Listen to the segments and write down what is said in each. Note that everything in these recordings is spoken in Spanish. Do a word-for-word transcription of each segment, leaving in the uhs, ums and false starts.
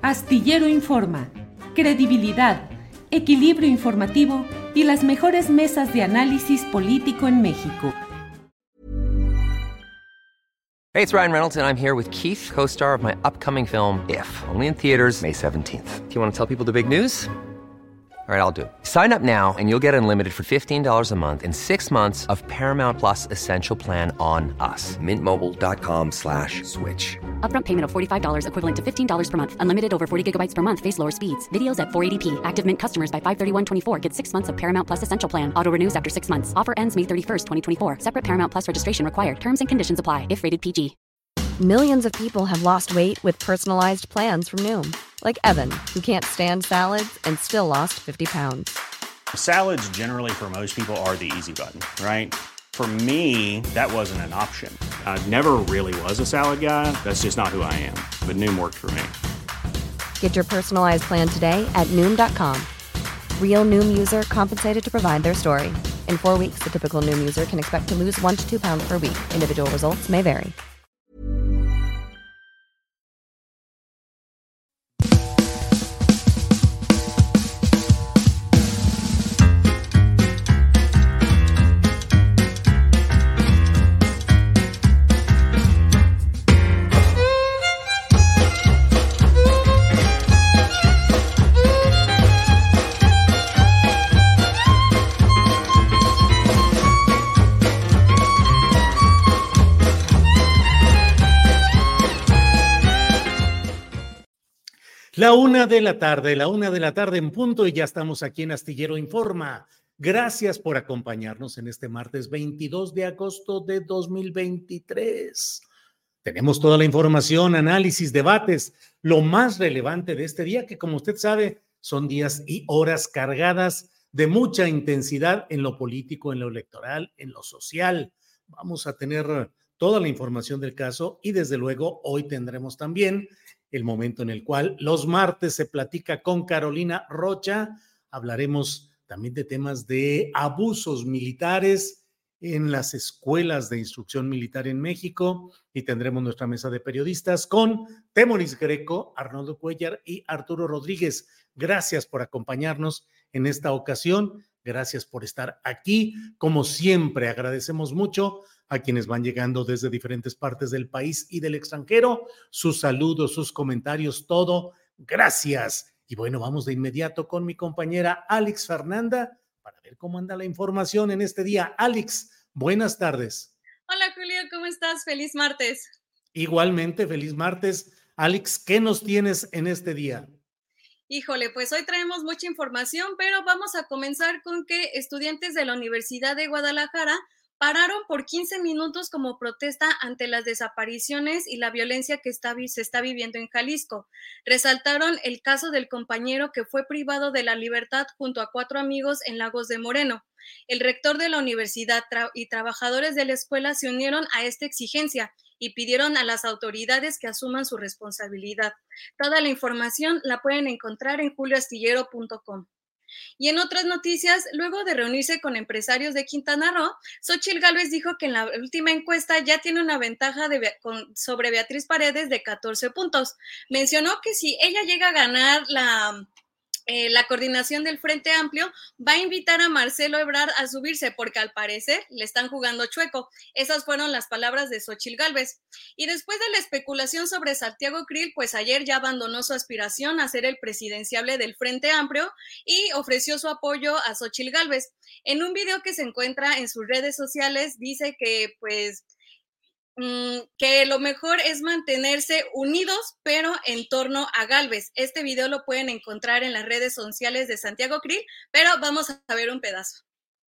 Astillero Informa, credibilidad, equilibrio informativo y las mejores mesas de análisis político en México. Hey, it's Ryan Reynolds, and I'm here with Keith, co-star of my upcoming film, If, only in theaters May seventeenth. Do you want to tell people the big news? All right, I'll do it. Sign up now and you'll get unlimited for fifteen dollars a month and six months of Paramount Plus Essential Plan on us. Mint Mobile dot com slash switch. Upfront payment of forty-five dollars equivalent to fifteen dollars per month. Unlimited over forty gigabytes per month. Face lower speeds. Videos at four eighty p. Active Mint customers by five thirty-one twenty-four get six months of Paramount Plus Essential Plan. Auto renews after six months. Offer ends May thirty-first, twenty twenty-four. Separate Paramount Plus registration required. Terms and conditions apply if rated P G. Millions of people have lost weight with personalized plans from Noom. Like Evan, who can't stand salads and still lost fifty pounds. Salads generally for most people are the easy button, right? For me, that wasn't an option. I never really was a salad guy. That's just not who I am. But Noom worked for me. Get your personalized plan today at Noom dot com. Real Noom user compensated to provide their story. In four weeks, the typical Noom user can expect to lose one to two pounds per week. Individual results may vary. La una de la tarde, la una de la tarde en punto y ya estamos aquí en Astillero Informa. Gracias por acompañarnos en este martes veintidós de agosto de dos mil veintitrés. Tenemos toda la información, análisis, debates, lo más relevante de este día, que como usted sabe, son días y horas cargadas de mucha intensidad en lo político, en lo electoral, en lo social. Vamos a tener toda la información del caso y desde luego hoy tendremos también el momento en el cual los martes se platica con Carolina Rocha. Hablaremos también de temas de abusos militares en las escuelas de instrucción militar en México y tendremos nuestra mesa de periodistas con Temoris Greco, Arnoldo Cuellar y Arturo Rodríguez. Gracias por acompañarnos en esta ocasión. Gracias por estar aquí. Como siempre, agradecemos mucho a quienes van llegando desde diferentes partes del país y del extranjero. Sus saludos, sus comentarios, todo. Gracias. Y bueno, vamos de inmediato con mi compañera Alex Fernanda para ver cómo anda la información en este día. Alex, buenas tardes. Hola Julio, ¿cómo estás? Feliz martes. Igualmente, feliz martes. Alex, ¿qué nos tienes en este día? Híjole, pues hoy traemos mucha información, pero vamos a comenzar con que estudiantes de la Universidad de Guadalajara pararon por quince minutos como protesta ante las desapariciones y la violencia que está, se está viviendo en Jalisco. Resaltaron el caso del compañero que fue privado de la libertad junto a cuatro amigos en Lagos de Moreno. El rector de la universidad tra- y trabajadores de la escuela se unieron a esta exigencia y pidieron a las autoridades que asuman su responsabilidad. Toda la información la pueden encontrar en julio astillero punto com. Y en otras noticias, luego de reunirse con empresarios de Quintana Roo, Xóchitl Gálvez dijo que en la última encuesta ya tiene una ventaja de, con, sobre Beatriz Paredes de catorce puntos. Mencionó que si ella llega a ganar la, eh, la coordinación del Frente Amplio, va a invitar a Marcelo Ebrard a subirse, porque al parecer le están jugando chueco. Esas fueron las palabras de Xóchitl Gálvez. Y después de la especulación sobre Santiago Krill, pues ayer ya abandonó su aspiración a ser el presidenciable del Frente Amplio y ofreció su apoyo a Xóchitl Gálvez. En un video que se encuentra en sus redes sociales, dice que pues que lo mejor es mantenerse unidos, pero en torno a Gálvez. Este video lo pueden encontrar en las redes sociales de Santiago Krill, pero vamos a ver un pedazo.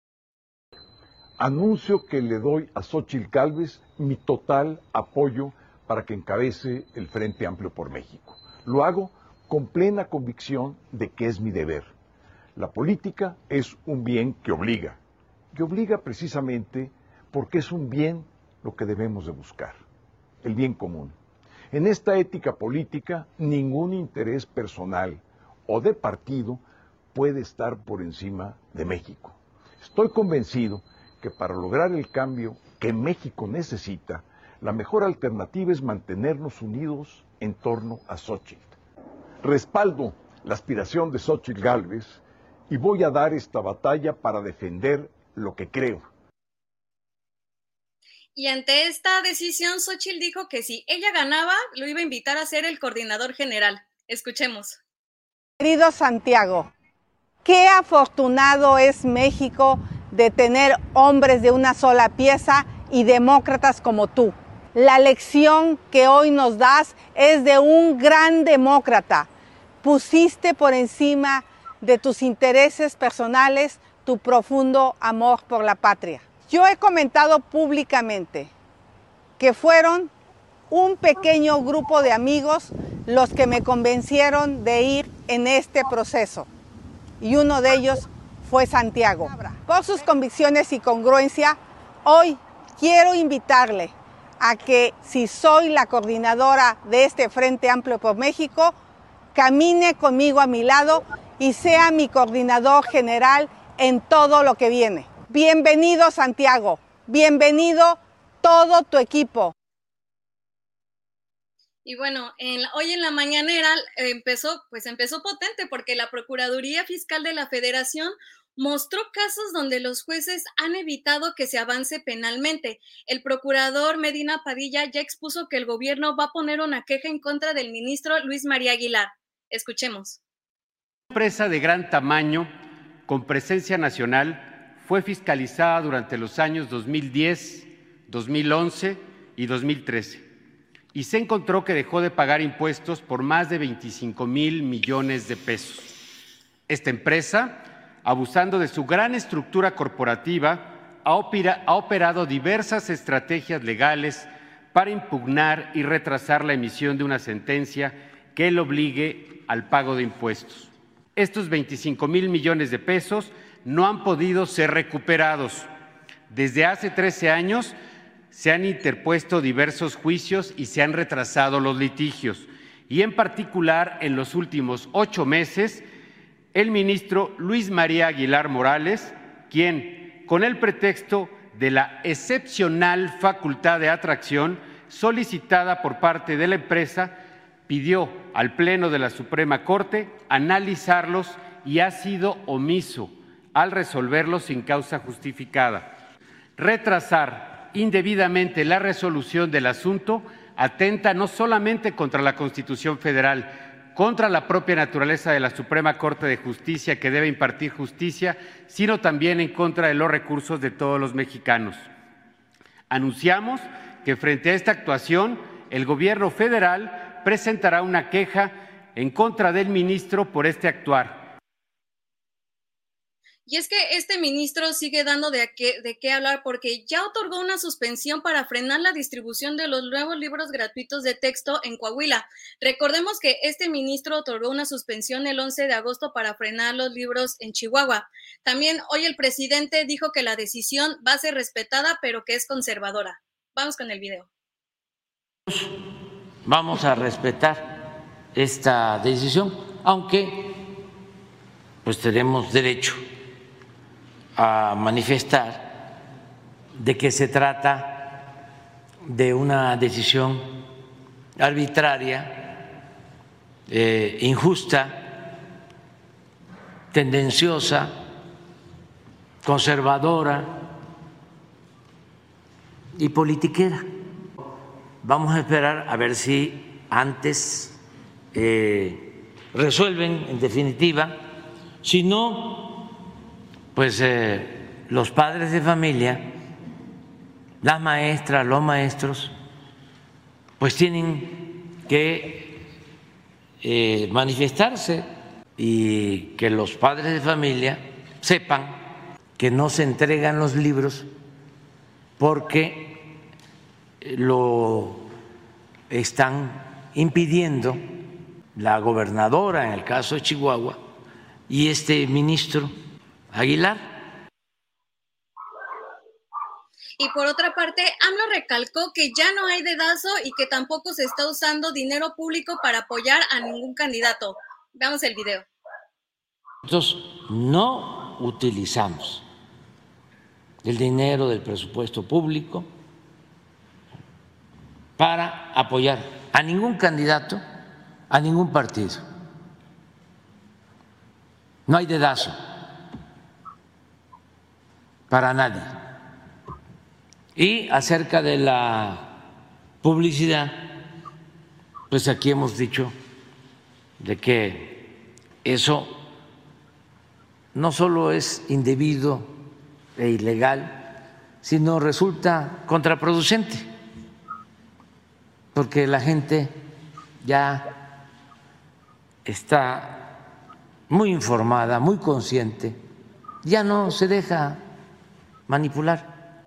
Anuncio que le doy a Xóchitl Gálvez mi total apoyo para que encabece el Frente Amplio por México. Lo hago con plena convicción de que es mi deber. La política es un bien que obliga, que obliga precisamente porque es un bien lo que debemos de buscar, el bien común. En esta ética política, ningún interés personal o de partido puede estar por encima de México. Estoy convencido que para lograr el cambio que México necesita, la mejor alternativa es mantenernos unidos en torno a Xóchitl. Respaldo la aspiración de Xóchitl Gálvez y voy a dar esta batalla para defender lo que creo. Y ante esta decisión, Xóchitl dijo que si ella ganaba, lo iba a invitar a ser el coordinador general. Escuchemos. Querido Santiago, qué afortunado es México de tener hombres de una sola pieza y demócratas como tú. La lección que hoy nos das es de un gran demócrata. Pusiste por encima de tus intereses personales tu profundo amor por la patria. Yo he comentado públicamente que fueron un pequeño grupo de amigos los que me convencieron de ir en este proceso. Y uno de ellos fue Santiago. Por sus convicciones y congruencia, hoy quiero invitarle a que, si soy la coordinadora de este Frente Amplio por México, camine conmigo a mi lado y sea mi coordinador general en todo lo que viene. Bienvenido, Santiago. Bienvenido todo tu equipo. Y bueno, en la, hoy en la mañanera empezó, pues empezó potente porque la Procuraduría Fiscal de la Federación mostró casos donde los jueces han evitado que se avance penalmente. El procurador Medina Padilla ya expuso que el gobierno va a poner una queja en contra del ministro Luis María Aguilar. Escuchemos. Una empresa de gran tamaño, con presencia nacional, fue fiscalizada durante los años dos mil diez, dos mil once y dos mil trece y se encontró que dejó de pagar impuestos por más de veinticinco mil millones de pesos. Esta empresa, abusando de su gran estructura corporativa, ha, opera, ha operado diversas estrategias legales para impugnar y retrasar la emisión de una sentencia que le obligue al pago de impuestos. Estos veinticinco mil millones de pesos no han podido ser recuperados. Desde hace trece años se han interpuesto diversos juicios y se han retrasado los litigios. Y en particular, en los últimos ocho meses, el ministro Luis María Aguilar Morales, quien, con el pretexto de la excepcional facultad de atracción solicitada por parte de la empresa, pidió al Pleno de la Suprema Corte analizarlos y ha sido omiso al resolverlos sin causa justificada. Retrasar indebidamente la resolución del asunto atenta no solamente contra la Constitución Federal, contra la propia naturaleza de la Suprema Corte de Justicia, que debe impartir justicia, sino también en contra de los recursos de todos los mexicanos. Anunciamos que frente a esta actuación, el Gobierno federal presentará una queja en contra del ministro por este actuar. Y es que este ministro sigue dando de qué, de qué hablar porque ya otorgó una suspensión para frenar la distribución de los nuevos libros gratuitos de texto en Coahuila. Recordemos que este ministro otorgó una suspensión el once de agosto para frenar los libros en Chihuahua. También hoy el presidente dijo que la decisión va a ser respetada, pero que es conservadora. Vamos con el video. Vamos a respetar esta decisión, aunque pues tenemos derecho a manifestar de que se trata de una decisión arbitraria, eh, injusta, tendenciosa, conservadora y politiquera. Vamos a esperar a ver si antes eh, resuelven en definitiva, si no, pues eh, los padres de familia, las maestras, los maestros, pues tienen que eh, manifestarse y que los padres de familia sepan que no se entregan los libros porque lo están impidiendo la gobernadora en el caso de Chihuahua y este ministro Aguilar. Y por otra parte, AMLO recalcó que ya no hay dedazo y que tampoco se está usando dinero público para apoyar a ningún candidato. Veamos el video. Nosotros no utilizamos el dinero del presupuesto público para apoyar a ningún candidato, a ningún partido. No hay dedazo para nadie. Y acerca de la publicidad, pues aquí hemos dicho de que eso no solo es indebido e ilegal, sino resulta contraproducente, porque la gente ya está muy informada, muy consciente, ya no se deja manipular.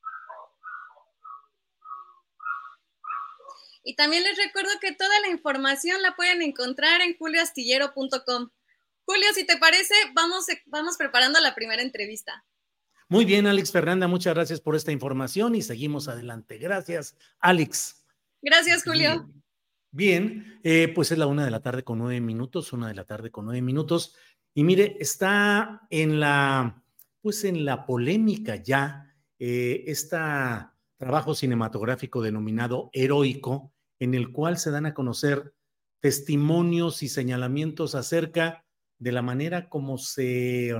Y también les recuerdo que toda la información la pueden encontrar en julio astillero punto com. Julio, si te parece, vamos, vamos preparando la primera entrevista. Muy bien, Alex Fernanda, muchas gracias por esta información y seguimos adelante. Gracias, Alex. Gracias, Julio. Bien. Bien, eh, pues es la una de la tarde con nueve minutos, una de la tarde con nueve minutos. Y mire, está en la, pues en la polémica ya, eh, este trabajo cinematográfico denominado Heroico, en el cual se dan a conocer testimonios y señalamientos acerca de la manera como se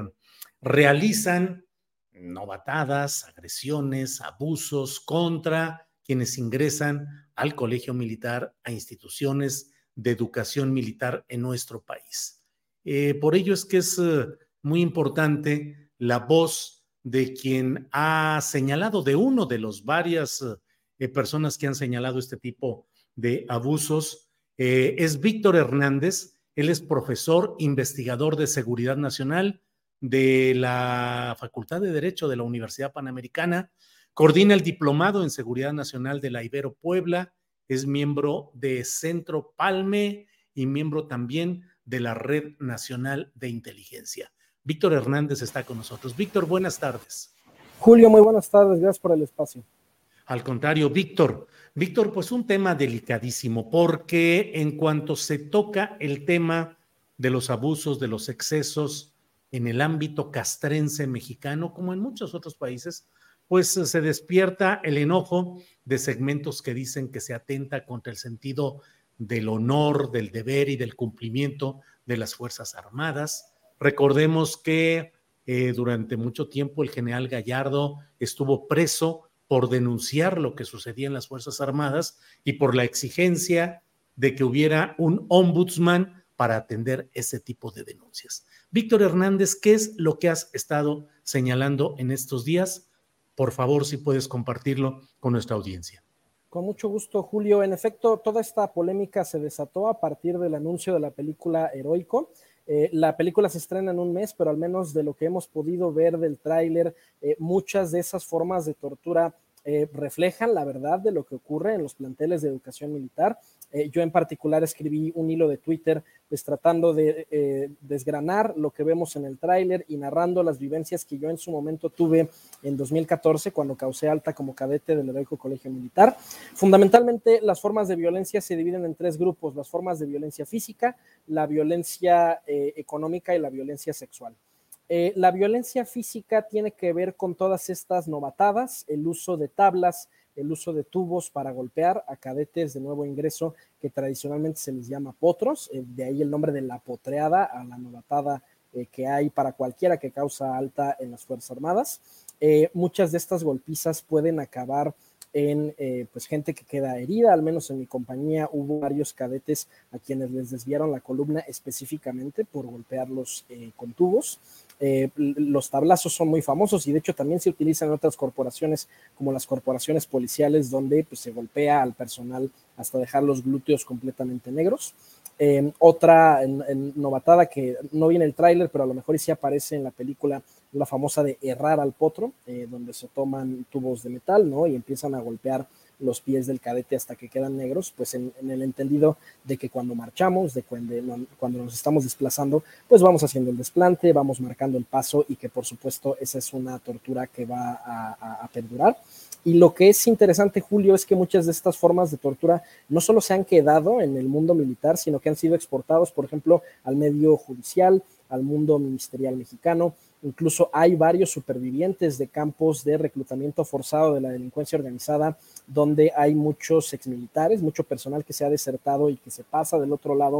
realizan novatadas, agresiones, abusos contra quienes ingresan al colegio militar, a instituciones de educación militar en nuestro país. Eh, por ello es que es eh, muy importante la voz de quien ha señalado, de uno de los varias eh, personas que han señalado este tipo de abusos, eh, es Víctor Hernández. Él es profesor investigador de Seguridad Nacional de la Facultad de Derecho de la Universidad Panamericana, coordina el diplomado en Seguridad Nacional de la Ibero Puebla, es miembro de Centro Palme y miembro también de la Red Nacional de Inteligencia. Víctor Hernández está con nosotros. Víctor, buenas tardes. Julio, muy buenas tardes, gracias por el espacio. Al contrario, Víctor. Víctor, pues un tema delicadísimo, porque en cuanto se toca el tema de los abusos, de los excesos en el ámbito castrense mexicano, como en muchos otros países, pues se despierta el enojo de segmentos que dicen que se atenta contra el sentido del honor, del deber y del cumplimiento de las Fuerzas Armadas. Recordemos que eh, durante mucho tiempo el general Gallardo estuvo preso por denunciar lo que sucedía en las Fuerzas Armadas y por la exigencia de que hubiera un ombudsman para atender ese tipo de denuncias. Víctor Hernández, ¿qué es lo que has estado señalando en estos días? Por favor, si puedes compartirlo con nuestra audiencia. Con mucho gusto, Julio. En efecto, toda esta polémica se desató a partir del anuncio de la película Heroico. Eh, la película se estrena en un mes, pero al menos de lo que hemos podido ver del tráiler, eh, muchas de esas formas de tortura eh, reflejan la verdad de lo que ocurre en los planteles de educación militar. Eh, yo en particular escribí un hilo de Twitter pues tratando de eh, desgranar lo que vemos en el tráiler y narrando las vivencias que yo en su momento tuve en dos mil catorce cuando causé alta como cadete del Heroico Colegio Militar. Fundamentalmente las formas de violencia se dividen en tres grupos: las formas de violencia física, la violencia eh, económica y la violencia sexual. Eh, la violencia física tiene que ver con todas estas novatadas, el uso de tablas, el uso de tubos para golpear a cadetes de nuevo ingreso que tradicionalmente se les llama potros, eh, de ahí el nombre de la potreada a la novatada eh, que hay para cualquiera que causa alta en las Fuerzas Armadas. Eh, muchas de estas golpizas pueden acabar en eh, pues gente que queda herida. Al menos en mi compañía hubo varios cadetes a quienes les desviaron la columna específicamente por golpearlos eh, con tubos. Eh, los tablazos son muy famosos y de hecho también se utilizan en otras corporaciones como las corporaciones policiales, donde pues, se golpea al personal hasta dejar los glúteos completamente negros. Eh, otra en, en novatada que no viene el tráiler, pero a lo mejor sí aparece en la película, la famosa de errar al potro, eh, donde se toman tubos de metal, ¿no? Y empiezan a golpear los pies del cadete hasta que quedan negros, pues en, en el entendido de que cuando marchamos, de cuando, cuando nos estamos desplazando, pues vamos haciendo el desplante, vamos marcando el paso y que por supuesto esa es una tortura que va a, a, a perdurar. Y lo que es interesante, Julio, es que muchas de estas formas de tortura no solo se han quedado en el mundo militar, sino que han sido exportados, por ejemplo, al medio judicial, al mundo ministerial mexicano. Incluso hay varios supervivientes de campos de reclutamiento forzado de la delincuencia organizada, donde hay muchos exmilitares, mucho personal que se ha desertado y que se pasa del otro lado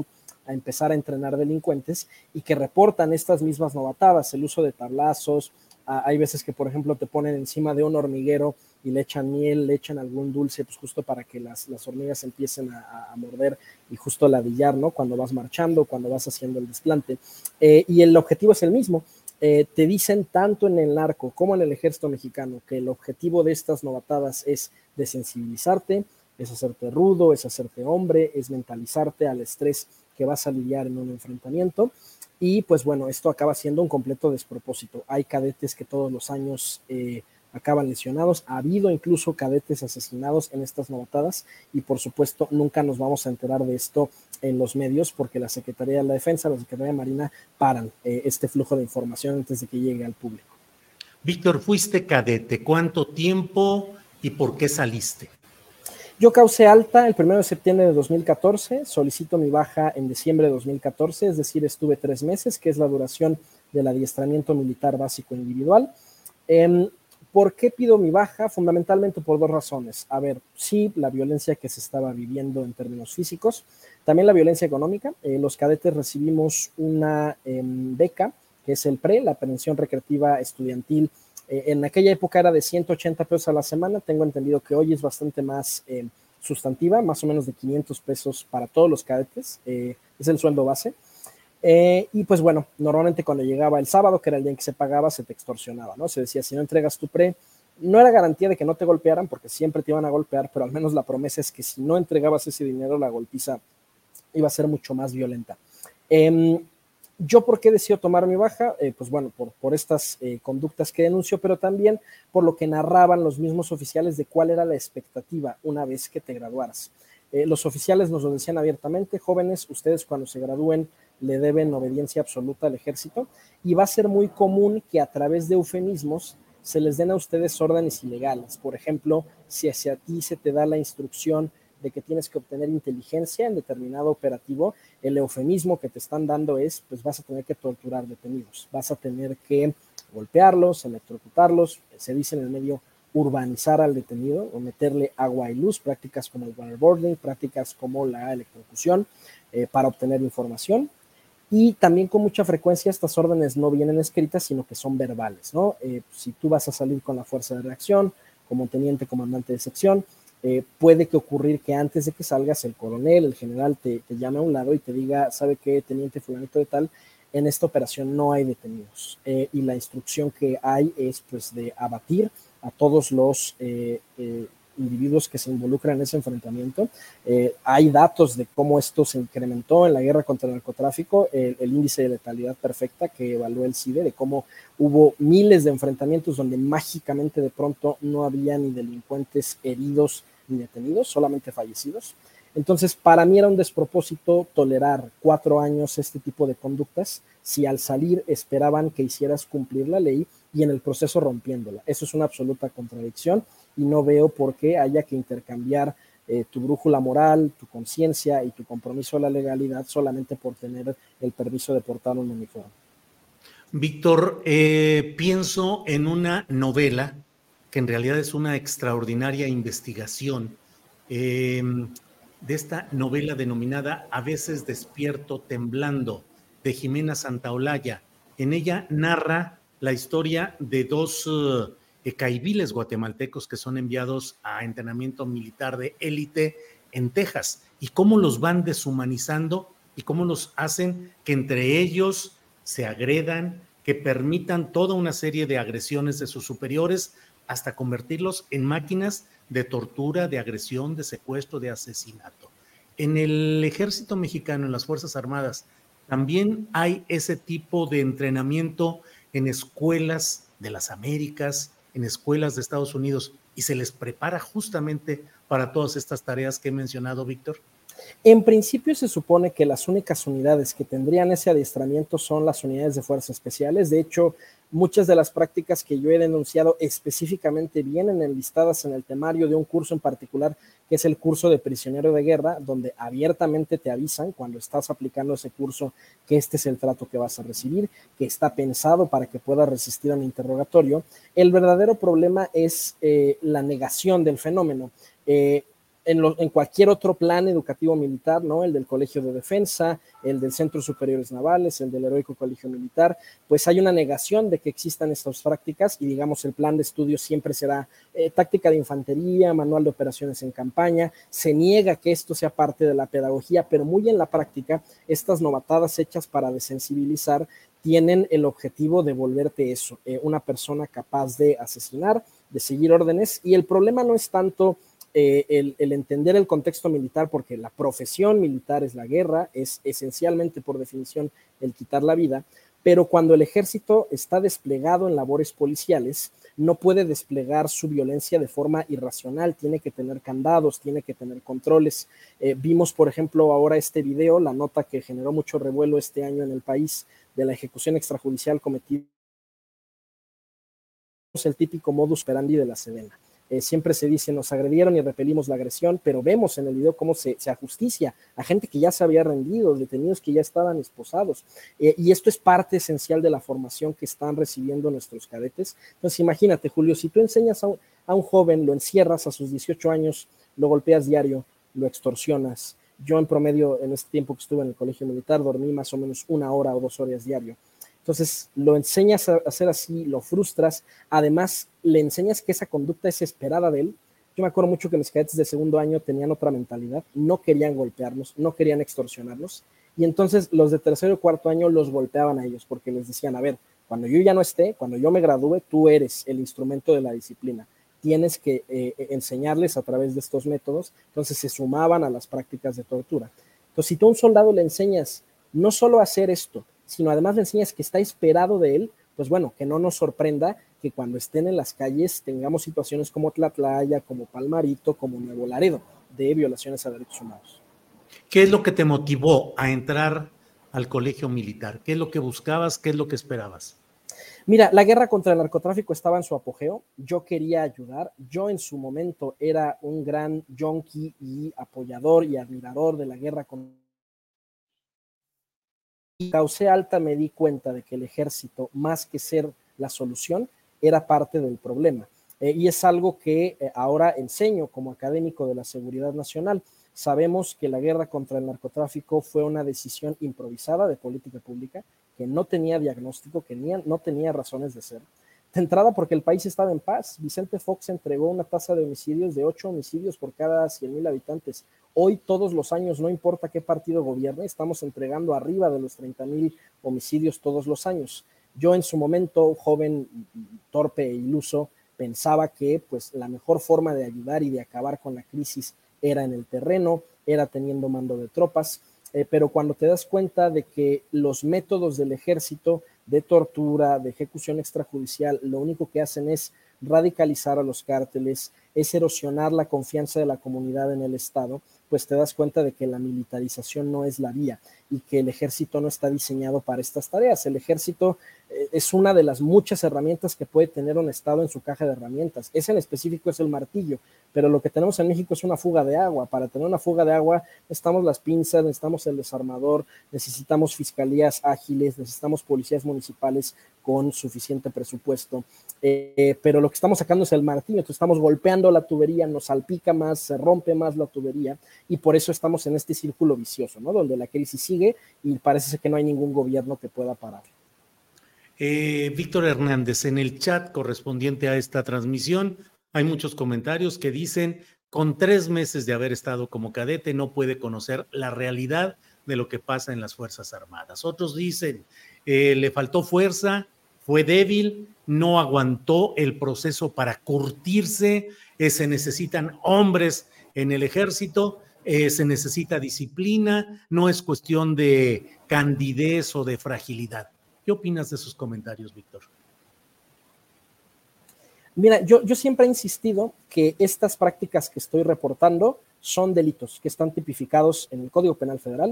a empezar a entrenar delincuentes y que reportan estas mismas novatadas, el uso de tablazos. Ah, hay veces que, por ejemplo, te ponen encima de un hormiguero y le echan miel, le echan algún dulce, pues justo para que las, las hormigas empiecen a, a morder y justo a ladillar, ¿no? Cuando vas marchando, cuando vas haciendo el desplante. Eh, y el objetivo es el mismo. Eh, te dicen tanto en el narco como en el ejército mexicano que el objetivo de estas novatadas es desensibilizarte, es hacerte rudo, es hacerte hombre, es mentalizarte al estrés que vas a lidiar en un enfrentamiento. Y pues bueno, esto acaba siendo un completo despropósito. Hay cadetes que todos los años eh, acaban lesionados, ha habido incluso cadetes asesinados en estas novatadas y por supuesto nunca nos vamos a enterar de esto en los medios porque la Secretaría de la Defensa, la Secretaría de Marina paran eh, este flujo de información antes de que llegue al público. Víctor, fuiste cadete, ¿cuánto tiempo y por qué saliste? Yo causé alta el primero de septiembre de dos mil catorce, solicito mi baja en diciembre de dos mil catorce, es decir, estuve tres meses, que es la duración del adiestramiento militar básico individual. Eh, ¿Por qué pido mi baja? Fundamentalmente por dos razones. A ver, sí, la violencia que se estaba viviendo en términos físicos, también la violencia económica. Eh, los cadetes recibimos una eh, beca, que es el P R E, la Pensión Recreativa Estudiantil. Eh, en aquella época era de ciento ochenta pesos a la semana, tengo entendido que hoy es bastante más eh, sustantiva, más o menos de quinientos pesos para todos los cadetes, eh, es el sueldo base. Eh, y pues bueno, normalmente cuando llegaba el sábado, que era el día en que se pagaba, se te extorsionaba, ¿no? Se decía, si no entregas tu P R E, no era garantía de que no te golpearan, porque siempre te iban a golpear, pero al menos la promesa es que si no entregabas ese dinero, la golpiza iba a ser mucho más violenta. Eh, ¿Yo por qué decido tomar mi baja? Eh, pues bueno, por, por estas eh, conductas que denuncio, pero también por lo que narraban los mismos oficiales de cuál era la expectativa una vez que te graduaras. Eh, los oficiales nos lo decían abiertamente, jóvenes, ustedes cuando se gradúen le deben obediencia absoluta al ejército y va a ser muy común que a través de eufemismos se les den a ustedes órdenes ilegales. Por ejemplo, si hacia ti se te da la instrucción de que tienes que obtener inteligencia en determinado operativo, el eufemismo que te están dando es, pues vas a tener que torturar detenidos, vas a tener que golpearlos, electrocutarlos, se dice en el medio urbanizar al detenido o meterle agua y luz, prácticas como el waterboarding, prácticas como la electrocución eh, para obtener información. Y también con mucha frecuencia estas órdenes no vienen escritas, sino que son verbales, ¿no? Eh, si tú vas a salir con la fuerza de reacción, como teniente comandante de sección, eh, puede que ocurrir que antes de que salgas el coronel, el general te, te llame a un lado y te diga, ¿sabe qué, teniente fulanito de tal? En esta operación no hay detenidos. Eh, y la instrucción que hay es pues de abatir a todos los eh, eh, individuos que se involucran en ese enfrentamiento. Eh, hay datos de cómo esto se incrementó en la guerra contra el narcotráfico, el, el índice de letalidad perfecta que evaluó el CIDE, de cómo hubo miles de enfrentamientos donde mágicamente de pronto no había ni delincuentes heridos ni detenidos, solamente fallecidos. Entonces, para mí era un despropósito tolerar cuatro años este tipo de conductas si al salir esperaban que hicieras cumplir la ley y en el proceso rompiéndola. Eso es una absoluta contradicción y no veo por qué haya que intercambiar eh, tu brújula moral, tu conciencia y tu compromiso a la legalidad solamente por tener el permiso de portar un uniforme. Víctor, eh, pienso en una novela que en realidad es una extraordinaria investigación eh, de esta novela denominada A veces despierto temblando, de Jimena Santaolalla. En ella narra la historia de dos uh, caiviles guatemaltecos que son enviados a entrenamiento militar de élite en Texas y cómo los van deshumanizando y cómo los hacen que entre ellos se agredan, que permitan toda una serie de agresiones de sus superiores hasta convertirlos en máquinas de tortura, de agresión, de secuestro, de asesinato. En el ejército mexicano, en las Fuerzas Armadas, también hay ese tipo de entrenamiento en escuelas de las Américas, en escuelas de Estados Unidos, y se les prepara justamente para todas estas tareas que he mencionado, Víctor. En principio se supone que las únicas unidades que tendrían ese adiestramiento son las unidades de fuerzas especiales. De hecho, muchas de las prácticas que yo he denunciado específicamente vienen enlistadas en el temario de un curso en particular, que es el curso de prisionero de guerra, donde abiertamente te avisan cuando estás aplicando ese curso que este es el trato que vas a recibir, que está pensado para que puedas resistir a un interrogatorio. El verdadero problema es eh, la negación del fenómeno. Eh, en, lo, en cualquier otro plan educativo militar, ¿no? El del Colegio de Defensa, el del Centros Superiores Navales, el del Heroico Colegio Militar, pues hay una negación de que existan estas prácticas y digamos el plan de estudio siempre será eh, táctica de infantería, manual de operaciones en campaña, se niega que esto sea parte de la pedagogía, pero muy en la práctica estas novatadas hechas para desensibilizar tienen el objetivo de volverte eso, eh, una persona capaz de asesinar, de seguir órdenes, y el problema no es tanto eh, el, el entender el contexto militar, porque la profesión militar es la guerra, es esencialmente por definición el quitar la vida, pero cuando el ejército está desplegado en labores policiales, no puede desplegar su violencia de forma irracional, tiene que tener candados, tiene que tener controles. Eh, vimos, por ejemplo, ahora este video, la nota que generó mucho revuelo este año en el país de la ejecución extrajudicial cometida, el típico modus operandi de la Sedena. Eh, siempre se dice, nos agredieron y repelimos la agresión, pero vemos en el video cómo se, se ajusticia a gente que ya se había rendido, detenidos que ya estaban esposados, eh, y esto es parte esencial de la formación que están recibiendo nuestros cadetes. Entonces imagínate, Julio, si tú enseñas a un, a un joven, lo encierras a sus dieciocho años, lo golpeas diario, lo extorsionas. Yo en promedio, en este tiempo que estuve en el colegio militar, dormí más o menos una hora o dos horas diario. Entonces lo enseñas a hacer así, lo frustras, además le enseñas que esa conducta es esperada de él. Yo me acuerdo mucho que mis cadetes de segundo año tenían otra mentalidad, no querían golpearnos, no querían extorsionarnos, y entonces los de tercero y cuarto año los golpeaban a ellos porque les decían, a ver, cuando yo ya no esté, cuando yo me gradúe, tú eres el instrumento de la disciplina, tienes que eh, enseñarles a través de estos métodos. Entonces se sumaban a las prácticas de tortura. Entonces si tú a un soldado le enseñas no solo a hacer esto, sino además le enseñas que está esperado de él, pues bueno, que no nos sorprenda que cuando estén en las calles tengamos situaciones como Tlatlaya, como Palmarito, como Nuevo Laredo, de violaciones a derechos humanos. ¿Qué es lo que te motivó a entrar al colegio militar? ¿Qué es lo que buscabas? ¿Qué es lo que esperabas? Mira, la guerra contra el narcotráfico estaba en su apogeo, yo quería ayudar, yo en su momento era un gran yonki y apoyador y admirador de la guerra contra y causé alta me di cuenta de que el ejército, más que ser la solución, era parte del problema. Eh, y es algo que eh, ahora enseño como académico de la seguridad nacional. Sabemos que la guerra contra el narcotráfico fue una decisión improvisada de política pública, que no tenía diagnóstico, que ni, no tenía razones de ser. De entrada porque el país estaba en paz. Vicente Fox entregó una tasa de homicidios de ocho homicidios por cada cien mil habitantes. Hoy, todos los años, no importa qué partido gobierne, estamos entregando arriba de los treinta mil homicidios todos los años. Yo en su momento, joven, torpe e iluso, pensaba que pues, la mejor forma de ayudar y de acabar con la crisis era en el terreno, era teniendo mando de tropas, eh, pero cuando te das cuenta de que los métodos del ejército de tortura, de ejecución extrajudicial, lo único que hacen es radicalizar a los cárteles, es erosionar la confianza de la comunidad en el Estado, pues te das cuenta de que la militarización no es la vía y que el ejército no está diseñado para estas tareas. El ejército eh, es una de las muchas herramientas que puede tener un Estado en su caja de herramientas. Ese en específico es el martillo, pero lo que tenemos en México es una fuga de agua. Para tener una fuga de agua necesitamos las pinzas, necesitamos el desarmador, necesitamos fiscalías ágiles, necesitamos policías municipales con suficiente presupuesto, eh, pero lo que estamos sacando es el martillo, entonces estamos golpeando la tubería, nos salpica más, se rompe más la tubería, y por eso estamos en este círculo vicioso, ¿no? Donde la crisis sigue y parece ser que no hay ningún gobierno que pueda parar. Eh, Víctor Hernández, en el chat correspondiente a esta transmisión hay muchos comentarios que dicen, con tres meses de haber estado como cadete no puede conocer la realidad de lo que pasa en las Fuerzas Armadas. Otros dicen, eh, le faltó fuerza, fue débil, no aguantó el proceso para curtirse, eh, se necesitan hombres en el ejército, eh, se necesita disciplina, no es cuestión de candidez o de fragilidad. ¿Qué opinas de esos comentarios, Víctor? Mira, yo, yo siempre he insistido que estas prácticas que estoy reportando son delitos que están tipificados en el Código Penal Federal.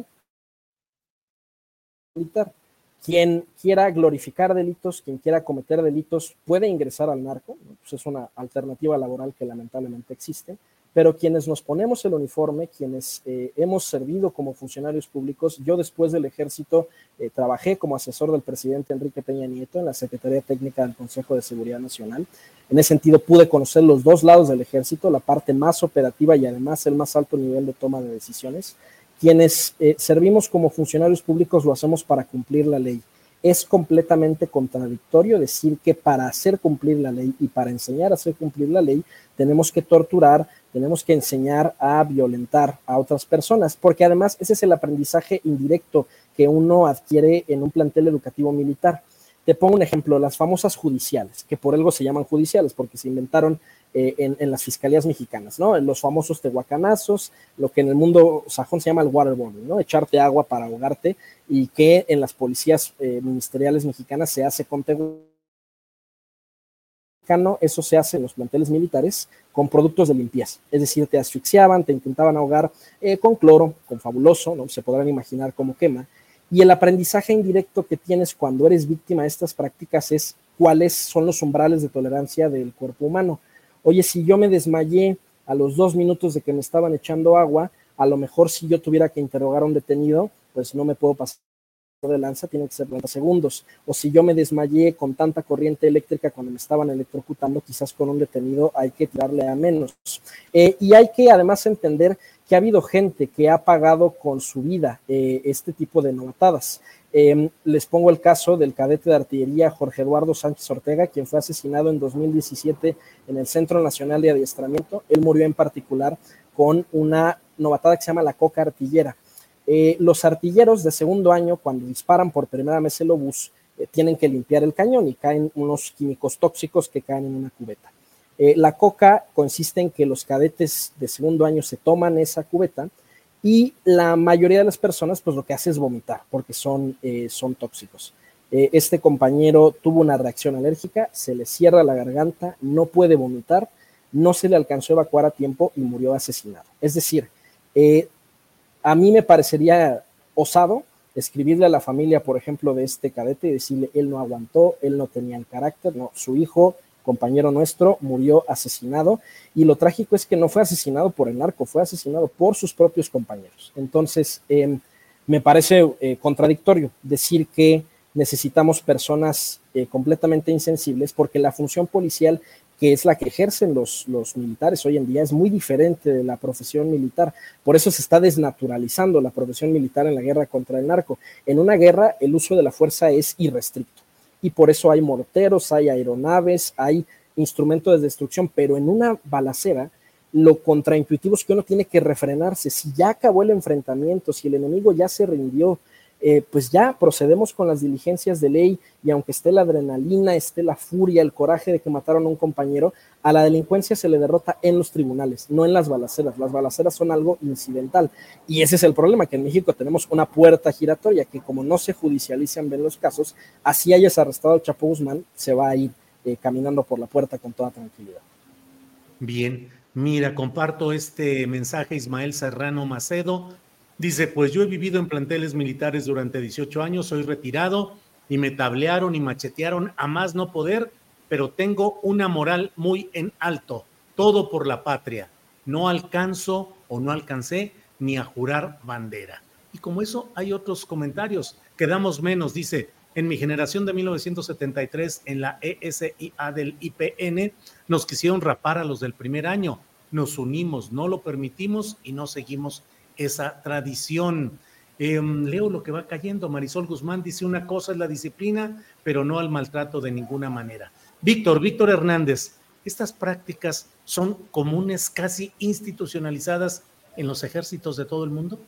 Quien quiera glorificar delitos, quien quiera cometer delitos, puede ingresar al narco, pues es una alternativa laboral que lamentablemente existe, pero quienes nos ponemos el uniforme, quienes eh, hemos servido como funcionarios públicos, yo después del ejército eh, trabajé como asesor del presidente Enrique Peña Nieto en la Secretaría Técnica del Consejo de Seguridad Nacional. En ese sentido pude conocer los dos lados del ejército, la parte más operativa y además el más alto nivel de toma de decisiones. Quienes eh, servimos como funcionarios públicos lo hacemos para cumplir la ley. Es completamente contradictorio decir que para hacer cumplir la ley y para enseñar a hacer cumplir la ley tenemos que torturar, tenemos que enseñar a violentar a otras personas, porque además ese es el aprendizaje indirecto que uno adquiere en un plantel educativo militar. Te pongo un ejemplo, las famosas judiciales, que por algo se llaman judiciales, porque se inventaron eh, en, en las fiscalías mexicanas, ¿no? Los famosos tehuacanazos, lo que en el mundo sajón se llama el waterboarding, ¿no? Echarte agua para ahogarte, y que en las policías eh, ministeriales mexicanas se hace con tehuacano, eso se hace en los planteles militares con productos de limpieza, es decir, te asfixiaban, te intentaban ahogar eh, con cloro, con fabuloso, ¿no? Se podrán imaginar cómo quema. Y el aprendizaje indirecto que tienes cuando eres víctima de estas prácticas es cuáles son los umbrales de tolerancia del cuerpo humano. Oye, si yo me desmayé a los dos minutos de que me estaban echando agua, a lo mejor si yo tuviera que interrogar a un detenido, pues no me puedo pasar de lanza, tiene que ser treinta segundos. O si yo me desmayé con tanta corriente eléctrica cuando me estaban electrocutando, quizás con un detenido hay que tirarle a menos. Eh, y hay que además entender que ha habido gente que ha pagado con su vida eh, este tipo de novatadas. Eh, les pongo el caso del cadete de artillería Jorge Eduardo Sánchez Ortega, quien fue asesinado en dos mil diecisiete en el Centro Nacional de Adiestramiento. Él murió en particular con una novatada que se llama la coca artillera. Eh, los artilleros de segundo año, cuando disparan por primera vez el obús, eh, tienen que limpiar el cañón y caen unos químicos tóxicos que caen en una cubeta. Eh, la coca consiste en que los cadetes de segundo año se toman esa cubeta y la mayoría de las personas pues lo que hace es vomitar porque son, eh, son tóxicos. Eh, este compañero tuvo una reacción alérgica, se le cierra la garganta, no puede vomitar, no se le alcanzó a evacuar a tiempo y murió asesinado. Es decir, eh, a mí me parecería osado escribirle a la familia, por ejemplo, de este cadete y decirle, él no aguantó, él no tenía el carácter, no, su hijo, compañero nuestro, murió asesinado, y lo trágico es que no fue asesinado por el narco, fue asesinado por sus propios compañeros. Entonces, eh, me parece eh, contradictorio decir que necesitamos personas eh, completamente insensibles, porque la función policial, que es la que ejercen los, los militares hoy en día, es muy diferente de la profesión militar. Por eso se está desnaturalizando la profesión militar en la guerra contra el narco. En una guerra, el uso de la fuerza es irrestricto, y por eso hay morteros, hay aeronaves, hay instrumentos de destrucción, pero en una balacera, lo contraintuitivo es que uno tiene que refrenarse. Si ya acabó el enfrentamiento, si el enemigo ya se rindió, Eh, pues ya procedemos con las diligencias de ley, y aunque esté la adrenalina, esté la furia, el coraje de que mataron a un compañero, a la delincuencia se le derrota en los tribunales, no en las balaceras. Las balaceras son algo incidental, y ese es el problema, que en México tenemos una puerta giratoria, que como no se judicializan bien los casos, así hayas arrestado al Chapo Guzmán, se va a ir eh, caminando por la puerta con toda tranquilidad. Bien, mira, comparto este mensaje. Ismael Serrano Macedo dice, pues yo he vivido en planteles militares durante dieciocho años, soy retirado y me tablearon y machetearon a más no poder, pero tengo una moral muy en alto, todo por la patria. No alcanzo o no alcancé ni a jurar bandera. Y como eso hay otros comentarios, quedamos menos, dice, en mi generación de mil novecientos setenta y tres en la E S I A del I P N nos quisieron rapar a los del primer año, nos unimos, no lo permitimos y no seguimos esa tradición. Eh, leo lo que va cayendo. Marisol Guzmán dice, una cosa es la disciplina, pero no al maltrato de ninguna manera. Víctor, Víctor Hernández, ¿estas prácticas son comunes, casi institucionalizadas en los ejércitos de todo el mundo?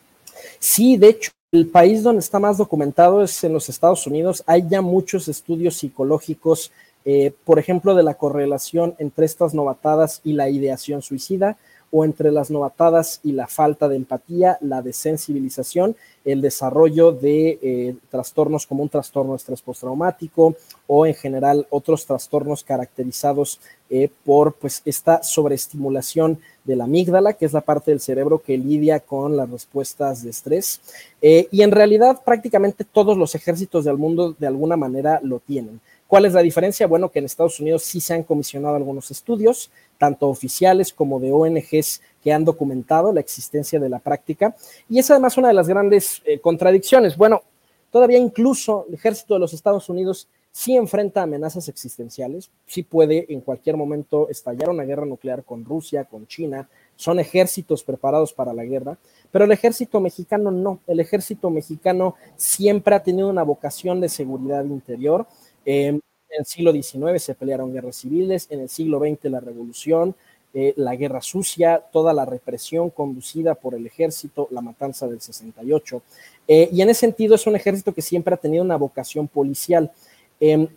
Sí, de hecho, el país donde está más documentado es en los Estados Unidos. Hay ya muchos estudios psicológicos, eh, por ejemplo, de la correlación entre estas novatadas y la ideación suicida, o entre las novatadas y la falta de empatía, la desensibilización, el desarrollo de eh, trastornos como un trastorno de estrés postraumático, o en general otros trastornos caracterizados eh, por pues esta sobreestimulación de la amígdala, que es la parte del cerebro que lidia con las respuestas de estrés. Eh, y en realidad prácticamente todos los ejércitos del mundo de alguna manera lo tienen. ¿Cuál es la diferencia? Bueno, que en Estados Unidos sí se han comisionado algunos estudios tanto oficiales como de O N Ges que han documentado la existencia de la práctica, y es además una de las grandes eh, contradicciones. Bueno, todavía incluso el ejército de los Estados Unidos sí enfrenta amenazas existenciales, sí puede en cualquier momento estallar una guerra nuclear con Rusia, con China, son ejércitos preparados para la guerra, pero el ejército mexicano no, el ejército mexicano siempre ha tenido una vocación de seguridad interior. Eh, en el siglo diecinueve se pelearon guerras civiles, en el siglo veinte la revolución, eh, la guerra sucia, toda la represión conducida por el ejército, la matanza del sesenta y ocho, eh, y en ese sentido es un ejército que siempre ha tenido una vocación policial. Eh,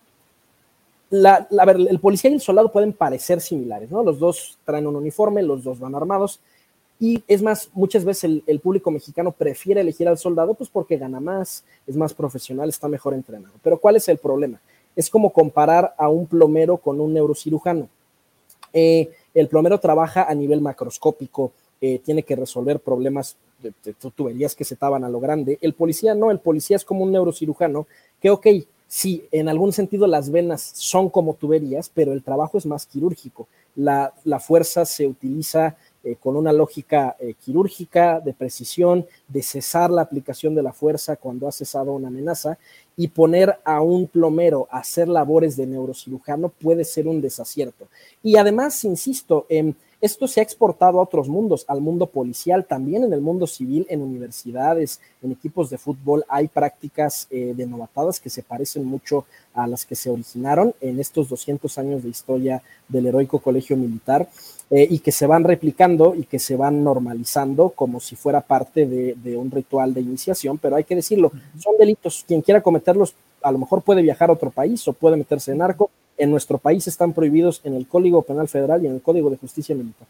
la, la, el policía y el soldado pueden parecer similares, ¿no? Los dos traen un uniforme, los dos van armados, y es más, muchas veces el, el público mexicano prefiere elegir al soldado pues porque gana más, es más profesional, está mejor entrenado. Pero ¿cuál es el problema? Es como comparar a un plomero con un neurocirujano. Eh, el plomero trabaja a nivel macroscópico, eh, tiene que resolver problemas de, de, de tuberías que se tapan a lo grande. El policía no, el policía es como un neurocirujano que, ok, sí, en algún sentido las venas son como tuberías, pero el trabajo es más quirúrgico. La, la fuerza se utiliza eh, con una lógica eh, quirúrgica, de precisión, de cesar la aplicación de la fuerza cuando ha cesado una amenaza, y poner a un plomero a hacer labores de neurocirujano puede ser un desacierto. Y además, insisto, eh, esto se ha exportado a otros mundos, al mundo policial, también en el mundo civil, en universidades, en equipos de fútbol, hay prácticas eh, de novatadas que se parecen mucho a las que se originaron en estos doscientos años de historia del heroico colegio militar, eh, y que se van replicando y que se van normalizando como si fuera parte de, de un ritual de iniciación, pero hay que decirlo, son delitos, quien quiera cometerlos a lo mejor puede viajar a otro país o puede meterse en narco. En nuestro país están prohibidos en el Código Penal Federal y en el Código de Justicia Militar.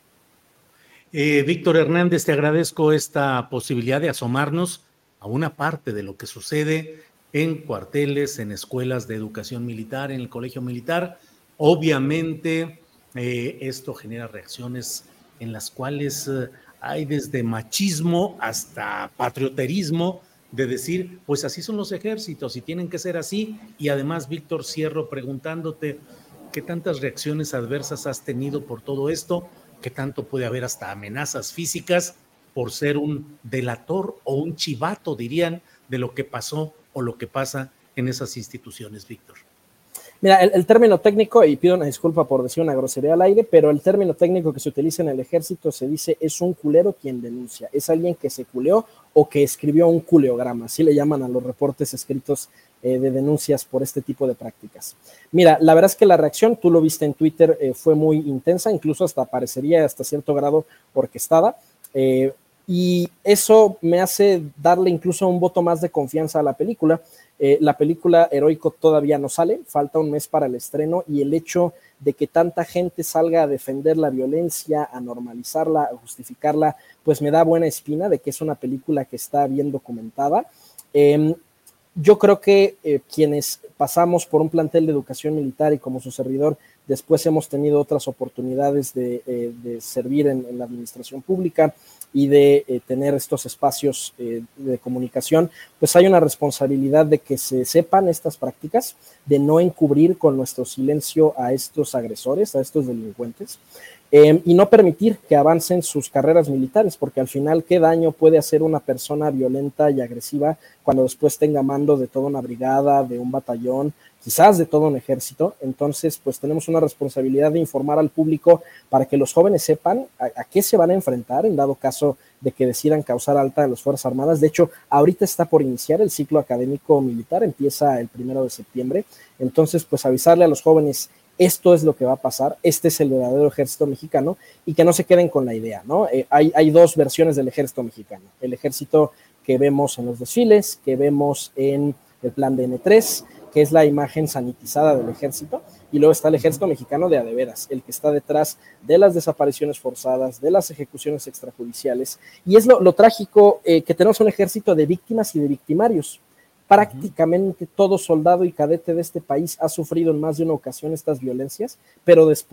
Eh, Víctor Hernández, te agradezco esta posibilidad de asomarnos a una parte de lo que sucede en cuarteles, en escuelas de educación militar, en el colegio militar. Obviamente, eh, esto genera reacciones en las cuales eh, hay desde machismo hasta patrioterismo, de decir, pues así son los ejércitos y tienen que ser así. Y además, Víctor, cierro preguntándote qué tantas reacciones adversas has tenido por todo esto, qué tanto puede haber hasta amenazas físicas por ser un delator o un chivato, dirían, de lo que pasó o lo que pasa en esas instituciones, Víctor. Mira, el, el término técnico, y pido una disculpa por decir una grosería al aire, pero el término técnico que se utiliza en el ejército se dice es un culero quien denuncia, es alguien que se culeó o que escribió un culeograma, así le llaman a los reportes escritos eh, de denuncias por este tipo de prácticas. Mira, la verdad es que la reacción, tú lo viste en Twitter, eh, fue muy intensa, incluso hasta parecería hasta cierto grado orquestada, eh, y eso me hace darle incluso un voto más de confianza a la película. Eh, la película Heroico todavía no sale, falta un mes para el estreno, y el hecho de que tanta gente salga a defender la violencia, a normalizarla, a justificarla, pues me da buena espina de que es una película que está bien documentada. Eh, yo creo que eh, quienes pasamos por un plantel de educación militar y como su servidor, después hemos tenido otras oportunidades de, eh, de servir en, en la administración pública y de eh, tener estos espacios eh, de comunicación, pues hay una responsabilidad de que se sepan estas prácticas, de no encubrir con nuestro silencio a estos agresores, a estos delincuentes, eh, y no permitir que avancen sus carreras militares, porque al final, ¿qué daño puede hacer una persona violenta y agresiva cuando después tenga mando de toda una brigada, de un batallón, quizás de todo un ejército? Entonces, pues tenemos una responsabilidad de informar al público para que los jóvenes sepan a, a qué se van a enfrentar en dado caso de que decidan causar alta en las Fuerzas Armadas. De hecho, ahorita está por iniciar el ciclo académico militar, empieza el primero de septiembre. Entonces, pues avisarle a los jóvenes, esto es lo que va a pasar, este es el verdadero ejército mexicano, y que no se queden con la idea, ¿no? Eh, hay, hay dos versiones del ejército mexicano, el ejército que vemos en los desfiles, que vemos en el plan de N tres, que es la imagen sanitizada del ejército, y luego está el ejército mexicano de a de veras, el que está detrás de las desapariciones forzadas, de las ejecuciones extrajudiciales, y es lo, lo trágico eh, que tenemos un ejército de víctimas y de victimarios. Prácticamente todo soldado y cadete de este país ha sufrido en más de una ocasión estas violencias, pero después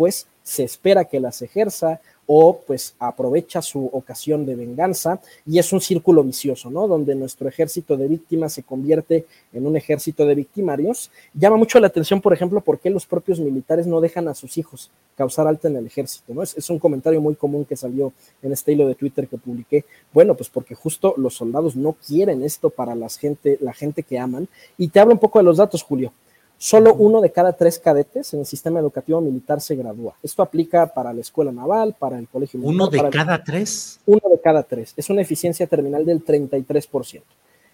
se espera que las ejerza o pues aprovecha su ocasión de venganza, y es un círculo vicioso, ¿no? Donde nuestro ejército de víctimas se convierte en un ejército de victimarios. Llama mucho la atención, por ejemplo, por qué los propios militares no dejan a sus hijos causar alta en el ejército, ¿no? Es, es un comentario muy común que salió en este hilo de Twitter que publiqué. Bueno, pues porque justo los soldados no quieren esto para la gente, la gente que aman. Y te hablo un poco de los datos, Julio. Solo uno de cada tres cadetes en el sistema educativo militar se gradúa. Esto aplica para la escuela naval, para el colegio militar. ¿Uno de para cada el... tres? Uno de cada tres. Es una eficiencia terminal del treinta y tres por ciento.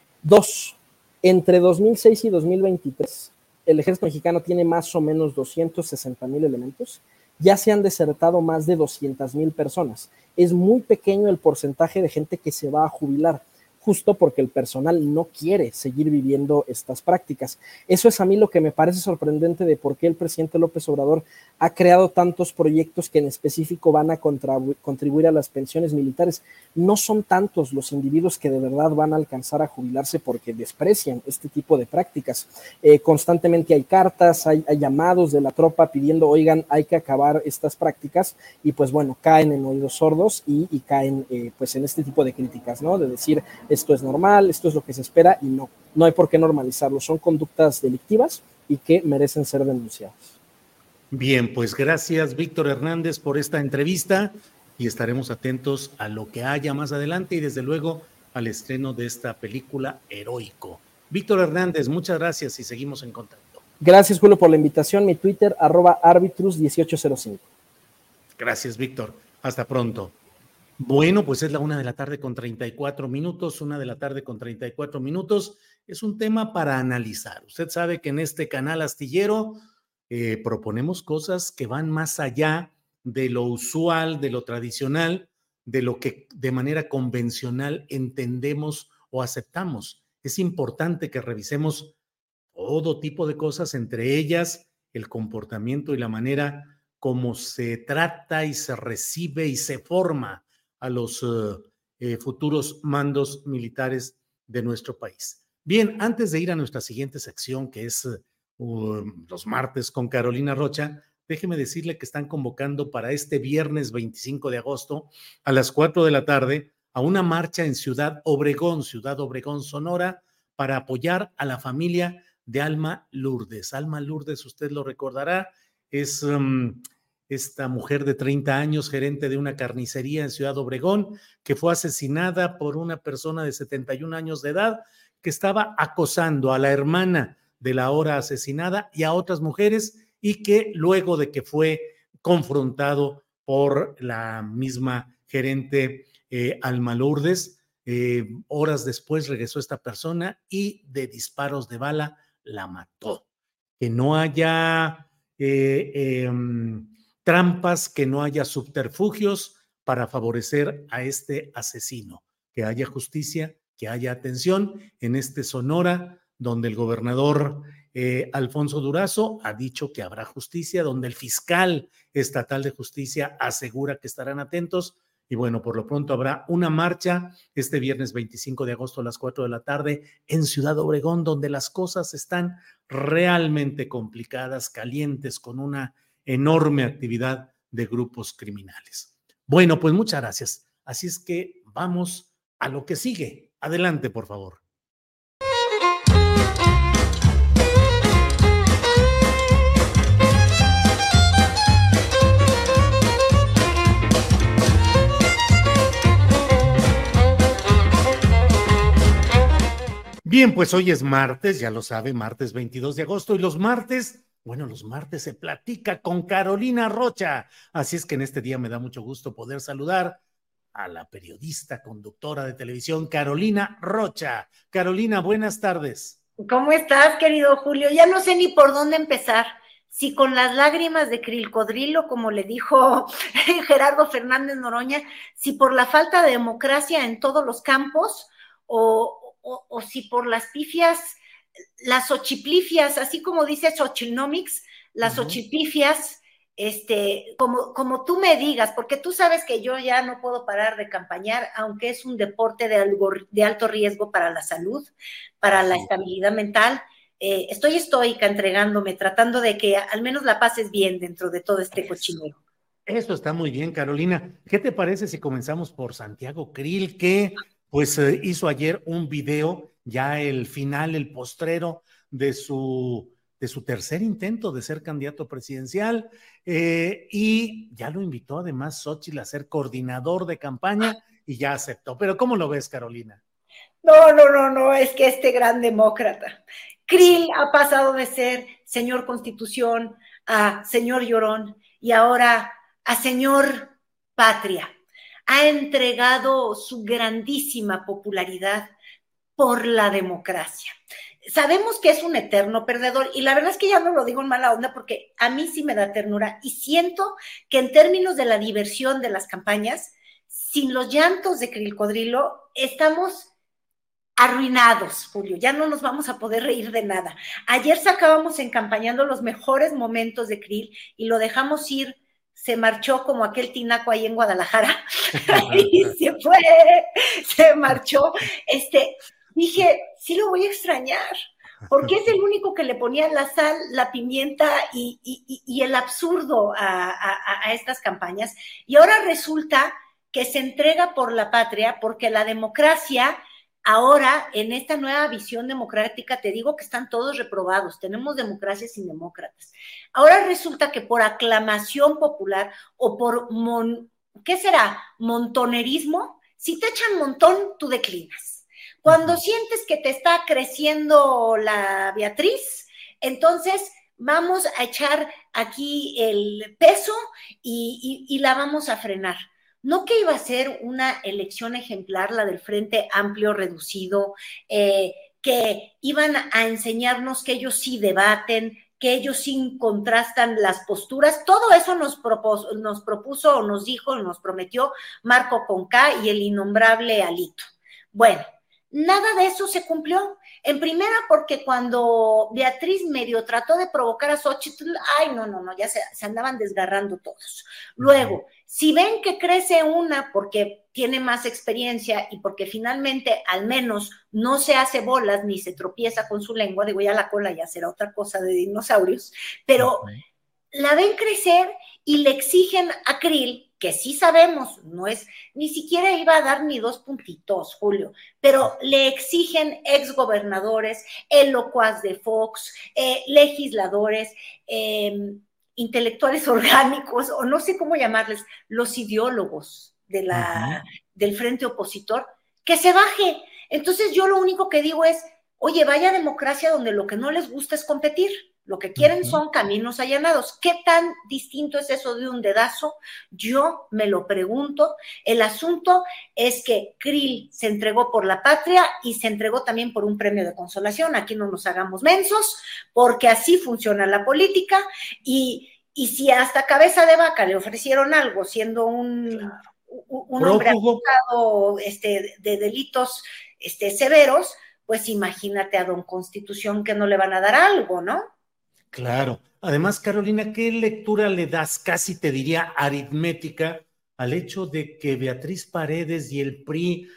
Dos, entre dos mil seis y dos mil veintitrés, el ejército mexicano tiene más o menos doscientos sesenta mil elementos. Ya se han desertado más de doscientas mil personas. Es muy pequeño el porcentaje de gente que se va a jubilar, justo porque el personal no quiere seguir viviendo estas prácticas. Eso es a mí lo que me parece sorprendente de por qué el presidente López Obrador ha creado tantos proyectos que en específico van a contribuir a las pensiones militares. No son tantos los individuos que de verdad van a alcanzar a jubilarse porque desprecian este tipo de prácticas. Eh, constantemente hay cartas, hay, hay llamados de la tropa pidiendo, oigan, hay que acabar estas prácticas, y pues bueno, caen en oídos sordos y, y caen eh, pues en este tipo de críticas, ¿no? De decir, esto es normal, esto es lo que se espera, y no, no hay por qué normalizarlo. Son conductas delictivas y que merecen ser denunciadas. Bien, pues gracias, Víctor Hernández, por esta entrevista, y estaremos atentos a lo que haya más adelante y desde luego al estreno de esta película Heroico. Víctor Hernández, muchas gracias y seguimos en contacto. Gracias, Julio, por la invitación. Mi Twitter, arroba arbitrus dieciocho cero cinco. Gracias, Víctor. Hasta pronto. Bueno, pues es la una de la tarde con treinta y cuatro minutos, una de la tarde con treinta y cuatro minutos. Es un tema para analizar. Usted sabe que en este canal astillero eh, proponemos cosas que van más allá de lo usual, de lo tradicional, de lo que de manera convencional entendemos o aceptamos. Es importante que revisemos todo tipo de cosas, entre ellas el comportamiento y la manera como se trata y se recibe y se forma a los uh, eh, futuros mandos militares de nuestro país. Bien, antes de ir a nuestra siguiente sección, que es uh, los martes con Carolina Rocha, déjeme decirle que están convocando para este viernes veinticinco de agosto a las cuatro de la tarde a una marcha en Ciudad Obregón, Ciudad Obregón, Sonora, para apoyar a la familia de Alma Lourdes. Alma Lourdes, usted lo recordará, es... Um, esta mujer de treinta años, gerente de una carnicería en Ciudad Obregón, que fue asesinada por una persona de setenta y un años de edad que estaba acosando a la hermana de la ahora asesinada y a otras mujeres, y que luego de que fue confrontado por la misma gerente eh, Alma Lourdes, eh, horas después regresó esta persona y de disparos de bala la mató. Que no haya... Eh, eh, trampas, que no haya subterfugios para favorecer a este asesino, que haya justicia, que haya atención en este Sonora, donde el gobernador eh, Alfonso Durazo ha dicho que habrá justicia, donde el fiscal estatal de justicia asegura que estarán atentos, y bueno, por lo pronto habrá una marcha este viernes veinticinco de agosto a las cuatro de la tarde en Ciudad Obregón, donde las cosas están realmente complicadas, calientes, con una enorme actividad de grupos criminales. Bueno, pues muchas gracias. Así es que vamos a lo que sigue. Adelante, por favor. Bien, pues hoy es martes, ya lo sabe, martes veintidós de agosto, y los martes... Bueno, los martes se platica con Carolina Rocha, así es que en este día me da mucho gusto poder saludar a la periodista, conductora de televisión, Carolina Rocha. Carolina, buenas tardes. ¿Cómo estás, querido Julio? Ya no sé ni por dónde empezar, si con las lágrimas de crilcodrilo, como le dijo Gerardo Fernández Noroña, si por la falta de democracia en todos los campos, o, o, o si por las pifias... las ochiplifias, así como dice Xochilnomics, las uh-huh. ochiplifias, este, como, como tú me digas, porque tú sabes que yo ya no puedo parar de campañar, aunque es un deporte de, algo, de alto riesgo para la salud, para la estabilidad mental. Eh, estoy estoica entregándome, tratando de que al menos la pases bien dentro de todo este cochinero. Eso está muy bien, Carolina. ¿Qué te parece si comenzamos por Santiago Krill, que pues eh, hizo ayer un video, ya el final, el postrero de su, de su tercer intento de ser candidato presidencial, eh, y ya lo invitó además Xóchitl a ser coordinador de campaña y ya aceptó. Pero ¿cómo lo ves, Carolina? No, no, no, no, es que este gran demócrata, Krill ha pasado de ser señor Constitución a señor Llorón y ahora a señor Patria. Ha entregado su grandísima popularidad por la democracia. Sabemos que es un eterno perdedor y la verdad es que ya no lo digo en mala onda porque a mí sí me da ternura y siento que en términos de la diversión de las campañas, sin los llantos de Crilcodrilo, estamos arruinados, Julio, ya no nos vamos a poder reír de nada. Ayer sacábamos encampañando los mejores momentos de Krill y lo dejamos ir, se marchó como aquel tinaco ahí en Guadalajara y se fue, se marchó. Este, dije, sí lo voy a extrañar, porque es el único que le ponía la sal, la pimienta y, y, y el absurdo a, a, a estas campañas. Y ahora resulta que se entrega por la patria, porque la democracia... Ahora, en esta nueva visión democrática, te digo que están todos reprobados, tenemos democracia sin demócratas. Ahora resulta que por aclamación popular o por, mon, ¿qué será? Montonerismo, si te echan montón, tú declinas. Cuando uh-huh. sientes que te está creciendo la Beatriz, entonces vamos a echar aquí el peso y, y, y la vamos a frenar. No que iba a ser una elección ejemplar, la del Frente Amplio Reducido, eh, que iban a enseñarnos que ellos sí debaten, que ellos sí contrastan las posturas. Todo eso nos propuso, nos propuso, o nos dijo, nos prometió Marco Conká y el innombrable Alito. Bueno, nada de eso se cumplió. En primera, porque cuando Beatriz medio trató de provocar a Xóchitl, ay, no, no, no, ya se, se andaban desgarrando todos. Luego, si ven que crece una porque tiene más experiencia y porque finalmente al menos no se hace bolas ni se tropieza con su lengua, digo, ya la cola ya será otra cosa de dinosaurios, pero okay. la ven crecer y le exigen a Krill, que sí sabemos, no es, ni siquiera iba a dar ni dos puntitos, Julio, pero le exigen exgobernadores, el locuaz de Fox, eh, legisladores, eh, intelectuales orgánicos, o no sé cómo llamarles, los ideólogos de la, uh-huh. del frente opositor, que se baje. Entonces yo lo único que digo es, oye, vaya democracia donde lo que no les gusta es competir, lo que quieren uh-huh. son caminos allanados. ¿Qué tan distinto es eso de un dedazo? Yo me lo pregunto. El asunto es que Krill se entregó por la patria y se entregó también por un premio de consolación. Aquí no nos hagamos mensos, porque así funciona la política y, y si hasta cabeza de vaca le ofrecieron algo siendo un, claro. un, un hombre acusado este, de delitos este, severos, pues imagínate a don Constitución que no le van a dar algo, ¿no? Claro. Además, Carolina, ¿qué lectura le das, casi te diría aritmética, al hecho de que Beatriz Paredes y el P R I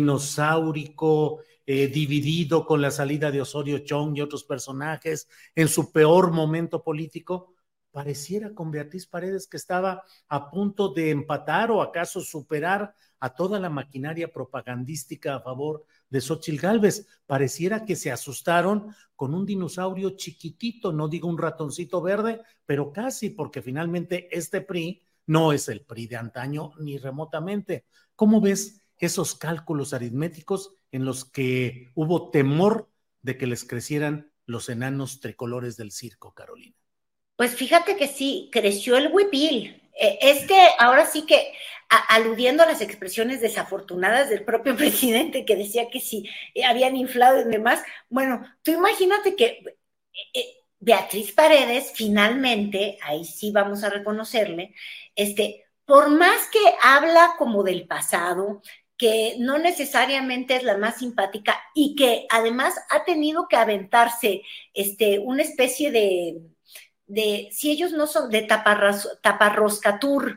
dinosaurico, eh, dividido con la salida de Osorio Chong y otros personajes en su peor momento político, pareciera con Beatriz Paredes que estaba a punto de empatar o acaso superar a toda la maquinaria propagandística a favor de Xóchitl Gálvez? Pareciera que se asustaron con un dinosaurio chiquitito, no digo un ratoncito verde, pero casi, porque finalmente este P R I no es el P R I de antaño ni remotamente. ¿Cómo ves esos cálculos aritméticos en los que hubo temor de que les crecieran los enanos tricolores del circo, Carolina? Pues fíjate que sí, creció el huipil. Es que ahora sí que, a, aludiendo a las expresiones desafortunadas del propio presidente que decía que sí habían inflado y demás, bueno, tú imagínate que eh, Beatriz Paredes finalmente, ahí sí vamos a reconocerle, este, por más que habla como del pasado, que no necesariamente es la más simpática y que además ha tenido que aventarse este, una especie de... de si ellos no son de taparras, taparroscatur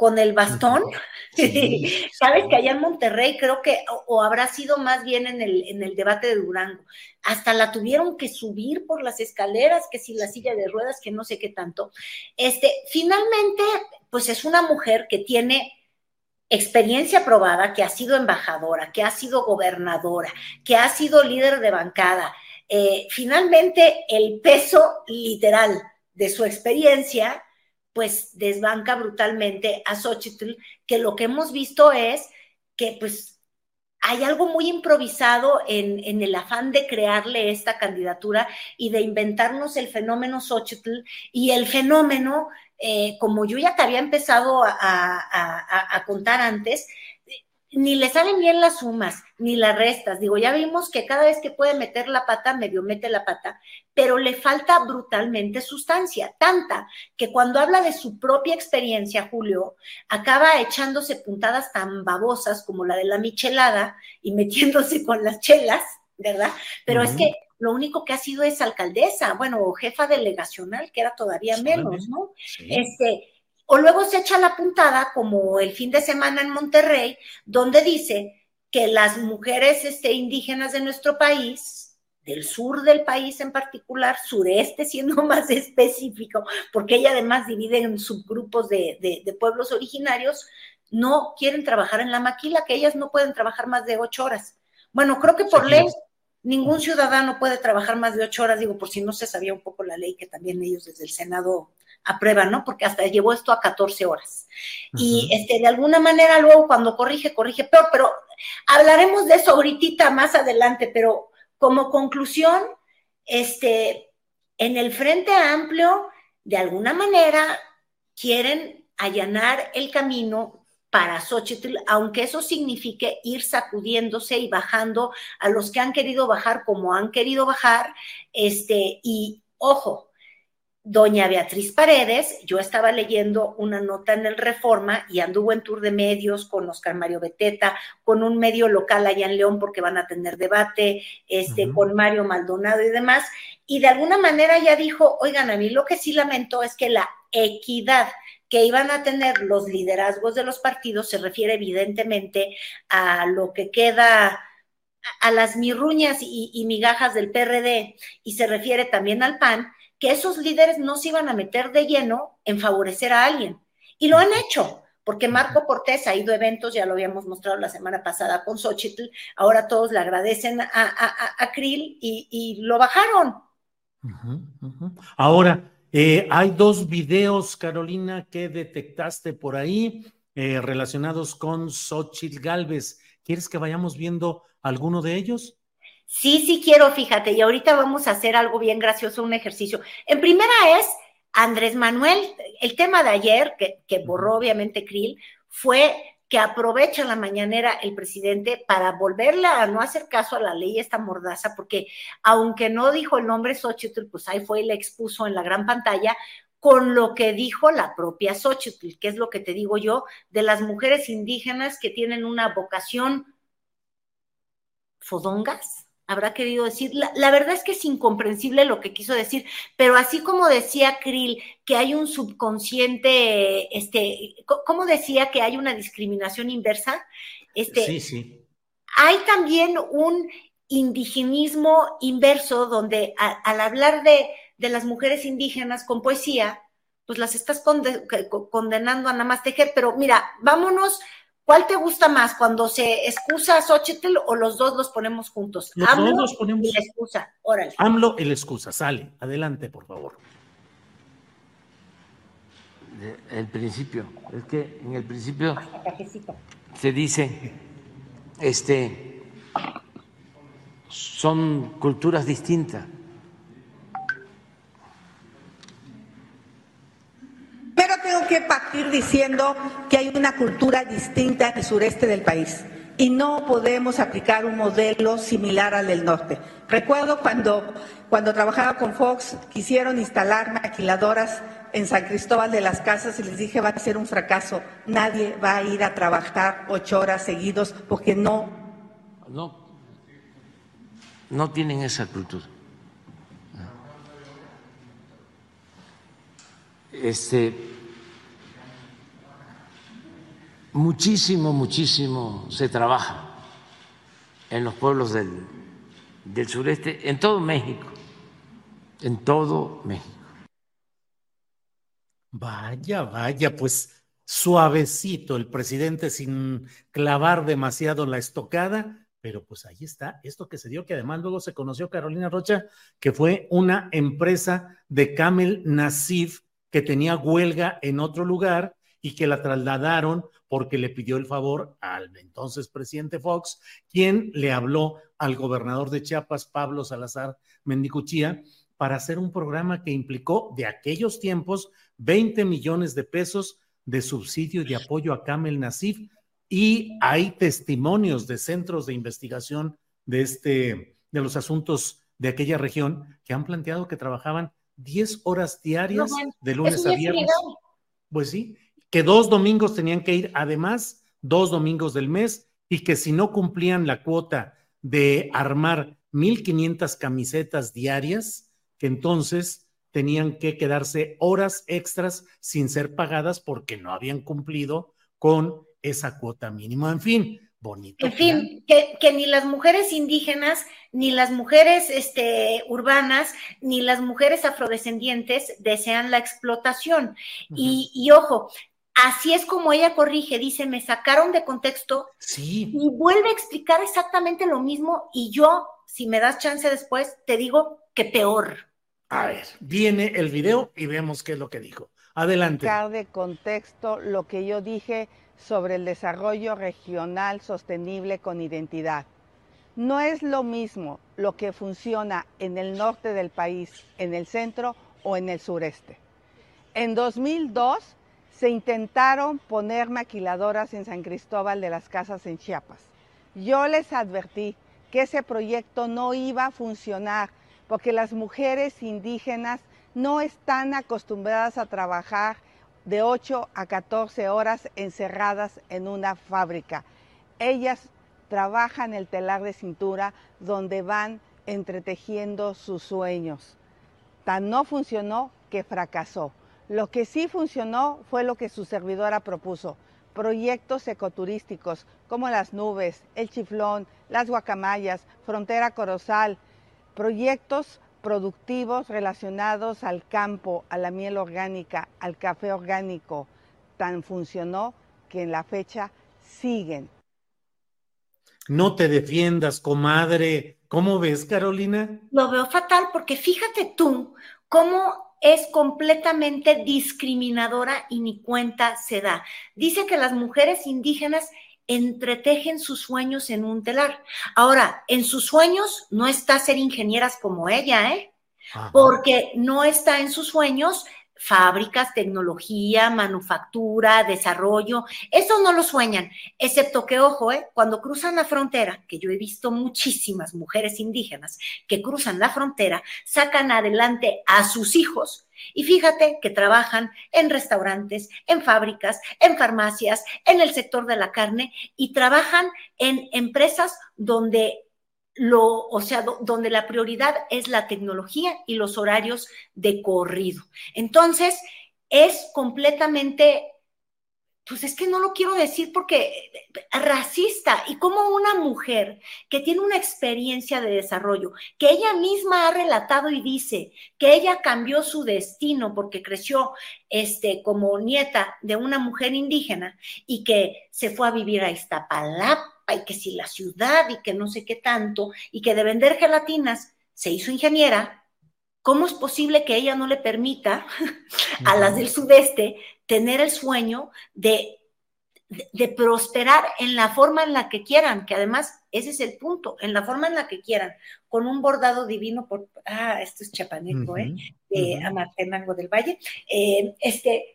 con el bastón. Sí. Sabes que allá en Monterrey creo que, o, o habrá sido más bien en el, en el debate de Durango, hasta la tuvieron que subir por las escaleras, que si la silla de ruedas, que no sé qué tanto. Este, finalmente, pues es una mujer que tiene experiencia probada, que ha sido embajadora, que ha sido gobernadora, que ha sido líder de bancada. Eh, finalmente, el peso literal de su experiencia pues desbanca brutalmente a Xóchitl, que lo que hemos visto es que pues hay algo muy improvisado en, en el afán de crearle esta candidatura y de inventarnos el fenómeno Xóchitl, y el fenómeno, eh, como yo ya te había empezado a, a, a, a contar antes, ni le salen bien las sumas, ni las restas. Digo, ya vimos que cada vez que puede meter la pata, medio mete la pata, pero le falta brutalmente sustancia, tanta que cuando habla de su propia experiencia, Julio, acaba echándose puntadas tan babosas como la de la michelada y metiéndose con las chelas, ¿verdad? Pero uh-huh. es que lo único que ha sido es alcaldesa, bueno, o jefa delegacional, que era todavía sí, menos, ¿no? Sí. Este... O luego se echa la puntada, como el fin de semana en Monterrey, donde dice que las mujeres este, indígenas de nuestro país, del sur del país en particular, sureste siendo más específico, porque ella además divide en subgrupos de, de, de pueblos originarios, no quieren trabajar en la maquila, que ellas no pueden trabajar más de ocho horas. Bueno, creo que por sí, ley ningún ciudadano puede trabajar más de ocho horas, digo, por si no se sabía un poco la ley que también ellos desde el Senado aprueban, ¿no? Porque hasta llevó esto a catorce horas. Uh-huh. Y este, de alguna manera luego cuando corrige, corrige peor, pero hablaremos de eso ahorita más adelante, pero como conclusión, este, en el Frente Amplio, de alguna manera quieren allanar el camino para Xóchitl, aunque eso signifique ir sacudiéndose y bajando a los que han querido bajar como han querido bajar, este, y ojo, doña Beatriz Paredes, yo estaba leyendo una nota en el Reforma y anduvo en tour de medios con Oscar Mario Beteta, con un medio local allá en León porque van a tener debate, este, uh-huh. con Mario Maldonado y demás, y de alguna manera ya dijo, oigan, a mí lo que sí lamento es que la equidad que iban a tener los liderazgos de los partidos se refiere evidentemente a lo que queda, a las mirruñas y, y migajas del P R D, y se refiere también al P A N, que esos líderes no se iban a meter de lleno en favorecer a alguien. Y lo han hecho, porque Marco Cortés ha ido a eventos, ya lo habíamos mostrado la semana pasada con Xóchitl, ahora todos le agradecen a, a, a Krill y, y lo bajaron. Uh-huh, uh-huh. Ahora, eh, hay dos videos, Carolina, que detectaste por ahí eh, relacionados con Xóchitl Gálvez. ¿Quieres que vayamos viendo alguno de ellos? Sí, sí quiero, fíjate, y ahorita vamos a hacer algo bien gracioso, un ejercicio. En primera es Andrés Manuel, el tema de ayer, que, que borró obviamente Krill, fue que aprovecha la mañanera el presidente para volverle a no hacer caso a la ley esta mordaza, porque aunque no dijo el nombre Xóchitl, pues ahí fue y le expuso en la gran pantalla, con lo que dijo la propia Xóchitl, que es lo que te digo yo, de las mujeres indígenas que tienen una vocación fodongas, habrá querido decir, la, la verdad es que es incomprensible lo que quiso decir, pero así como decía Krill, que hay un subconsciente, este, ¿cómo decía que hay una discriminación inversa? Este, sí, sí. Hay también un indigenismo inverso, donde a, al hablar de, de las mujeres indígenas con poesía, pues las estás conde, condenando a nada más tejer, pero mira, vámonos. ¿Cuál te gusta más, cuando se excusa a Xóchitl o los dos los ponemos juntos? Los AMLO dos los ponemos. Y la excusa, órale. AMLO y la excusa, sale. Adelante, por favor. El principio, es que en el principio se dice, este, son culturas distintas. Pero tengo que partir diciendo que hay una cultura distinta en el sureste del país y no podemos aplicar un modelo similar al del norte. Recuerdo cuando, cuando trabajaba con Fox, quisieron instalar maquiladoras en San Cristóbal de las Casas y les dije, va a ser un fracaso, nadie va a ir a trabajar ocho horas seguidos porque no... No, no tienen esa cultura. Este, muchísimo, muchísimo se trabaja en los pueblos del, del sureste, en todo México, en todo México. Vaya, vaya, pues suavecito el presidente sin clavar demasiado la estocada, pero pues ahí está, esto que se dio, que además luego se conoció, Carolina Rocha, que fue una empresa de Camel Nassif que tenía huelga en otro lugar y que la trasladaron porque le pidió el favor al entonces presidente Fox, quien le habló al gobernador de Chiapas, Pablo Salazar Mendicuchía, para hacer un programa que implicó de aquellos tiempos veinte millones de pesos de subsidio y de apoyo a Camel Nassif, y hay testimonios de centros de investigación de, este, de los asuntos de aquella región que han planteado que trabajaban diez horas diarias no, bueno, de lunes a viernes. Pues sí, que dos domingos tenían que ir, además, dos domingos del mes, y que si no cumplían la cuota de armar mil quinientas camisetas diarias, que entonces tenían que quedarse horas extras sin ser pagadas porque no habían cumplido con esa cuota mínima. En fin, bonito. En fin, que, que ni las mujeres indígenas, ni las mujeres este, urbanas, ni las mujeres afrodescendientes desean la explotación. Uh-huh. Y, y ojo, así es como ella corrige, dice, me sacaron de contexto, sí. Y vuelve a explicar exactamente lo mismo, y yo, si me das chance después, te digo que peor. A ver, viene el video y vemos qué es lo que dijo. Adelante. Sacar de contexto lo que yo dije sobre el desarrollo regional sostenible con identidad. No es lo mismo lo que funciona en el norte del país, en el centro o en el sureste. En dos mil dos se intentaron poner maquiladoras en San Cristóbal de las Casas en Chiapas. Yo les advertí que ese proyecto no iba a funcionar porque las mujeres indígenas no están acostumbradas a trabajar de ocho a catorce horas encerradas en una fábrica. Ellas trabajan el telar de cintura donde van entretejiendo sus sueños. Tan no funcionó que fracasó. Lo que sí funcionó fue lo que su servidora propuso: proyectos ecoturísticos como las nubes, el chiflón, las guacamayas, Frontera Corozal, proyectos productivos relacionados al campo, a la miel orgánica, al café orgánico. Tan funcionó que en la fecha siguen. No te defiendas, comadre. ¿Cómo ves, Carolina? Lo veo fatal porque fíjate tú cómo es completamente discriminadora y ni cuenta se da. Dice que las mujeres indígenas entretejen sus sueños en un telar. Ahora, en sus sueños no está ser ingenieras como ella, ¿eh? Ajá. Porque no está en sus sueños fábricas, tecnología, manufactura, desarrollo. Eso no lo sueñan, excepto que, ojo, ¿eh? Cuando cruzan la frontera, que yo he visto muchísimas mujeres indígenas que cruzan la frontera, sacan adelante a sus hijos. Y fíjate que trabajan en restaurantes, en fábricas, en farmacias, en el sector de la carne, y trabajan en empresas donde lo, o sea, do, donde la prioridad es la tecnología y los horarios de corrido. Entonces, es completamente, pues es que no lo quiero decir porque racista. Y como una mujer que tiene una experiencia de desarrollo, que ella misma ha relatado y dice que ella cambió su destino porque creció este, como nieta de una mujer indígena y que se fue a vivir a Iztapalapa y que si la ciudad y que no sé qué tanto, y que de vender gelatinas se hizo ingeniera, ¿cómo es posible que ella no le permita a las del sudeste tener el sueño de, de, de prosperar en la forma en la que quieran? Que además ese es el punto, en la forma en la que quieran, con un bordado divino por, ah, esto es chapaneco, uh-huh, ¿eh? De uh-huh. Amartenango del Valle, eh, este,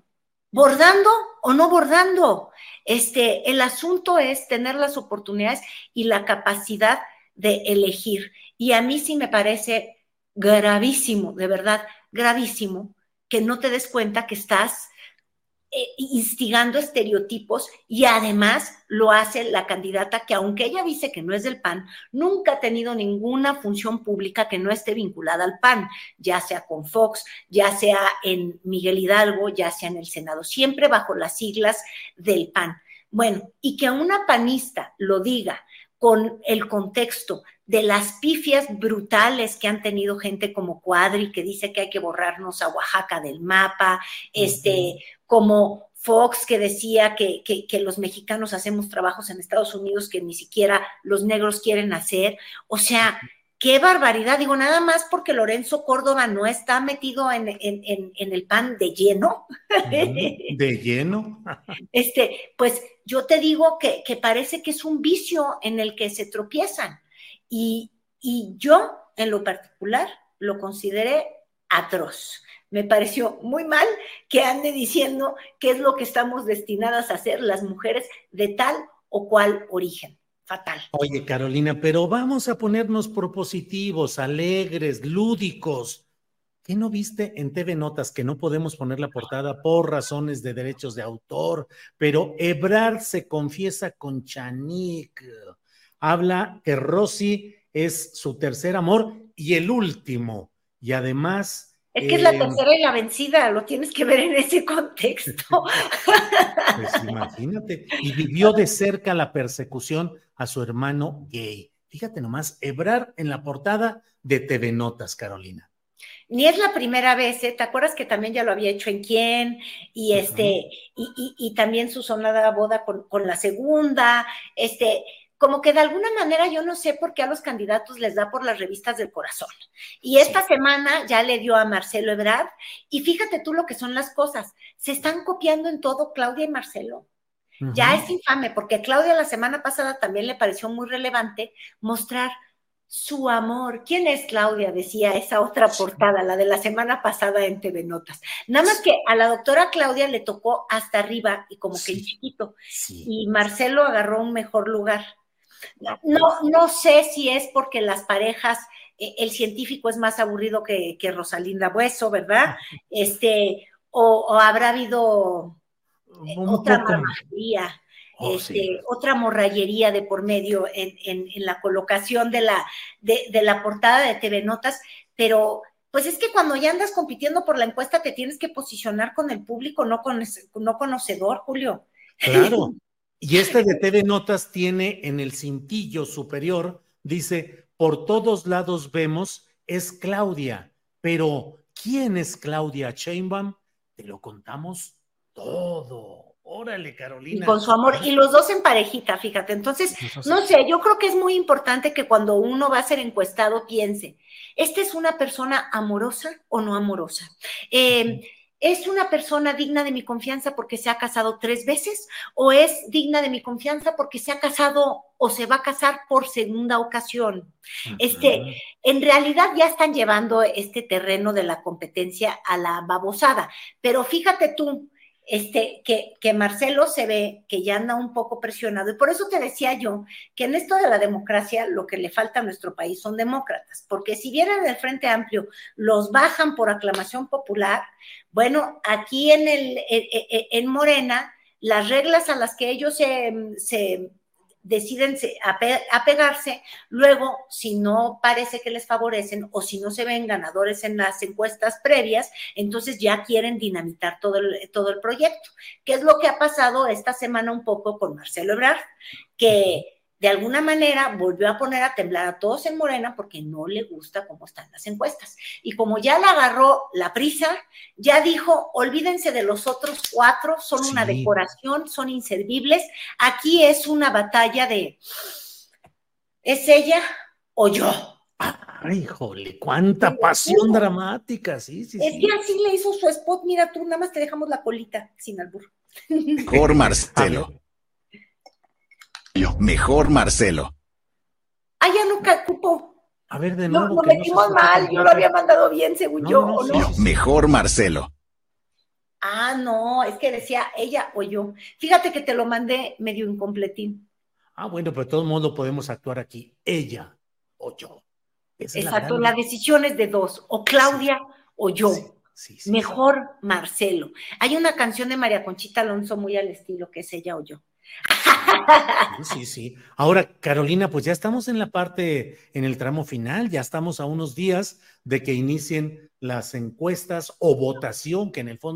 bordando o no bordando, este, el asunto es tener las oportunidades y la capacidad de elegir. Y a mí sí me parece gravísimo, de verdad, gravísimo, que no te des cuenta que estás eh, instigando estereotipos, y además lo hace la candidata que, aunque ella dice que no es del P A N, nunca ha tenido ninguna función pública que no esté vinculada al P A N, ya sea con Fox, ya sea en Miguel Hidalgo, ya sea en el Senado, siempre bajo las siglas del P A N. Bueno, y que una panista lo diga con el contexto de las pifias brutales que han tenido gente como Cuadri, que dice que hay que borrarnos a Oaxaca del mapa, este, como Fox, que decía que, que, que los mexicanos hacemos trabajos en Estados Unidos que ni siquiera los negros quieren hacer. O sea, qué barbaridad. Digo, nada más porque Lorenzo Córdoba no está metido en, en, en, en el pan de lleno. ¿De lleno? Este, pues yo te digo que, que parece que es un vicio en el que se tropiezan. Y, y yo, en lo particular, lo consideré atroz. Me pareció muy mal que ande diciendo qué es lo que estamos destinadas a hacer las mujeres de tal o cual origen. Fatal. Oye, Carolina, pero vamos a ponernos propositivos, alegres, lúdicos. ¿Qué no viste en T V Notas que no podemos poner la portada por razones de derechos de autor? Pero Ebrard se confiesa con Chanik. Habla que Rosy es su tercer amor y el último. Y además... Es que eh, es la tercera y la vencida, lo tienes que ver en ese contexto. Pues imagínate. Y vivió de cerca la persecución a su hermano gay. Fíjate nomás, Ebrard en la portada de T V Notas, Carolina. Ni es la primera vez, ¿eh? ¿Te acuerdas que también ya lo había hecho en Quién? Y este, uh-huh. y, y, y también su sonada boda con, con la segunda, este... como que de alguna manera yo no sé por qué a los candidatos les da por las revistas del corazón. Y esta sí. semana ya le dio a Marcelo Ebrard, y fíjate tú lo que son las cosas, se están copiando en todo Claudia y Marcelo. Uh-huh. Ya es infame, porque a Claudia la semana pasada también le pareció muy relevante mostrar su amor. ¿Quién es Claudia? Decía esa otra portada, la de la semana pasada en T V Notas. Nada más que a la doctora Claudia le tocó hasta arriba y como sí. que en chiquito, sí. y Marcelo agarró un mejor lugar. No, no sé si es porque las parejas, eh, el científico es más aburrido que, que Rosalinda Bueso, ¿verdad? Este, o, o habrá habido eh, otra marmajería, oh, este, sí. otra morrallería de por medio en, en, en la colocación de la, de, de la portada de T V Notas, pero pues es que cuando ya andas compitiendo por la encuesta te tienes que posicionar con el público no, con, no conocedor, Julio. Claro. Y este de T V Notas tiene en el cintillo superior, dice, por todos lados vemos, es Claudia, pero ¿quién es Claudia Sheinbaum? Te lo contamos todo. Órale, Carolina. Y con su amor, y los dos en parejita, fíjate. Entonces, no sé, yo creo que es muy importante que cuando uno va a ser encuestado piense, ¿esta es una persona amorosa o no amorosa? Eh, ¿Es una persona digna de mi confianza porque se ha casado tres veces? ¿O es digna de mi confianza porque se ha casado o se va a casar por segunda ocasión? Uh-huh. Este, en realidad ya están llevando este terreno de la competencia a la babosada. Pero fíjate tú, este, que, que Marcelo se ve que ya anda un poco presionado. Y por eso te decía yo que en esto de la democracia lo que le falta a nuestro país son demócratas. Porque si vienen del Frente Amplio, los bajan por aclamación popular. Bueno, aquí en, el, en, en Morena, las reglas a las que ellos se, se deciden apegarse, luego, si no parece que les favorecen o si no se ven ganadores en las encuestas previas, entonces ya quieren dinamitar todo el, todo el proyecto. ¿Qué es lo que ha pasado esta semana un poco con Marcelo Ebrard? Que de alguna manera volvió a poner a temblar a todos en Morena porque no le gusta cómo están las encuestas. Y como ya le agarró la prisa, ya dijo, olvídense de los otros cuatro, son sí. una decoración, son inservibles. Aquí es una batalla de, ¿es ella o yo? Ay, híjole, cuánta sí, pasión sí. dramática, sí, sí, Es sí. que así le hizo su spot, mira tú, nada más te dejamos la colita, sin albur. Por Marcelo. Mejor Marcelo. Ah, ya nunca cupo. A ver, de nuevo. No, lo metimos no mal, yo lo había mandado bien, según no, yo. No, no, no? Mejor Marcelo. Ah, no, es que decía ella o yo. Fíjate que te lo mandé medio incompletín. Ah, bueno, pero de todos modos podemos actuar aquí, ella o yo. Esa Exacto, es la, la decisión es de dos, o Claudia sí. o yo. Sí, sí, sí, Mejor sí. Marcelo. Hay una canción de María Conchita Alonso muy al estilo que es ella o yo. Sí, sí. Ahora, Carolina, pues ya estamos en la parte, en el tramo final, ya estamos a unos días de que inicien las encuestas o votación, que en el fondo, pues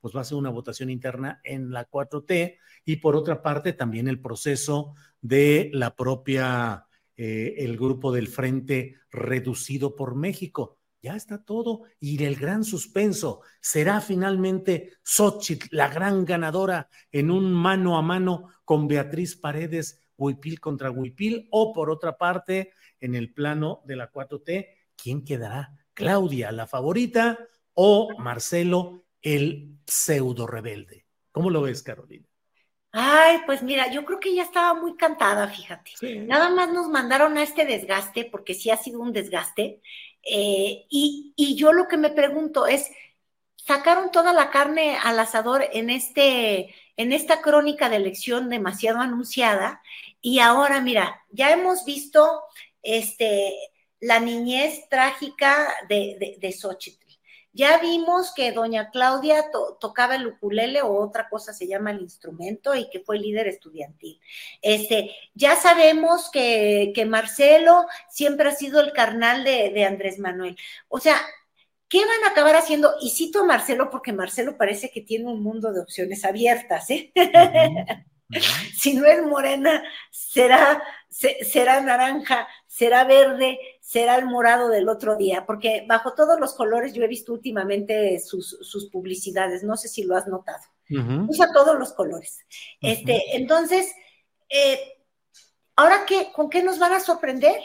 pues va a ser una votación interna en la cuatro T, y por otra parte también el proceso de la propia, eh, el grupo del Frente Reducido por México. Ya está todo, y el gran suspenso, ¿será finalmente Xóchitl la gran ganadora en un mano a mano con Beatriz Paredes, Huipil contra Huipil? O por otra parte, en el plano de la cuatro T, ¿quién quedará? ¿Claudia la favorita o Marcelo el pseudo rebelde? ¿Cómo lo ves, Carolina? Ay, pues mira, yo creo que ya estaba muy cantada, fíjate. Sí. Nada más nos mandaron a este desgaste, porque sí ha sido un desgaste, eh, y, y yo lo que me pregunto es, sacaron toda la carne al asador en, este, en esta crónica de elección demasiado anunciada, y ahora mira, ya hemos visto este, la niñez trágica de, de, de Xóchitl. Ya vimos que doña Claudia to, tocaba el ukulele, o otra cosa se llama el instrumento, y que fue líder estudiantil. Este, ya sabemos que, que Marcelo siempre ha sido el carnal de, de Andrés Manuel. O sea, ¿qué van a acabar haciendo? Y cito a Marcelo porque Marcelo parece que tiene un mundo de opciones abiertas, ¿eh? Uh-huh. Uh-huh. Si no es morena, será, se, será naranja, será verde, será el morado del otro día, porque bajo todos los colores yo he visto últimamente sus, sus publicidades, no sé si lo has notado. Uh-huh. Usa todos los colores. Uh-huh. Este, entonces, eh, ¿ahora qué? ¿Con qué nos van a sorprender?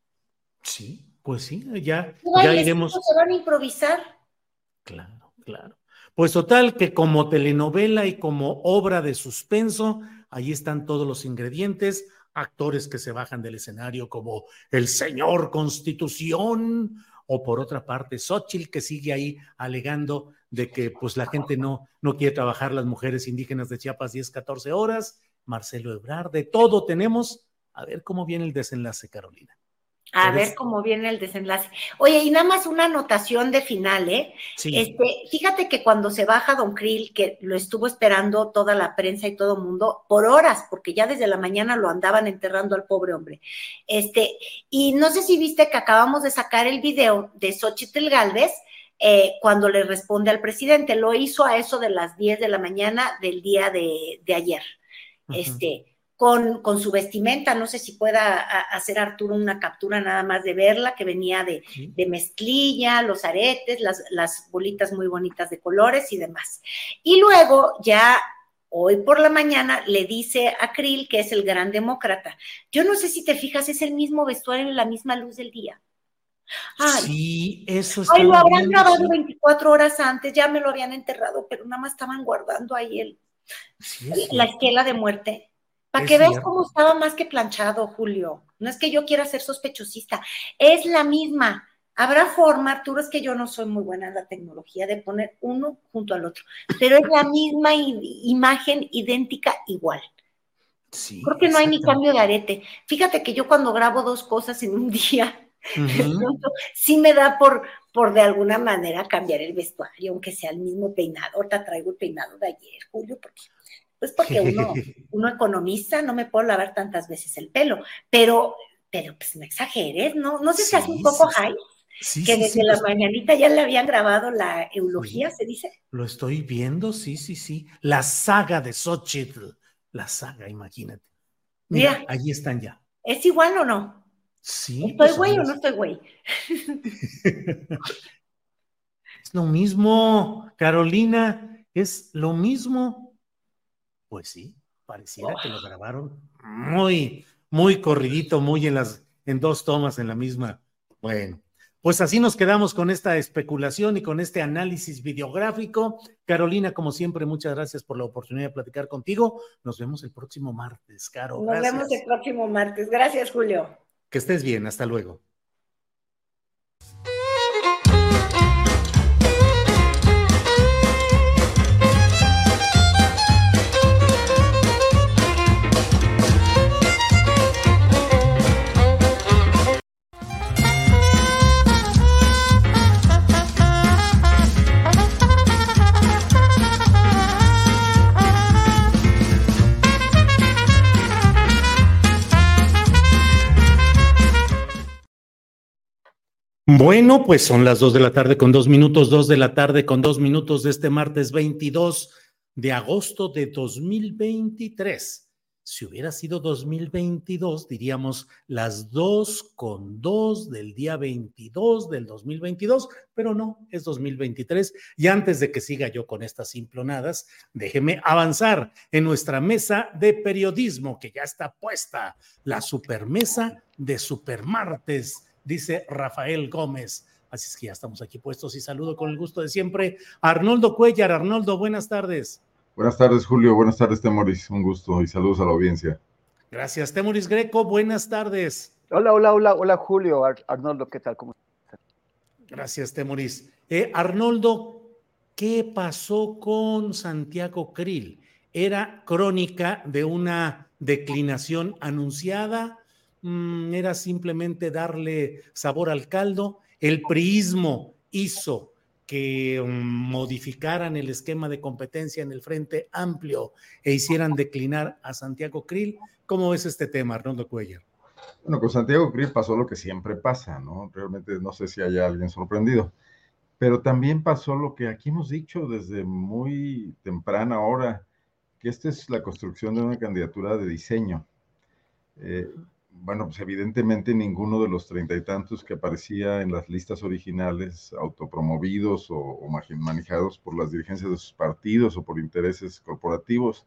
Sí, pues sí, ya, Ay, ya iremos. ¿Se van a improvisar? Claro, claro. Pues total, que como telenovela y como obra de suspenso, ahí están todos los ingredientes, actores que se bajan del escenario como el señor Constitución, o por otra parte Xóchitl, que sigue ahí alegando de que pues la gente no, no quiere trabajar, las mujeres indígenas de Chiapas diez, catorce horas, Marcelo Ebrard, de todo tenemos. A ver cómo viene el desenlace, Carolina. A ver cómo viene el desenlace. Oye, y nada más una anotación de final, ¿eh? Sí. Este, fíjate que cuando se baja don Krill, que lo estuvo esperando toda la prensa y todo el mundo, por horas, porque ya desde la mañana lo andaban enterrando al pobre hombre. Este, y no sé si viste que acabamos de sacar el video de Xóchitl Gálvez, eh, cuando le responde al presidente. Lo hizo a eso de las diez de la mañana del día de, de ayer. Uh-huh. Este... Con, con su vestimenta, no sé si pueda a, hacer Arturo una captura nada más de verla, que venía de, sí. de mezclilla, los aretes, las, las bolitas muy bonitas de colores y demás. Y luego ya hoy por la mañana le dice a Krill que es el gran demócrata. Yo no sé si te fijas, es el mismo vestuario y la misma luz del día. Ay, sí, eso es. Ay, lo habrán grabado veinticuatro horas antes, ya me lo habían enterrado, pero nada más estaban guardando ahí el, sí, la esquela de muerte. Para que veas cómo estaba más que planchado, Julio. No es que yo quiera ser sospechosista, es la misma. Habrá forma, Arturo, es que yo no soy muy buena en la tecnología de poner uno junto al otro, pero es la misma imagen, idéntica, igual. Sí, creo que no hay ni cambio de arete. Fíjate que yo cuando grabo dos cosas en un día, uh-huh. sí me da por, por de alguna manera cambiar el vestuario, aunque sea el mismo peinado. Ahorita traigo el peinado de ayer, Julio, porque... Pues porque uno, uno economiza, no me puedo lavar tantas veces el pelo, pero, pero pues no exageres, ¿no? No sé si sí, hace un poco sí, high, sí, que sí, desde sí, la pues, mañanita ya le habían grabado la eulogía, sí, ¿se dice? Lo estoy viendo, sí, sí, sí. La saga de Xóchitl, la saga, imagínate. Mira, Mira, allí están ya. ¿Es igual o no? Sí. ¿Estoy güey o no estoy güey? Es lo mismo, Carolina, es lo mismo. Pues sí, pareciera oh. que lo grabaron muy, muy corridito, muy en las, en dos tomas en la misma. Bueno, pues así nos quedamos con esta especulación y con este análisis videográfico. Carolina, como siempre, muchas gracias por la oportunidad de platicar contigo. Nos vemos el próximo martes, Caro. Nos gracias. vemos el próximo martes. Gracias, Julio. Que estés bien, hasta luego. Bueno, pues son las dos de la tarde con dos minutos, dos de la tarde con dos minutos de este martes veintidós de agosto de dos mil veintitrés. Si hubiera sido dos mil veintidós, diríamos las dos con dos del día veintidós del dos mil veintidós, pero no, es dos mil veintitrés. Y antes de que siga yo con estas simplonadas, déjeme avanzar en nuestra mesa de periodismo, que ya está puesta, la supermesa de Supermartes, dice Rafael Gómez. Así es que ya estamos aquí puestos y saludo con el gusto de siempre a Arnoldo Cuellar. Arnoldo, buenas tardes. Buenas tardes, Julio. Buenas tardes, Temoris. Un gusto y saludos a la audiencia. Gracias, Temoris Greco. Buenas tardes. Hola, hola, hola, hola, Julio. Ar- Arnoldo, ¿qué tal? ¿Cómo estás? Gracias, Temoris. Eh, Arnoldo, ¿qué pasó con Santiago Krill? ¿Era crónica de una declinación anunciada? Mm, ¿Era simplemente darle sabor al caldo? ¿El priismo hizo que um, modificaran el esquema de competencia en el Frente Amplio e hicieran declinar a Santiago Krill? ¿Cómo ves este tema, Arnoldo Cuellar? Bueno, con Santiago Krill pasó lo que siempre pasa, ¿no? Realmente no sé si haya alguien sorprendido, pero también pasó lo que aquí hemos dicho desde muy temprana hora, que esta es la construcción de una candidatura de diseño. Eh, bueno, pues evidentemente ninguno de los treinta y tantos que aparecía en las listas originales, autopromovidos o, o manejados por las dirigencias de sus partidos o por intereses corporativos,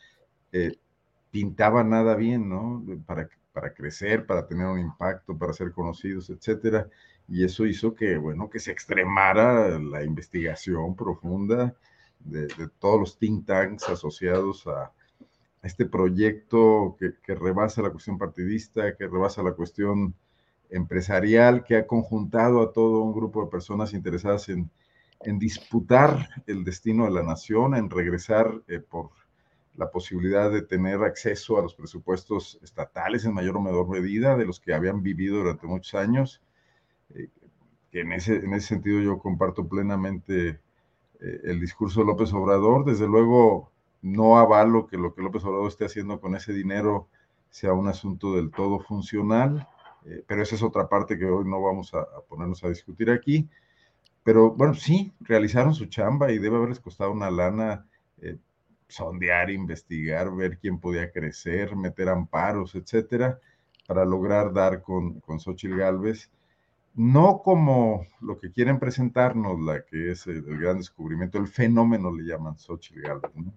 eh, pintaba nada bien, ¿no? Para, para crecer, para tener un impacto, para ser conocidos, etcétera. Y eso hizo que, bueno, que se extremara la investigación profunda de, de todos los think tanks asociados a este proyecto que, que rebasa la cuestión partidista, que rebasa la cuestión empresarial, que ha conjuntado a todo un grupo de personas interesadas en, en disputar el destino de la nación, en regresar eh, por la posibilidad de tener acceso a los presupuestos estatales en mayor o menor medida de los que habían vivido durante muchos años. Eh, que en ese, en ese sentido yo comparto plenamente eh, el discurso de López Obrador. Desde luego, no avalo que lo que López Obrador esté haciendo con ese dinero sea un asunto del todo funcional, eh, pero esa es otra parte que hoy no vamos a, a ponernos a discutir aquí. Pero bueno, sí, realizaron su chamba y debe haberles costado una lana eh, sondear, investigar, ver quién podía crecer, meter amparos, etcétera, para lograr dar con, con Xóchitl Gálvez, no como lo que quieren presentarnos, la que es el, el gran descubrimiento, el fenómeno le llaman Xóchitl Gálvez, ¿no?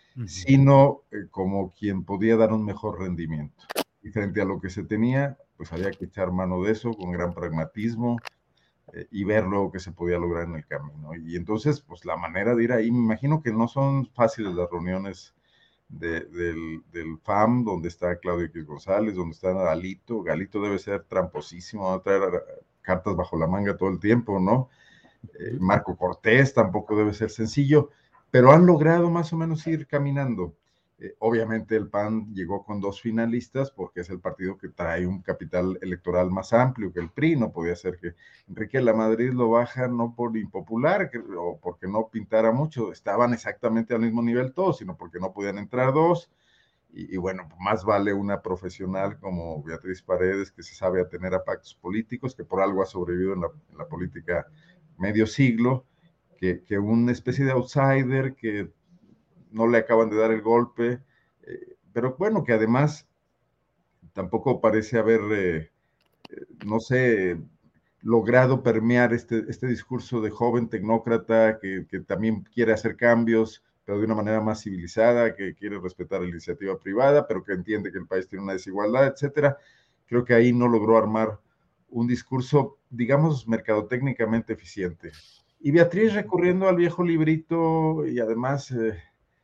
Sino eh, como quien podía dar un mejor rendimiento. Y frente a lo que se tenía, pues había que echar mano de eso con gran pragmatismo eh, y ver luego qué se podía lograr en el camino. Y entonces, pues la manera de ir ahí, me imagino que no son fáciles las reuniones de, del, del F A M, donde está Claudio X González, donde está Galito. Galito debe ser tramposísimo, va a traer cartas bajo la manga todo el tiempo, ¿no? Eh, Marco Cortés tampoco debe ser sencillo, pero han logrado más o menos ir caminando. Eh, obviamente el P A N llegó con dos finalistas porque es el partido que trae un capital electoral más amplio que el P R I. No podía ser que Enrique de la Madrid lo baja no por impopular que, o porque no pintara mucho, estaban exactamente al mismo nivel todos, sino porque no podían entrar dos. Y, y bueno, más vale una profesional como Beatriz Paredes, que se sabe atener a pactos políticos, que por algo ha sobrevivido en la, en la política medio siglo, que, que una especie de outsider que no le acaban de dar el golpe, eh, pero bueno, que además tampoco parece haber, eh, no sé, logrado permear este, este discurso de joven tecnócrata que, que también quiere hacer cambios, pero de una manera más civilizada, que quiere respetar la iniciativa privada, pero que entiende que el país tiene una desigualdad, etcétera. Creo que ahí no logró armar un discurso, digamos, mercadotécnicamente eficiente. Y Beatriz recurriendo al viejo librito y además eh,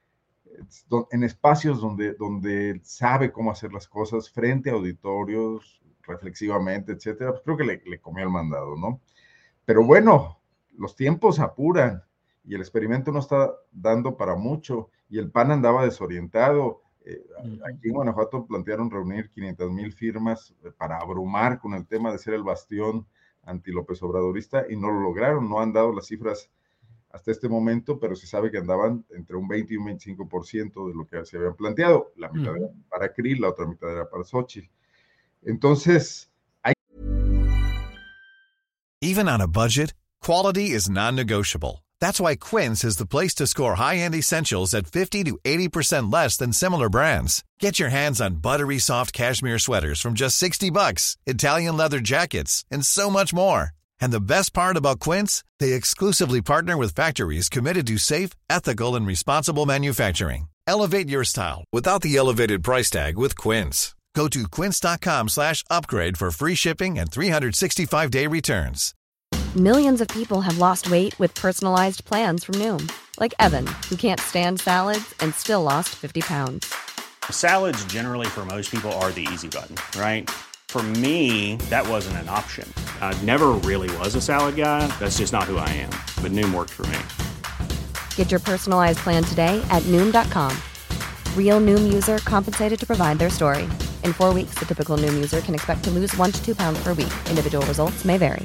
en espacios donde, donde sabe cómo hacer las cosas frente a auditorios, reflexivamente, etcétera, pues creo que le, le comió el mandado, ¿no? Pero bueno, los tiempos apuran y el experimento no está dando para mucho y el P A N andaba desorientado. Eh, aquí en Guanajuato plantearon reunir quinientas mil firmas para abrumar con el tema de ser el bastión anti-López Obradorista y no lo lograron. No han dado las cifras hasta este momento, pero se sabe que andaban entre un veinte y un veinticinco por ciento de lo que se habían planteado. La mitad era para Krill, la otra mitad era para Xóchitl. Entonces, hay... Even on a budget, quality is non-negotiable. That's why Quince is the place to score high-end essentials at fifty to eighty percent less than similar brands. Get your hands on buttery soft cashmere sweaters from just sixty bucks, Italian leather jackets, and so much more. And the best part about Quince, they exclusively partner with factories committed to safe, ethical, and responsible manufacturing. Elevate your style without the elevated price tag with Quince. Go to quince.com slash upgrade for free shipping and three sixty-five day returns. Millions of people have lost weight with personalized plans from Noom. Like Evan, who can't stand salads and still lost fifty pounds. Salads generally for most people are the easy button, right? For me, that wasn't an option. I never really was a salad guy. That's just not who I am. But Noom worked for me. Get your personalized plan today at Noom dot com. Real Noom user compensated to provide their story. In four weeks, the typical Noom user can expect to lose one to two pounds per week. Individual results may vary.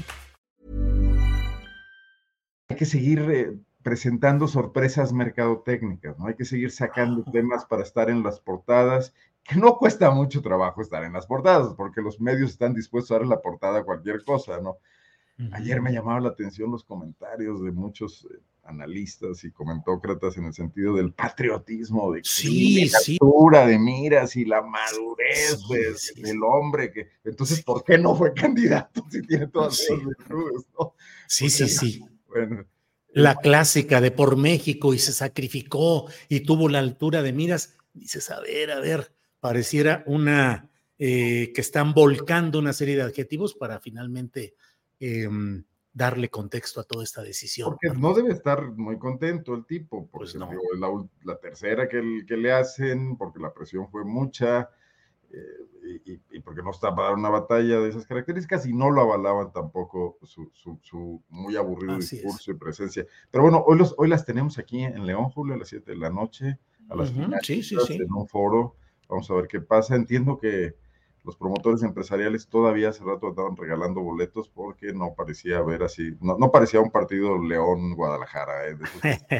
Hay que seguir eh, presentando sorpresas mercadotécnicas, ¿no? Hay que seguir sacando temas para estar en las portadas, que no cuesta mucho trabajo estar en las portadas, porque los medios están dispuestos a dar en la portada cualquier cosa, ¿no? Uh-huh. Ayer me llamaban la atención los comentarios de muchos eh, analistas y comentócratas en el sentido del patriotismo, de sí, la sí. altura de miras y la madurez sí, de, sí, del hombre, que entonces, ¿por qué no fue candidato si tiene todas sí. las virtudes, ¿no? Sí, sí, sí. Bueno. La clásica de por México y se sacrificó y tuvo la altura de miras. Dices, a ver, a ver, pareciera una eh, que están volcando una serie de adjetivos para finalmente eh, darle contexto a toda esta decisión. Porque no debe estar muy contento el tipo, porque pues no. digo, la, la tercera que, que le hacen, porque la presión fue mucha, eh, y, y porque no está para dar una batalla de esas características, y no lo avalaban tampoco su, su, su muy aburrido Así discurso es. y presencia. Pero bueno, hoy, los, hoy las tenemos aquí en León, Julio, a las siete de la noche, a las uh-huh, sí, sí, sí. en un foro. Vamos a ver qué pasa. Entiendo que los promotores empresariales todavía hace rato andaban regalando boletos porque no parecía haber así, no, no parecía un partido León-Guadalajara. ¿eh?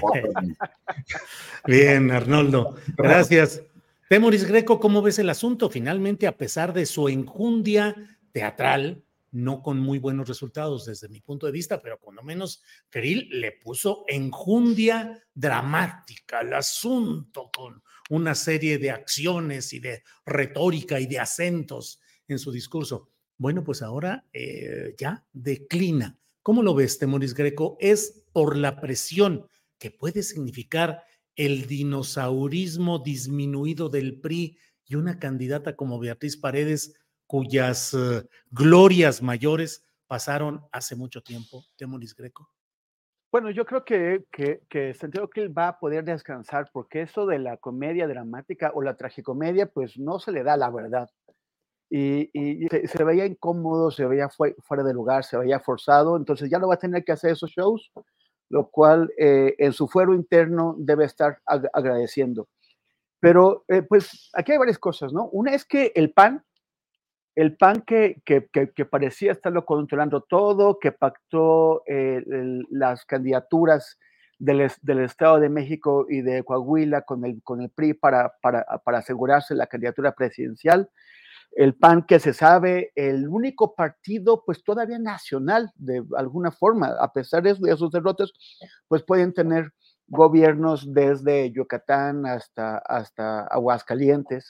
Bien, Arnoldo, gracias. Temoris Greco, ¿cómo ves el asunto? Finalmente, a pesar de su enjundia teatral, no con muy buenos resultados desde mi punto de vista, pero por lo menos Krill le puso enjundia dramática al asunto con una serie de acciones y de retórica y de acentos en su discurso. Bueno, pues ahora eh, ya declina. ¿Cómo lo ves, Temoris Greco? ¿Es por la presión que puede significar el dinosaurismo disminuido del P R I y una candidata como Beatriz Paredes, cuyas uh, glorias mayores pasaron hace mucho tiempo, Temoris Greco? Bueno, yo creo que, que, que Santiago Krill va a poder descansar, porque eso de la comedia dramática o la tragicomedia, pues no se le da, la verdad. Y, y se, se veía incómodo, se veía fue, fuera de lugar, se veía forzado, entonces ya no va a tener que hacer esos shows, lo cual eh, en su fuero interno debe estar ag- agradeciendo. Pero eh, pues aquí hay varias cosas, ¿no? Una es que el P A N, el P A N que, que, que, que parecía estarlo controlando todo, que pactó eh, el, las candidaturas del, del Estado de México y de Coahuila con el, con el P R I para, para, para asegurarse la candidatura presidencial. El P A N que se sabe, el único partido pues todavía nacional de alguna forma, a pesar de, de sus derrotas, pues pueden tener gobiernos desde Yucatán hasta, hasta Aguascalientes.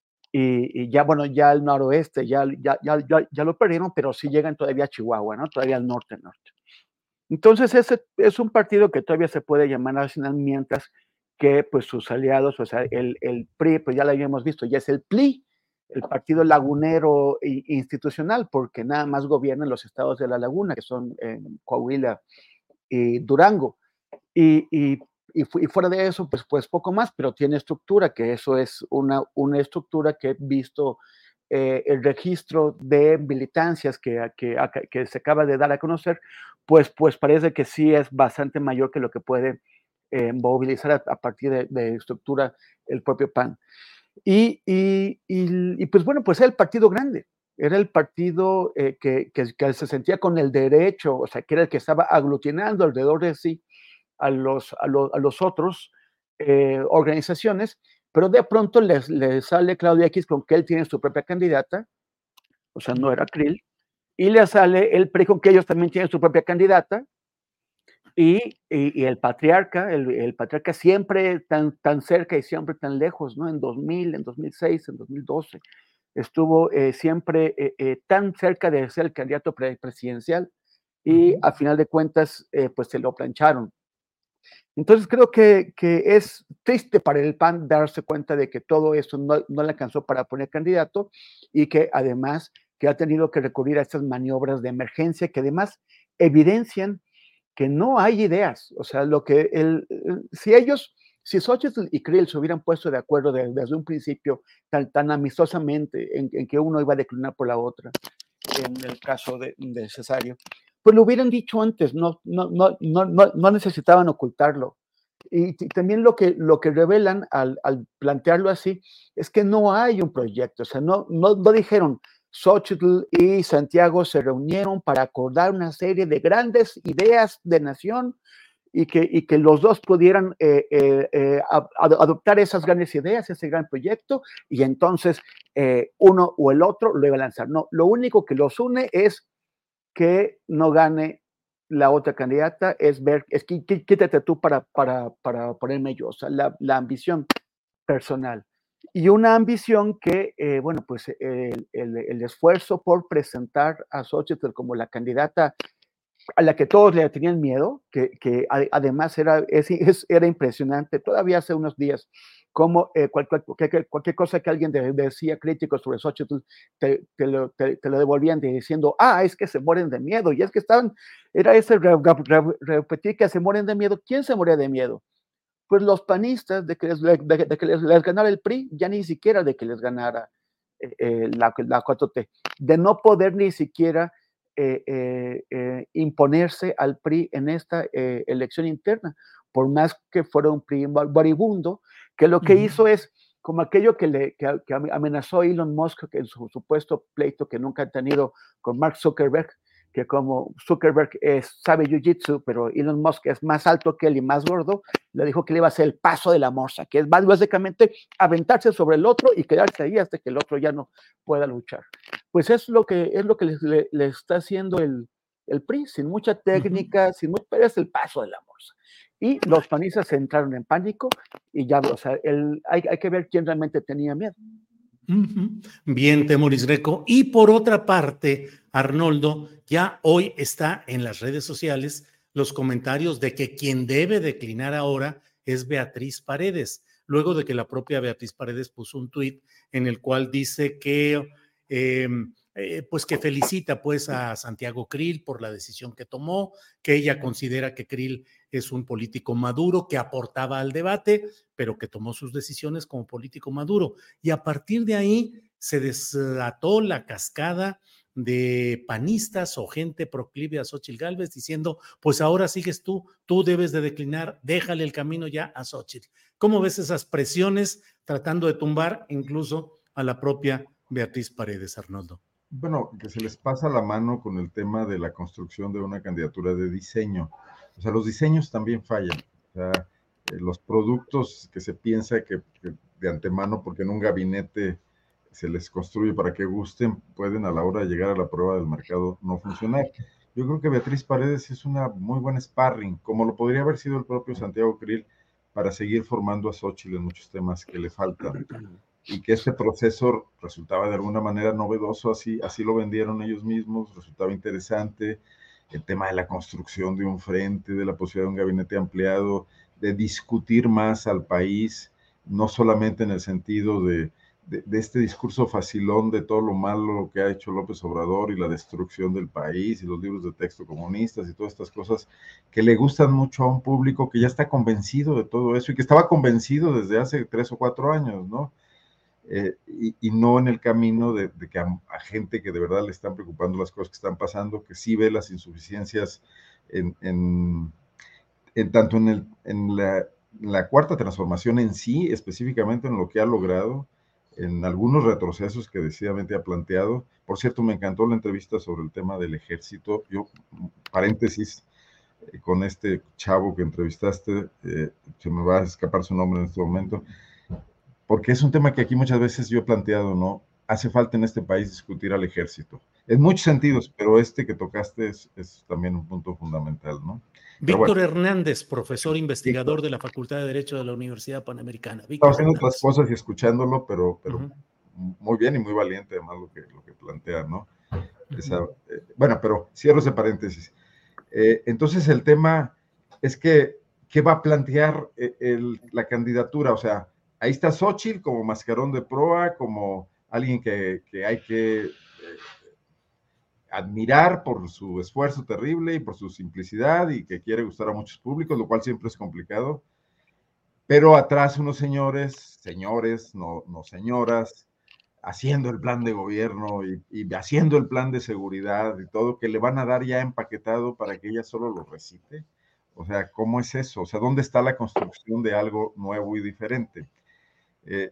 Y, y ya, bueno, ya el noroeste, ya, ya, ya, ya, ya lo perdieron, pero sí llegan todavía a Chihuahua, ¿no? Todavía al norte, norte. Entonces, ese es un partido que todavía se puede llamar nacional, mientras que, pues, sus aliados, o sea, el, el P R I, pues ya lo habíamos visto, ya es el P L I, el partido lagunero e institucional, porque nada más gobiernan los estados de la laguna, que son eh, Coahuila y Durango. Y, y Y, fu- y fuera de eso, pues, pues poco más, pero tiene estructura, que eso es una, una estructura que he visto eh, el registro de militancias que, que, que se acaba de dar a conocer, pues, pues parece que sí es bastante mayor que lo que puede eh, movilizar a, a partir de, de estructura el propio P A N. Y, y, y, y pues bueno, pues era el partido grande, era el partido eh, que, que, que se sentía con el derecho, o sea, que era el que estaba aglutinando alrededor de sí a los, a los, a los otros eh, organizaciones, pero de pronto les, les sale Claudia X con que él tiene su propia candidata, o sea, no era Krill, y le sale el P R I con que ellos también tienen su propia candidata, y, y, y el patriarca, el, el patriarca siempre tan, tan cerca y siempre tan lejos, ¿no? En dos mil, en dos mil seis, en dos mil doce, estuvo eh, siempre eh, eh, tan cerca de ser el candidato pre presidencial, y uh-huh. a final de cuentas, eh, pues se lo plancharon. Entonces creo que, que es triste para el P A N darse cuenta de que todo eso no, no le alcanzó para poner candidato, y que además que ha tenido que recurrir a estas maniobras de emergencia que además evidencian que no hay ideas. O sea, lo que el, el, si ellos, si Xochitl y Krill se hubieran puesto de acuerdo de, desde un principio tan, tan amistosamente en, en que uno iba a declinar por la otra, en el caso de, de Cesario, pues lo hubieran dicho antes, no, no, no, no, no, no necesitaban ocultarlo. Y, y también lo que, lo que revelan al, al plantearlo así es que no hay un proyecto. O sea, no, no, no dijeron, Xochitl y Santiago se reunieron para acordar una serie de grandes ideas de nación, y que, y que los dos pudieran eh, eh, eh, adoptar esas grandes ideas, ese gran proyecto, y entonces eh, uno o el otro lo iba a lanzar. No, lo único que los une es que no gane la otra candidata, es ver, es que quítate tú para, para, para ponerme yo, o sea, la, la ambición personal. Y una ambición que, eh, bueno, pues el, el, el esfuerzo por presentar a Xochitl como la candidata a la que todos le tenían miedo, que, que además era, es, era impresionante, todavía hace unos días, como eh, cualquier, cualquier, cualquier cosa que alguien de, decía crítico sobre Xochitl, te, te, lo, te, te lo devolvían diciendo, ah, es que se mueren de miedo, y es que estaban, era ese re, re, repetir que se mueren de miedo. ¿Quién se moría de miedo? Pues los panistas, de que les, de, de que les, les ganara el P R I, ya ni siquiera de que les ganara eh, la, la cuatro T, de no poder ni siquiera Eh, eh, eh, imponerse al P R I en esta eh, elección interna, por más que fuera un P R I moribundo, que lo que uh-huh. hizo es como aquello que, le, que, que amenazó Elon Musk en su supuesto pleito que nunca ha tenido con Mark Zuckerberg, que como Zuckerberg es, sabe jiu-jitsu, pero Elon Musk es más alto que él y más gordo, le dijo que le iba a hacer el paso de la morsa, que es básicamente aventarse sobre el otro y quedarse ahí hasta que el otro ya no pueda luchar. Pues es lo que, es lo que le, le, le está haciendo el, el P R I, sin mucha técnica, uh-huh. sin mucho, pero es el paso de la morsa. Y los panistas entraron en pánico y ya, o sea, el, hay, hay que ver quién realmente tenía miedo. Uh-huh. Bien, Temoris Greco. Y por otra parte, Arnoldo, ya hoy está en las redes sociales los comentarios de que quien debe declinar ahora es Beatriz Paredes, luego de que la propia Beatriz Paredes puso un tuit en el cual dice que eh, eh, pues que felicita pues a Santiago Krill por la decisión que tomó, que ella considera que Krill es un político maduro que aportaba al debate, pero que tomó sus decisiones como político maduro. Y a partir de ahí se desató la cascada de panistas o gente proclive a Xóchitl Gálvez diciendo, pues ahora sigues tú, tú debes de declinar, déjale el camino ya a Xóchitl. ¿Cómo ves esas presiones tratando de tumbar incluso a la propia Beatriz Paredes, Arnoldo? Bueno, que se les pasa la mano con el tema de la construcción de una candidatura de diseño. O sea, los diseños también fallan. O sea, eh, los productos que se piensa que, que de antemano, porque en un gabinete se les construye para que gusten, pueden a la hora de llegar a la prueba del mercado no funcionar. Yo creo que Beatriz Paredes es una muy buena sparring, como lo podría haber sido el propio Santiago Krill, para seguir formando a Xóchitl en muchos temas que le faltan. Y que este proceso resultaba de alguna manera novedoso, así, así lo vendieron ellos mismos, resultaba interesante, el tema de la construcción de un frente, de la posibilidad de un gabinete ampliado, de discutir más al país, no solamente en el sentido de, de, de este discurso facilón de todo lo malo que ha hecho López Obrador y la destrucción del país y los libros de texto comunistas y todas estas cosas que le gustan mucho a un público que ya está convencido de todo eso y que estaba convencido desde hace tres o cuatro años, ¿no? Eh, y, y no en el camino de, de que a, a gente que de verdad le están preocupando las cosas que están pasando, que sí ve las insuficiencias en, en, en tanto en, el, en, la, en la cuarta transformación en sí, específicamente en lo que ha logrado, en algunos retrocesos que decididamente ha planteado. Por cierto, me encantó la entrevista sobre el tema del ejército. Yo, paréntesis, eh, con este chavo que entrevistaste, eh, se me va a escapar su nombre en este momento, porque es un tema que aquí muchas veces yo he planteado, ¿no? hace falta en este país discutir al ejército. En muchos sentidos, pero este que tocaste es, es también un punto fundamental, ¿no? Víctor bueno, Hernández, profesor investigador Víctor. de la Facultad de Derecho de la Universidad Panamericana. Víctor Estaba haciendo Hernández. otras cosas y escuchándolo, pero, pero uh-huh. muy bien y muy valiente además lo que, lo que plantea, ¿no? Esa, eh, bueno, pero cierro ese paréntesis. Eh, entonces el tema es que, ¿qué va a plantear el, el, la candidatura? O sea, ahí está Xóchitl como mascarón de proa, como alguien que, que hay que eh, admirar por su esfuerzo terrible y por su simplicidad y que quiere gustar a muchos públicos, lo cual siempre es complicado. Pero atrás unos señores, señores, no, no señoras, haciendo el plan de gobierno y, y haciendo el plan de seguridad y todo, que le van a dar ya empaquetado para que ella solo lo recite. O sea, ¿cómo es eso? O sea, ¿dónde está la construcción de algo nuevo y diferente? Eh,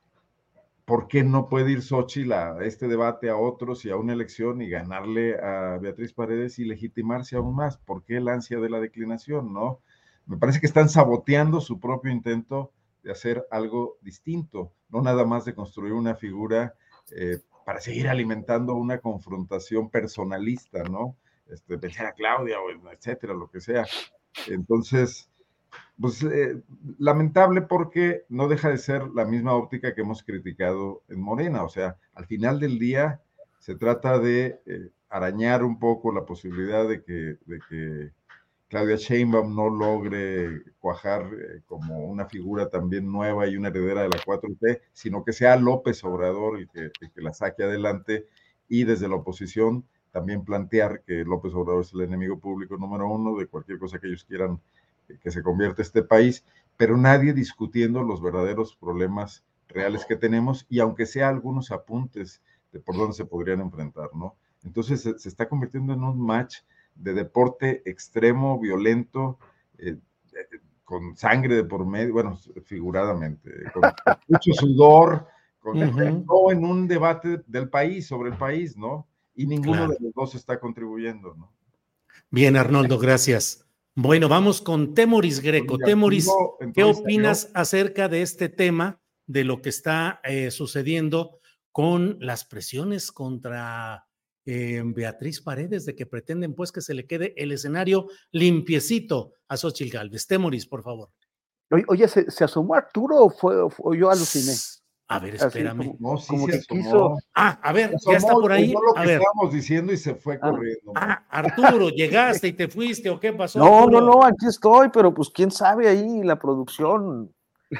¿Por qué no puede ir Xóchitl a este debate, a otros y a una elección y ganarle a Beatriz Paredes y legitimarse aún más? ¿Por qué el ansia de la declinación, no? Me parece que están saboteando su propio intento de hacer algo distinto, no nada más de construir una figura eh, para seguir alimentando una confrontación personalista, ¿no? Este, pensar a Claudia, o etcétera, lo que sea. Entonces, pues eh, lamentable porque no deja de ser la misma óptica que hemos criticado en Morena. O sea, al final del día se trata de eh, arañar un poco la posibilidad de que, de que Claudia Sheinbaum no logre cuajar eh, como una figura también nueva y una heredera de la cuatro T, sino que sea López Obrador el que, el que la saque adelante, y desde la oposición también plantear que López Obrador es el enemigo público número uno de cualquier cosa que ellos quieran que, que se convierta este país, pero nadie discutiendo los verdaderos problemas reales que tenemos, y aunque sea algunos apuntes de por dónde se podrían enfrentar, ¿no? Entonces se, se está convirtiendo en un match de deporte extremo, violento, eh, eh, con sangre de por medio, bueno, figuradamente, con, con mucho sudor, con, uh-huh. no en un debate del país, sobre el país, ¿no? Y ninguno claro. de los dos está contribuyendo, ¿no? Bien, Arnoldo, gracias. Bueno, vamos con Temoris Greco. Temoris, ¿qué opinas yo? acerca de este tema, de lo que está eh, sucediendo con las presiones contra Eh, Beatriz Paredes, de que pretenden pues que se le quede el escenario limpiecito a Xóchitl Gálvez? Temoris, por favor. Oye, ¿se, se asomó Arturo o, fue, o, fue, o yo aluciné? A ver, espérame. Como, no, sí como se que asomó. quiso. Ah, a ver, asomó, ya está por ahí. Lo que a ver. estábamos diciendo y se fue Ah. corriendo. Ah, Arturo, llegaste y te fuiste, ¿o qué pasó? No, Arturo? no, no, aquí estoy, pero pues quién sabe ahí la producción.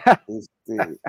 este,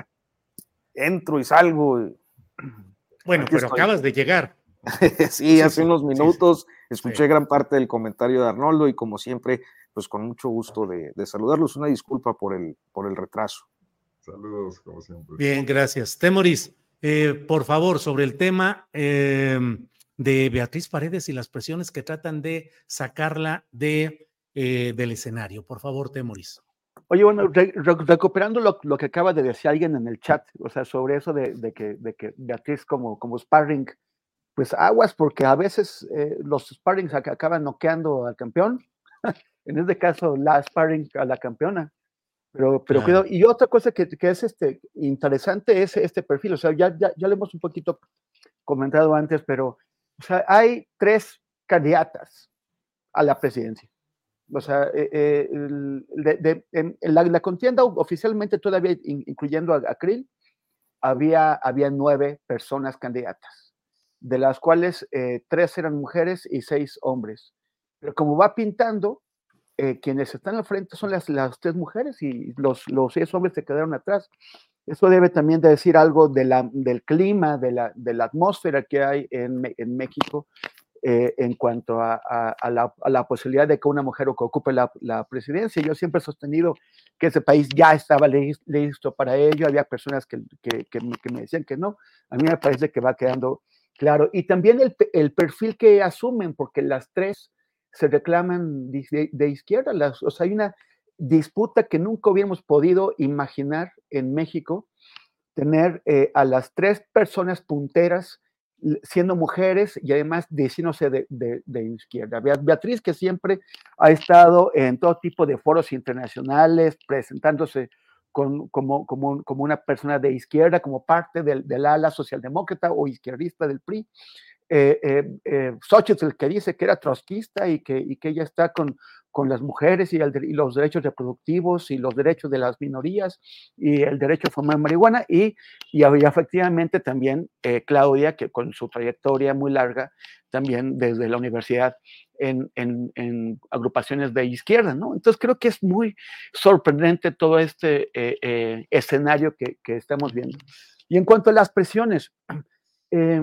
entro y salgo. Y... Bueno, aquí pero estoy. acabas de llegar. sí, hace sí, unos minutos sí, escuché sí. gran parte del comentario de Arnoldo y como siempre, pues con mucho gusto de, de saludarlos. Una disculpa por el, por el retraso. Saludos, como siempre. Bien, gracias. Temoris, eh, por favor, sobre el tema eh, de Beatriz Paredes y las presiones que tratan de sacarla de, eh, del escenario. Por favor, Temoris. Oye, bueno, re, re, recuperando lo, lo que acaba de decir alguien en el chat, o sea, sobre eso de, de, que, de que Beatriz como, como sparring, pues aguas, porque a veces eh, los sparrings acaban noqueando al campeón, en este caso la sparring a la campeona, pero, pero Claro. cuidado. Y otra cosa que, que es este, interesante es este perfil, o sea, ya, ya, ya lo hemos un poquito comentado antes, pero o sea, hay tres candidatas a la presidencia. O sea, eh, eh, de, de, en, en la, la contienda oficialmente todavía, in, incluyendo a, a Krill, había, había nueve personas candidatas, de las cuales eh, tres eran mujeres y seis hombres. Pero como va pintando, eh, quienes están al frente son las, las tres mujeres y los, los seis hombres se quedaron atrás. Eso debe también de decir algo de la, del clima, de la, de la atmósfera que hay en, en México, Eh, en cuanto a, a, a, la, a la posibilidad de que una mujer ocupe la, la presidencia. Yo siempre he sostenido que ese país ya estaba listo para ello, había personas que, que, que, que me decían que no. A mí me parece que va quedando claro. Y también el, el perfil que asumen, porque las tres se reclaman de, de izquierda. Las, o sea, hay una disputa que nunca hubiéramos podido imaginar en México, tener eh, a las tres personas punteras siendo mujeres y además diciéndose de, de, de izquierda. Beatriz, que siempre ha estado en todo tipo de foros internacionales, presentándose con, como, como, como una persona de izquierda, como parte del, del ala socialdemócrata o izquierdista del P R I. Eh, eh, eh, Xochitl, que dice que era trotskista y que, y que ella está con, con las mujeres y, el, y los derechos reproductivos y los derechos de las minorías y el derecho a fumar marihuana, y, y, y efectivamente también eh, Claudia, que con su trayectoria muy larga, también desde la universidad en, en, en agrupaciones de izquierda, ¿no? Entonces creo que es muy sorprendente todo este eh, eh, escenario que, que estamos viendo. Y en cuanto a las presiones, eh,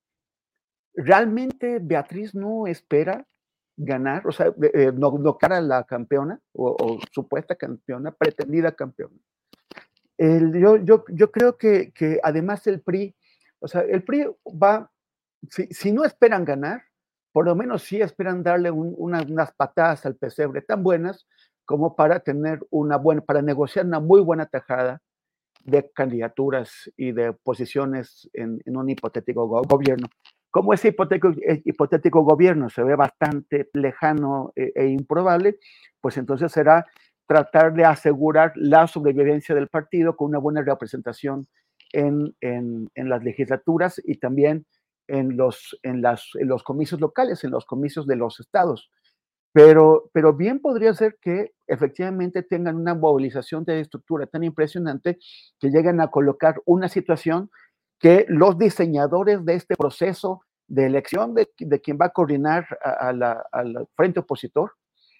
¿realmente Beatriz no espera ganar? O sea, eh, no, no cara a la campeona o, o supuesta campeona, pretendida campeona. El, yo, yo, yo creo que, que además el P R I, o sea, el P R I va, si, si no esperan ganar, por lo menos sí esperan darle un, una, unas patadas al pesebre tan buenas como para tener una buena, para negociar una muy buena tajada de candidaturas y de posiciones en, en un hipotético go gobierno. Como ese hipotético, hipotético gobierno se ve bastante lejano e, e improbable, pues entonces será tratar de asegurar la sobrevivencia del partido con una buena representación en, en, en las legislaturas y también en los, en, las, en los comicios locales, en los comicios de los estados. Pero, pero bien podría ser que efectivamente tengan una movilización de estructura tan impresionante que lleguen a colocar una situación que los diseñadores de este proceso de elección de, de quien va a coordinar a, a la, al frente opositor,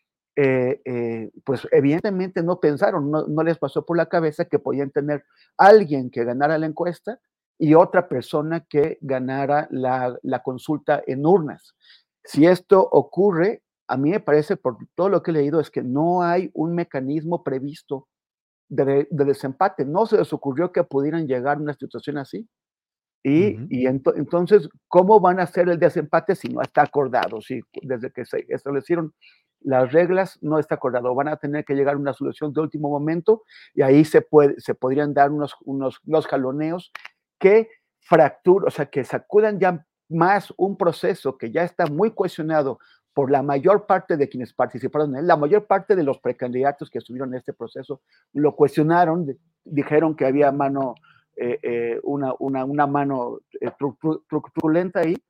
eh, eh, pues evidentemente no pensaron, no, no les pasó por la cabeza que podían tener alguien que ganara la encuesta y otra persona que ganara la, la consulta en urnas. Si esto ocurre, a mí me parece, por todo lo que he leído, es que no hay un mecanismo previsto de, de desempate. No se les ocurrió que pudieran llegar a una situación así. Y, uh-huh. y ento, entonces, ¿cómo van a hacer el desempate si no está acordado? Si desde que se establecieron las reglas no está acordado. Van a tener que llegar a una solución de último momento y ahí se, puede, se podrían dar unos, unos los jaloneos que fracturan, o sea, que sacudan ya más un proceso que ya está muy cuestionado por la mayor parte de quienes participaron en él. La mayor parte de los precandidatos que estuvieron en este proceso lo cuestionaron, dijeron que había mano, eh, eh, una, una, una mano eh, truculenta ahí,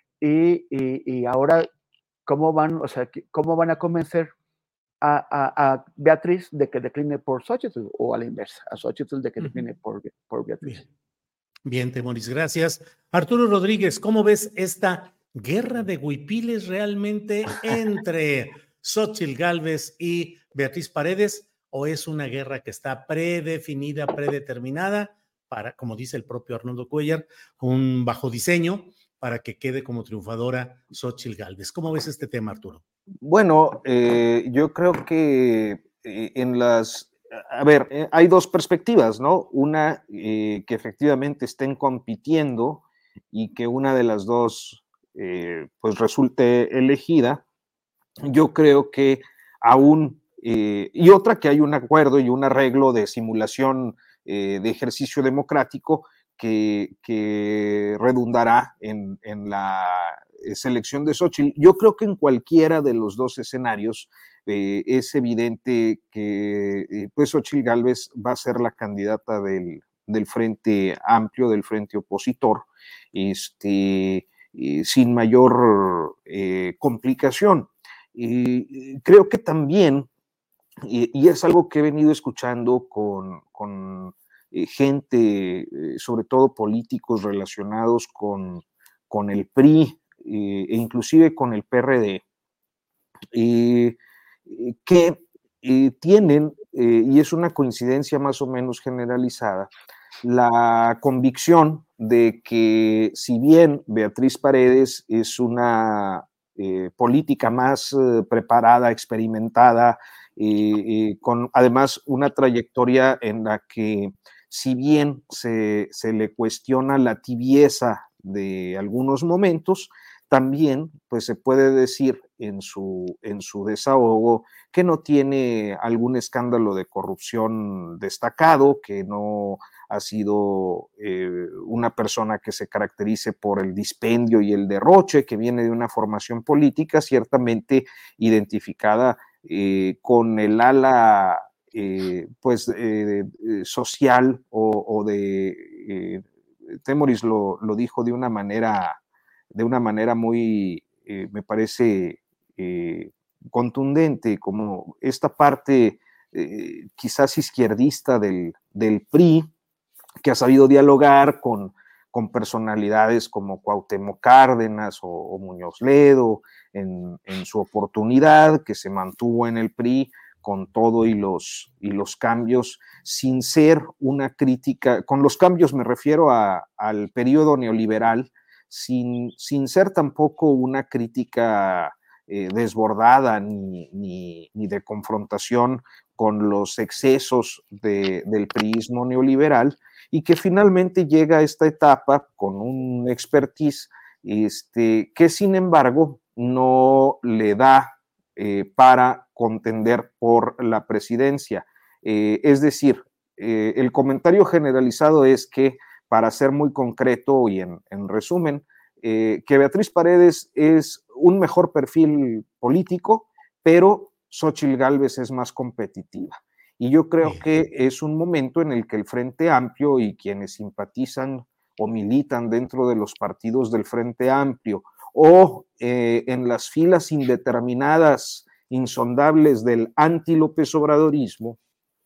y, y, y ahora, ¿cómo van, o sea, cómo van a convencer a, a, a Beatriz de que decline por Xochitl, o a la inversa, a Xochitl de que decline uh-huh. por, por Beatriz? Bien, Bien Temoris, gracias. Arturo Rodríguez, ¿cómo ves esta guerra de huipiles realmente entre Xóchitl Gálvez y Beatriz Paredes, o es una guerra que está predefinida, predeterminada para, como dice el propio Arnoldo Cuellar, un bajo diseño para que quede como triunfadora Xóchitl Gálvez? ¿Cómo ves este tema, Arturo? Bueno, eh, yo creo que eh, en las... A ver, eh, hay dos perspectivas, ¿no? Una, eh, que efectivamente estén compitiendo y que una de las dos Eh, pues resulte elegida. Yo creo que aún, eh, y otra que hay un acuerdo y un arreglo de simulación eh, de ejercicio democrático que, que redundará en, en la selección de Xóchitl. Yo creo que en cualquiera de los dos escenarios eh, es evidente que eh, pues Xóchitl Gálvez va a ser la candidata del, del Frente Amplio, del Frente Opositor, este Eh, sin mayor eh, complicación. Eh, creo que también, eh, y es algo que he venido escuchando con, con eh, gente, eh, sobre todo políticos relacionados con, con el P R I eh, e inclusive con el P R D, eh, que eh, tienen, eh, y es una coincidencia más o menos generalizada, la convicción de que si bien Beatriz Paredes es una eh, política más eh, preparada, experimentada, eh, eh, con además una trayectoria en la que si bien se, se le cuestiona la tibieza de algunos momentos, también pues se puede decir en su, en su desahogo que no tiene algún escándalo de corrupción destacado, que no ha sido eh, una persona que se caracterice por el dispendio y el derroche, que viene de una formación política ciertamente identificada eh, con el ala eh, pues, eh, social o, o de, eh, Temoris lo, lo dijo de una manera, de una manera muy, eh, me parece, eh, contundente, como esta parte eh, quizás izquierdista del, del P R I, que ha sabido dialogar con, con personalidades como Cuauhtémoc Cárdenas o, o Muñoz Ledo en, en su oportunidad, que se mantuvo en el P R I con todo y los, y los cambios, sin ser una crítica, con los cambios me refiero a, al periodo neoliberal, sin, sin ser tampoco una crítica eh, desbordada ni, ni, ni de confrontación con los excesos de, del priismo neoliberal, y que finalmente llega a esta etapa con un expertise este, que sin embargo no le da eh, para contender por la presidencia. Eh, es decir, eh, el comentario generalizado es que, para ser muy concreto y en, en resumen, eh, que Beatriz Paredes es un mejor perfil político, pero Xóchitl Gálvez es más competitiva. Y yo creo que es un momento en el que el Frente Amplio y quienes simpatizan o militan dentro de los partidos del Frente Amplio o eh, en las filas indeterminadas, insondables del anti-López Obradorismo,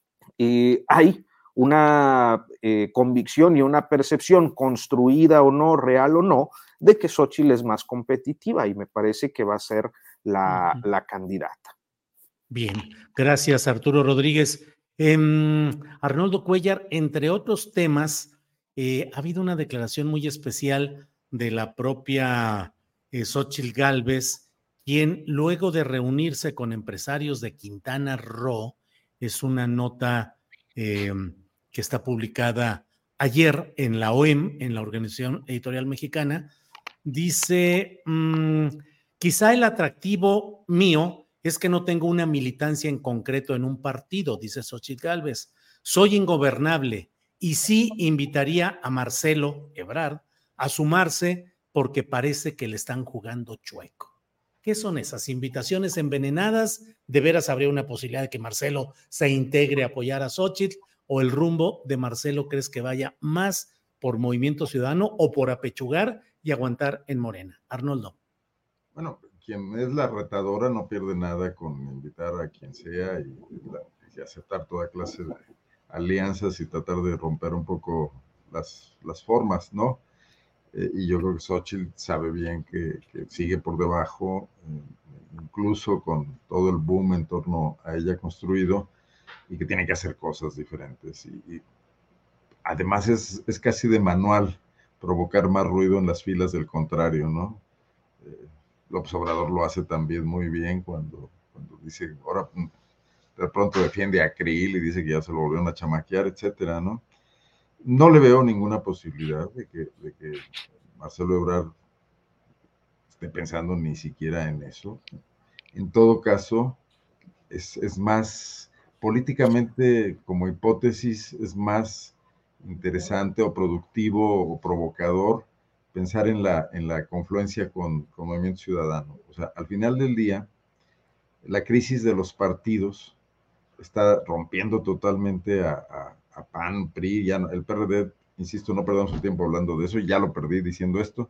eh, hay una eh, convicción y una percepción, construida o no, real o no, de que Xóchitl es más competitiva, y me parece que va a ser la, uh-huh. la candidata. Bien, gracias Arturo Rodríguez. Eh, Arnoldo Cuellar, entre otros temas, eh, ha habido una declaración muy especial de la propia eh, Xóchitl Gálvez, quien luego de reunirse con empresarios de Quintana Roo, es una nota eh, que está publicada ayer en la O E M, en la Organización Editorial Mexicana, dice, mmm, quizá el atractivo mío es que no tengo una militancia en concreto en un partido, dice Xóchitl Gálvez. Soy ingobernable y sí invitaría a Marcelo Ebrard a sumarse porque parece que le están jugando chueco. ¿Qué son esas invitaciones envenenadas? ¿De veras habría una posibilidad de que Marcelo se integre a apoyar a Xóchitl? ¿O el rumbo de Marcelo crees que vaya más por Movimiento Ciudadano o por apechugar y aguantar en Morena? Arnoldo. Bueno, quien es la retadora no pierde nada con invitar a quien sea y, y aceptar toda clase de alianzas y tratar de romper un poco las, las formas, ¿no? Eh, y yo creo que Xóchitl sabe bien que, que sigue por debajo, eh, incluso con todo el boom en torno a ella construido, y que tiene que hacer cosas diferentes. Y, y además es, es casi de manual provocar más ruido en las filas del contrario, ¿no? Eh, López Obrador lo hace también muy bien cuando, cuando dice, ahora de pronto defiende a Krill y dice que ya se lo volvieron a chamaquear, etcétera, ¿no? No le veo ninguna posibilidad de que, de que Marcelo Ebrard esté pensando ni siquiera en eso. En todo caso, es, es más, políticamente como hipótesis, es más interesante o productivo o provocador pensar en la, en la confluencia con, con Movimiento Ciudadano. O sea, al final del día, la crisis de los partidos está rompiendo totalmente a, a, a P A N, P R I, ya no, el P R D, insisto, no perdamos el tiempo hablando de eso, ya lo perdí diciendo esto,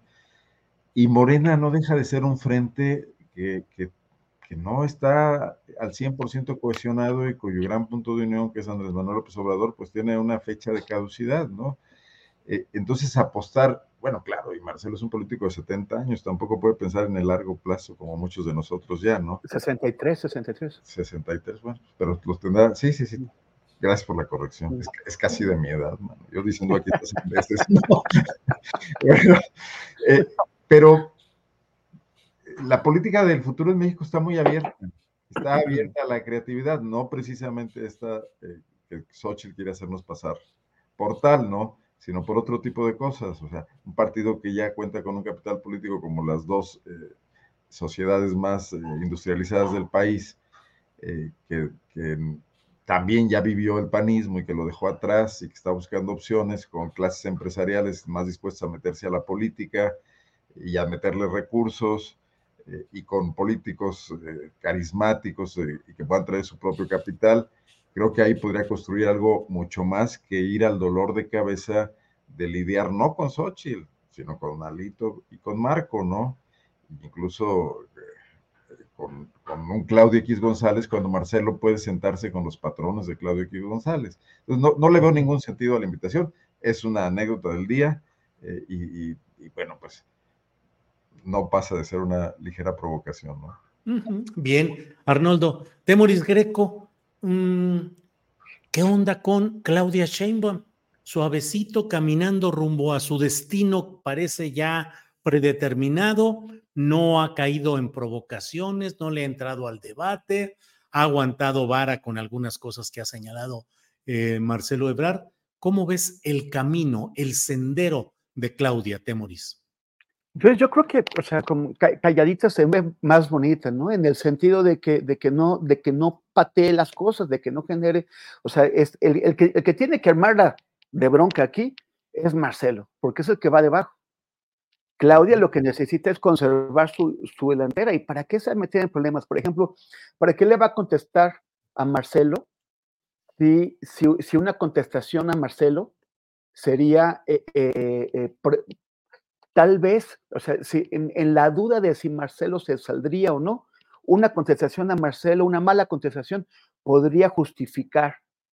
y Morena no deja de ser un frente que, que, que no está al cien por ciento cohesionado y cuyo gran punto de unión, que es Andrés Manuel López Obrador, pues tiene una fecha de caducidad, ¿no? Eh, entonces apostar, bueno, claro, y Marcelo es un político de setenta años, tampoco puede pensar en el largo plazo como muchos de nosotros ya, ¿no? sesenta y tres, sesenta y tres. sesenta y tres, bueno, pero los tendrá, sí, sí, sí, gracias por la corrección, es, es casi de mi edad, mano. Yo diciendo aquí estas veces, no. Bueno, eh, pero la política del futuro en México está muy abierta, está abierta a la creatividad, no precisamente esta eh, que Xóchitl quiere hacernos pasar por tal, ¿no? Sino por otro tipo de cosas. O sea, un partido que ya cuenta con un capital político como las dos eh, sociedades más eh, industrializadas del país, eh, que, que también ya vivió el panismo y que lo dejó atrás y que está buscando opciones con clases empresariales más dispuestas a meterse a la política y a meterle recursos, eh, y con políticos eh, carismáticos eh, y que puedan traer su propio capital. Creo que ahí podría construir algo mucho más que ir al dolor de cabeza de lidiar no con Xóchitl, sino con Alito y con Marco, ¿no? Incluso eh, con, con un Claudio X González, cuando Marcelo puede sentarse con los patronos de Claudio X González. Entonces, no, no le veo ningún sentido a la invitación, es una anécdota del día, eh, y, y, y bueno, pues no pasa de ser una ligera provocación, ¿no? Uh-huh. Bien, Arnoldo, Temoris Greco, mmm, ¿qué onda con Claudia Sheinbaum? Suavecito, caminando rumbo a su destino, parece ya predeterminado, no ha caído en provocaciones, no le ha entrado al debate, ha aguantado vara con algunas cosas que ha señalado eh, Marcelo Ebrard. ¿Cómo ves el camino, el sendero de Claudia, Temoris? Yo, yo creo que, o sea, como calladita se ve más bonita, ¿no? En el sentido de que, de que no, de que no patee las cosas, de que no genere, o sea, es el, el, que, el que tiene que armarla de bronca aquí es Marcelo, porque es el que va debajo. Claudia lo que necesita es conservar su, su delantera. ¿Y para qué se mete en problemas? Por ejemplo, ¿para qué le va a contestar a Marcelo si, si, si una contestación a Marcelo sería eh, eh, eh, por, tal vez, o sea, si en, en la duda de si Marcelo se saldría o no, una contestación a Marcelo, una mala contestación, podría justificar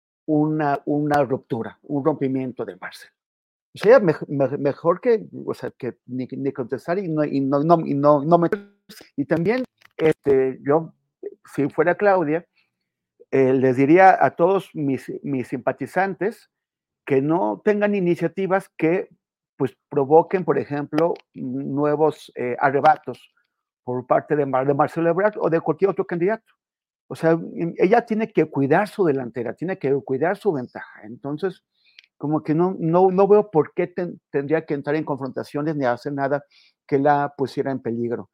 una, una ruptura, un rompimiento de Marcelo. O sea, me, me, mejor que, o sea, que ni, ni contestar y no, y no, no, y no, no meterse. Y también, este, yo, si fuera Claudia, eh, les diría a todos mis, mis simpatizantes que no tengan iniciativas que pues provoquen, por ejemplo, nuevos eh, arrebatos por parte de, Mar, de Marcelo Ebrard o de cualquier otro candidato. O sea, ella tiene que cuidar su delantera, tiene que cuidar su ventaja. Entonces, como que no, no, no veo por qué ten, tendría que entrar en confrontaciones ni hacer nada que la pusiera en peligro.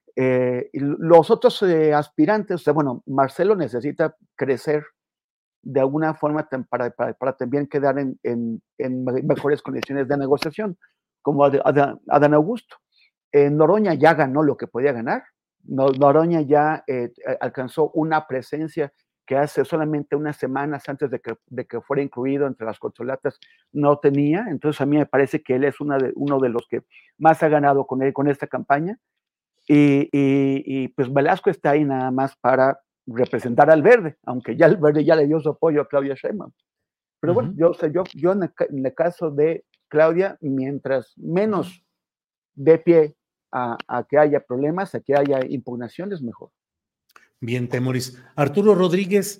Eh, y los otros eh, aspirantes, o sea, bueno, Marcelo necesita crecer de alguna forma para, para, para también quedar en, en, en mejores condiciones de negociación, como Adán, Adán Augusto. Eh, Noroña ya ganó lo que podía ganar. Noroña ya eh, alcanzó una presencia que hace solamente unas semanas antes de que, de que fuera incluido entre las corcholatas no tenía. Entonces a mí me parece que él es una de, uno de los que más ha ganado con, él, con esta campaña. Y, y, y pues Velasco está ahí nada más para representar al verde, aunque ya el verde ya le dio su apoyo a Claudia Sheinbaum. Pero uh-huh. bueno, yo, o sea, yo, yo en, el, en el caso de Claudia, mientras menos dé pie a, a que haya problemas, a que haya impugnaciones, mejor. Bien, Temoris. Arturo Rodríguez,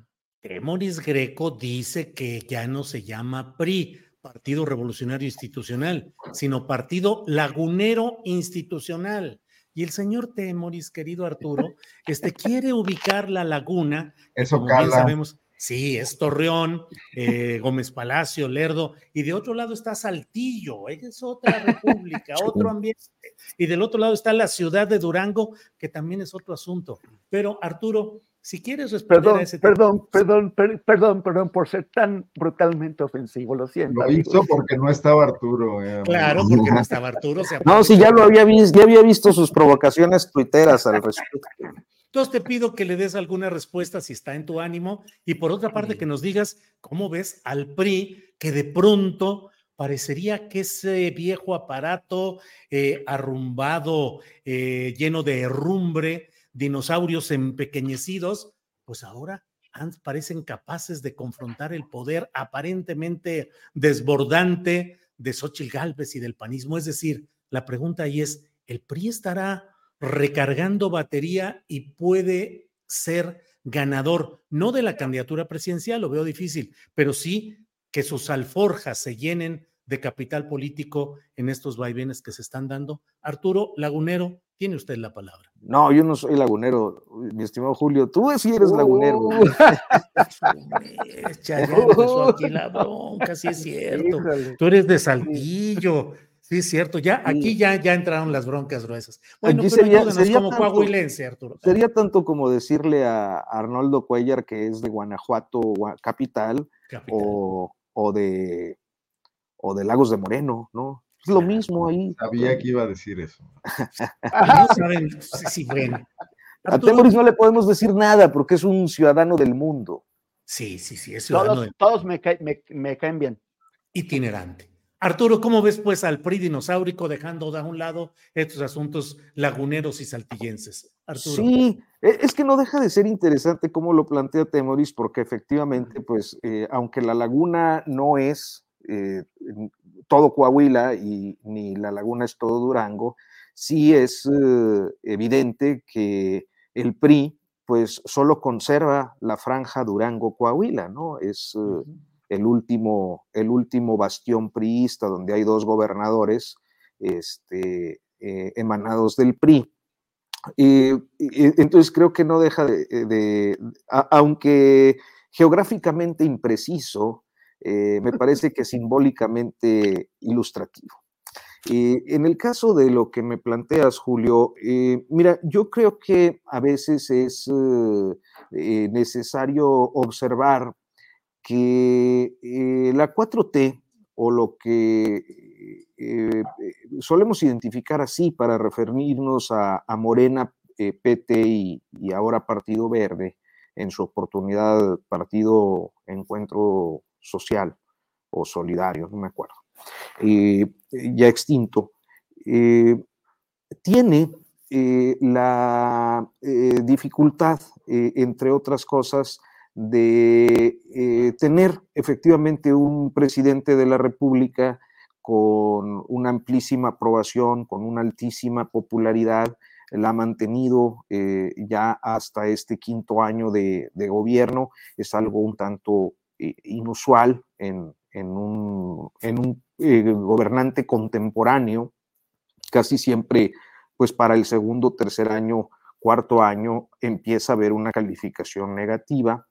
Temoris Greco dice que ya no se llama P R I, Partido Revolucionario Institucional, sino Partido Lagunero Institucional. Y el señor Temoris, querido Arturo, este, quiere ubicar la laguna, Eso como cala. bien sabemos, sí, es Torreón, eh, Gómez Palacio, Lerdo, y de otro lado está Saltillo, es otra república, otro ambiente, y del otro lado está la ciudad de Durango, que también es otro asunto. Pero Arturo, si quieres responder perdón, a ese perdón, tema. Perdón, per, perdón, perdón por ser tan brutalmente ofensivo, lo siento. Lo amigo. Hizo porque no estaba Arturo. Eh, claro, porque no estaba Arturo. Se no, si ya lo había visto, ya había visto sus provocaciones tuiteras al respecto. Entonces te pido que le des alguna respuesta si está en tu ánimo y por otra parte que nos digas cómo ves al P R I que de pronto parecería que ese viejo aparato eh, arrumbado, eh, lleno de herrumbre, dinosaurios empequeñecidos, pues ahora han, parecen capaces de confrontar el poder aparentemente desbordante de Xóchitl Gálvez y del panismo. Es decir, la pregunta ahí es, ¿el P R I estará recargando batería y puede ser ganador, no de la candidatura presidencial, lo veo difícil, pero sí que sus alforjas se llenen de capital político en estos vaivenes que se están dando? Arturo Lagunero, tiene usted la palabra. No, yo no soy lagunero, mi estimado Julio, tú sí eres uh, lagunero. Ya empezó aquí la bronca, sí es cierto. Híjole. Tú eres de Saltillo. Sí, es cierto, ya aquí ya, ya entraron las broncas gruesas. Bueno, aquí pero sería, ayúdanos sería como tanto, coahuilense, Arturo. Sería tanto como decirle a Arnoldo Cuellar que es de Guanajuato capital, capital. O, o, de, o de Lagos de Moreno, ¿no? Es lo mismo ahí. Sabía que iba a decir eso. No saben si sí, bueno. Arturo, a Temoris no le podemos decir nada porque es un ciudadano del mundo. Sí, sí, sí, es ciudadano. Todos, de... todos me, ca me, me caen bien. Itinerante. Arturo, ¿cómo ves pues al P R I dinosaurico dejando de a un lado estos asuntos laguneros y saltillenses? Arturo. Sí, es que no deja de ser interesante cómo lo plantea Temoris, porque efectivamente, pues, eh, aunque la laguna no es eh, todo Coahuila y ni la laguna es todo Durango, sí es eh, evidente que el P R I, pues, solo conserva la franja Durango-Coahuila, ¿no? Es eh, uh-huh. el, último, el último bastión priista donde hay dos gobernadores este, eh, emanados del P R I. Eh, entonces creo que no deja de, de, de a, aunque geográficamente impreciso, eh, me parece que simbólicamente ilustrativo. Eh, en el caso de lo que me planteas, Julio, eh, mira, yo creo que a veces es eh, necesario observar que eh, la cuatro T, o lo que eh, solemos identificar así para referirnos a, a Morena, eh, P T y, y ahora Partido Verde, en su oportunidad Partido Encuentro Social o Solidario, no me acuerdo, eh, ya extinto, eh, tiene eh, la eh, dificultad, eh, entre otras cosas, de eh, tener efectivamente un presidente de la República con una amplísima aprobación, con una altísima popularidad, la ha mantenido eh, ya hasta este quinto año de, de gobierno. Es algo un tanto eh, inusual en, en un, en un eh, gobernante contemporáneo. Casi siempre, pues para el segundo, tercer año, cuarto año, empieza a haber una calificación negativa.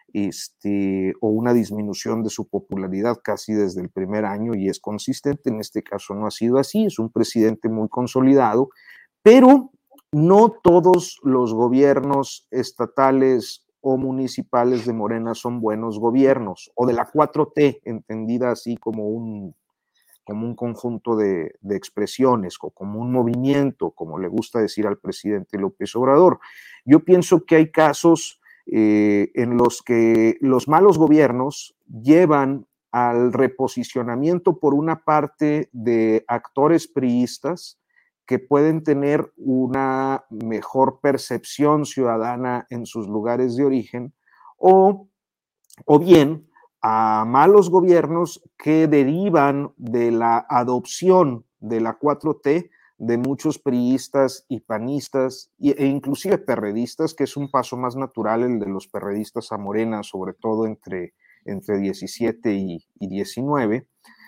Este, o una disminución de su popularidad casi desde el primer año, y es consistente. En este caso no ha sido así, es un presidente muy consolidado, pero no todos los gobiernos estatales o municipales de Morena son buenos gobiernos, o de la cuatro T, entendida así como un, como un conjunto de, de expresiones, o como un movimiento, como le gusta decir al presidente López Obrador. Yo pienso que hay casos Eh, en los que los malos gobiernos llevan al reposicionamiento por una parte de actores priistas que pueden tener una mejor percepción ciudadana en sus lugares de origen, o, o bien a malos gobiernos que derivan de la adopción de la cuatro T de muchos priistas y panistas e inclusive perredistas, que es un paso más natural el de los perredistas a Morena, sobre todo entre, entre diecisiete y, y diecinueve,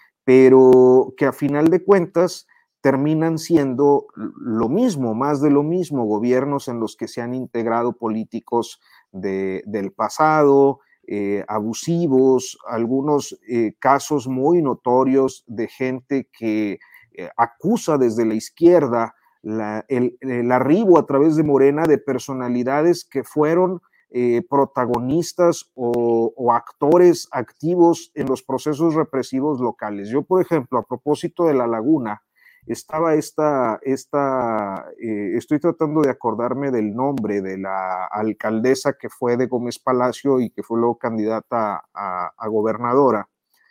pero que a final de cuentas terminan siendo lo mismo, más de lo mismo, gobiernos en los que se han integrado políticos de, del pasado, eh, abusivos, algunos eh, casos muy notorios de gente que Eh, acusa desde la izquierda la, el, el arribo a través de Morena de personalidades que fueron eh, protagonistas o, o actores activos en los procesos represivos locales. Yo, por ejemplo, a propósito de La Laguna, estaba esta, esta eh, estoy tratando de acordarme del nombre de la alcaldesa que fue de Gómez Palacio y que fue luego candidata a, a gobernadora,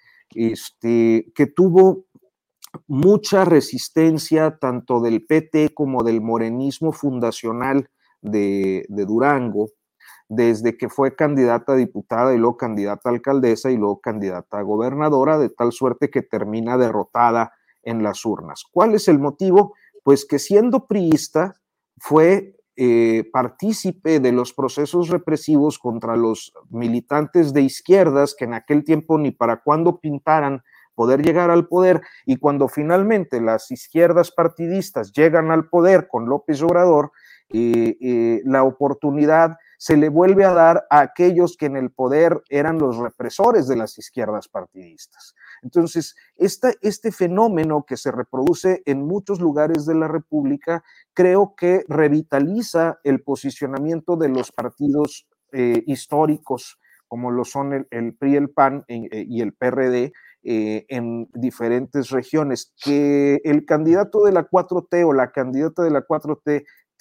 este, que tuvo mucha resistencia tanto del P T como del morenismo fundacional de, de Durango, desde que fue candidata a diputada y luego candidata a alcaldesa y luego candidata a gobernadora, de tal suerte que termina derrotada en las urnas. ¿Cuál es el motivo? Pues que siendo priista fue eh, partícipe de los procesos represivos contra los militantes de izquierdas que en aquel tiempo ni para cuándo pintaran poder llegar al poder, y cuando finalmente las izquierdas partidistas llegan al poder con López Obrador, eh, eh, la oportunidad se le vuelve a dar a aquellos que en el poder eran los represores de las izquierdas partidistas. Entonces, esta, este fenómeno que se reproduce en muchos lugares de la República, creo que revitaliza el posicionamiento de los partidos eh, históricos, como lo son el, el P R I, el P A N eh, y el P R D, Eh, en diferentes regiones. Que el candidato de la cuatro T o la candidata de la cuatro T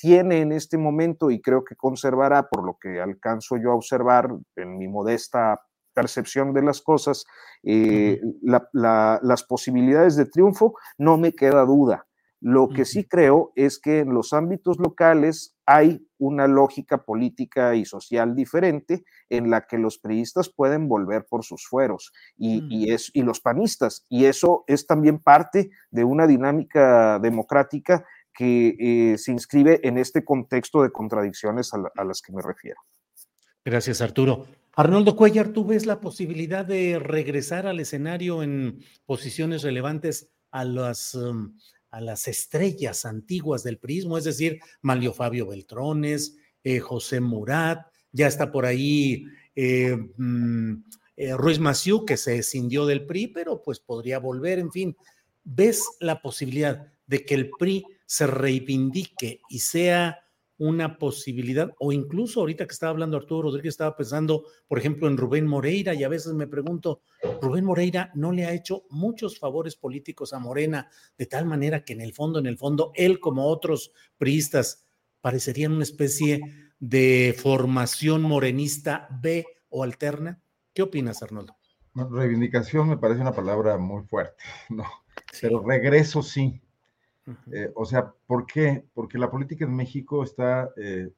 tiene en este momento, y creo que conservará, por lo que alcanzo yo a observar en mi modesta percepción de las cosas, eh, uh-huh. la, la, las posibilidades de triunfo, no me queda duda. Lo que uh-huh. sí creo es que en los ámbitos locales hay una lógica política y social diferente en la que los priistas pueden volver por sus fueros y, uh-huh. y, es, y los panistas, y eso es también parte de una dinámica democrática que eh, se inscribe en este contexto de contradicciones a, la, a las que me refiero. Gracias, Arturo. Arnoldo Cuellar, ¿tú ves la posibilidad de regresar al escenario en posiciones relevantes a las, um, a las estrellas antiguas del priismo? Es decir, Manlio Fabio Beltrones, eh, José Murat, ya está por ahí eh, mm, eh, Ruiz Massieu, que se escindió del P R I, pero pues podría volver, en fin. ¿Ves la posibilidad de que el P R I se reivindique y sea una posibilidad, o incluso ahorita que estaba hablando Arturo Rodríguez, estaba pensando, por ejemplo, en Rubén Moreira, y a veces me pregunto, Rubén Moreira no le ha hecho muchos favores políticos a Morena, de tal manera que en el fondo, en el fondo, él como otros priistas parecerían una especie de formación morenista B o alterna. ¿Qué opinas, Arnoldo? Reivindicación me parece una palabra muy fuerte, ¿no? Sí. Pero regreso sí. Uh-huh. Eh, o sea, ¿por qué? Porque la política en México está eh,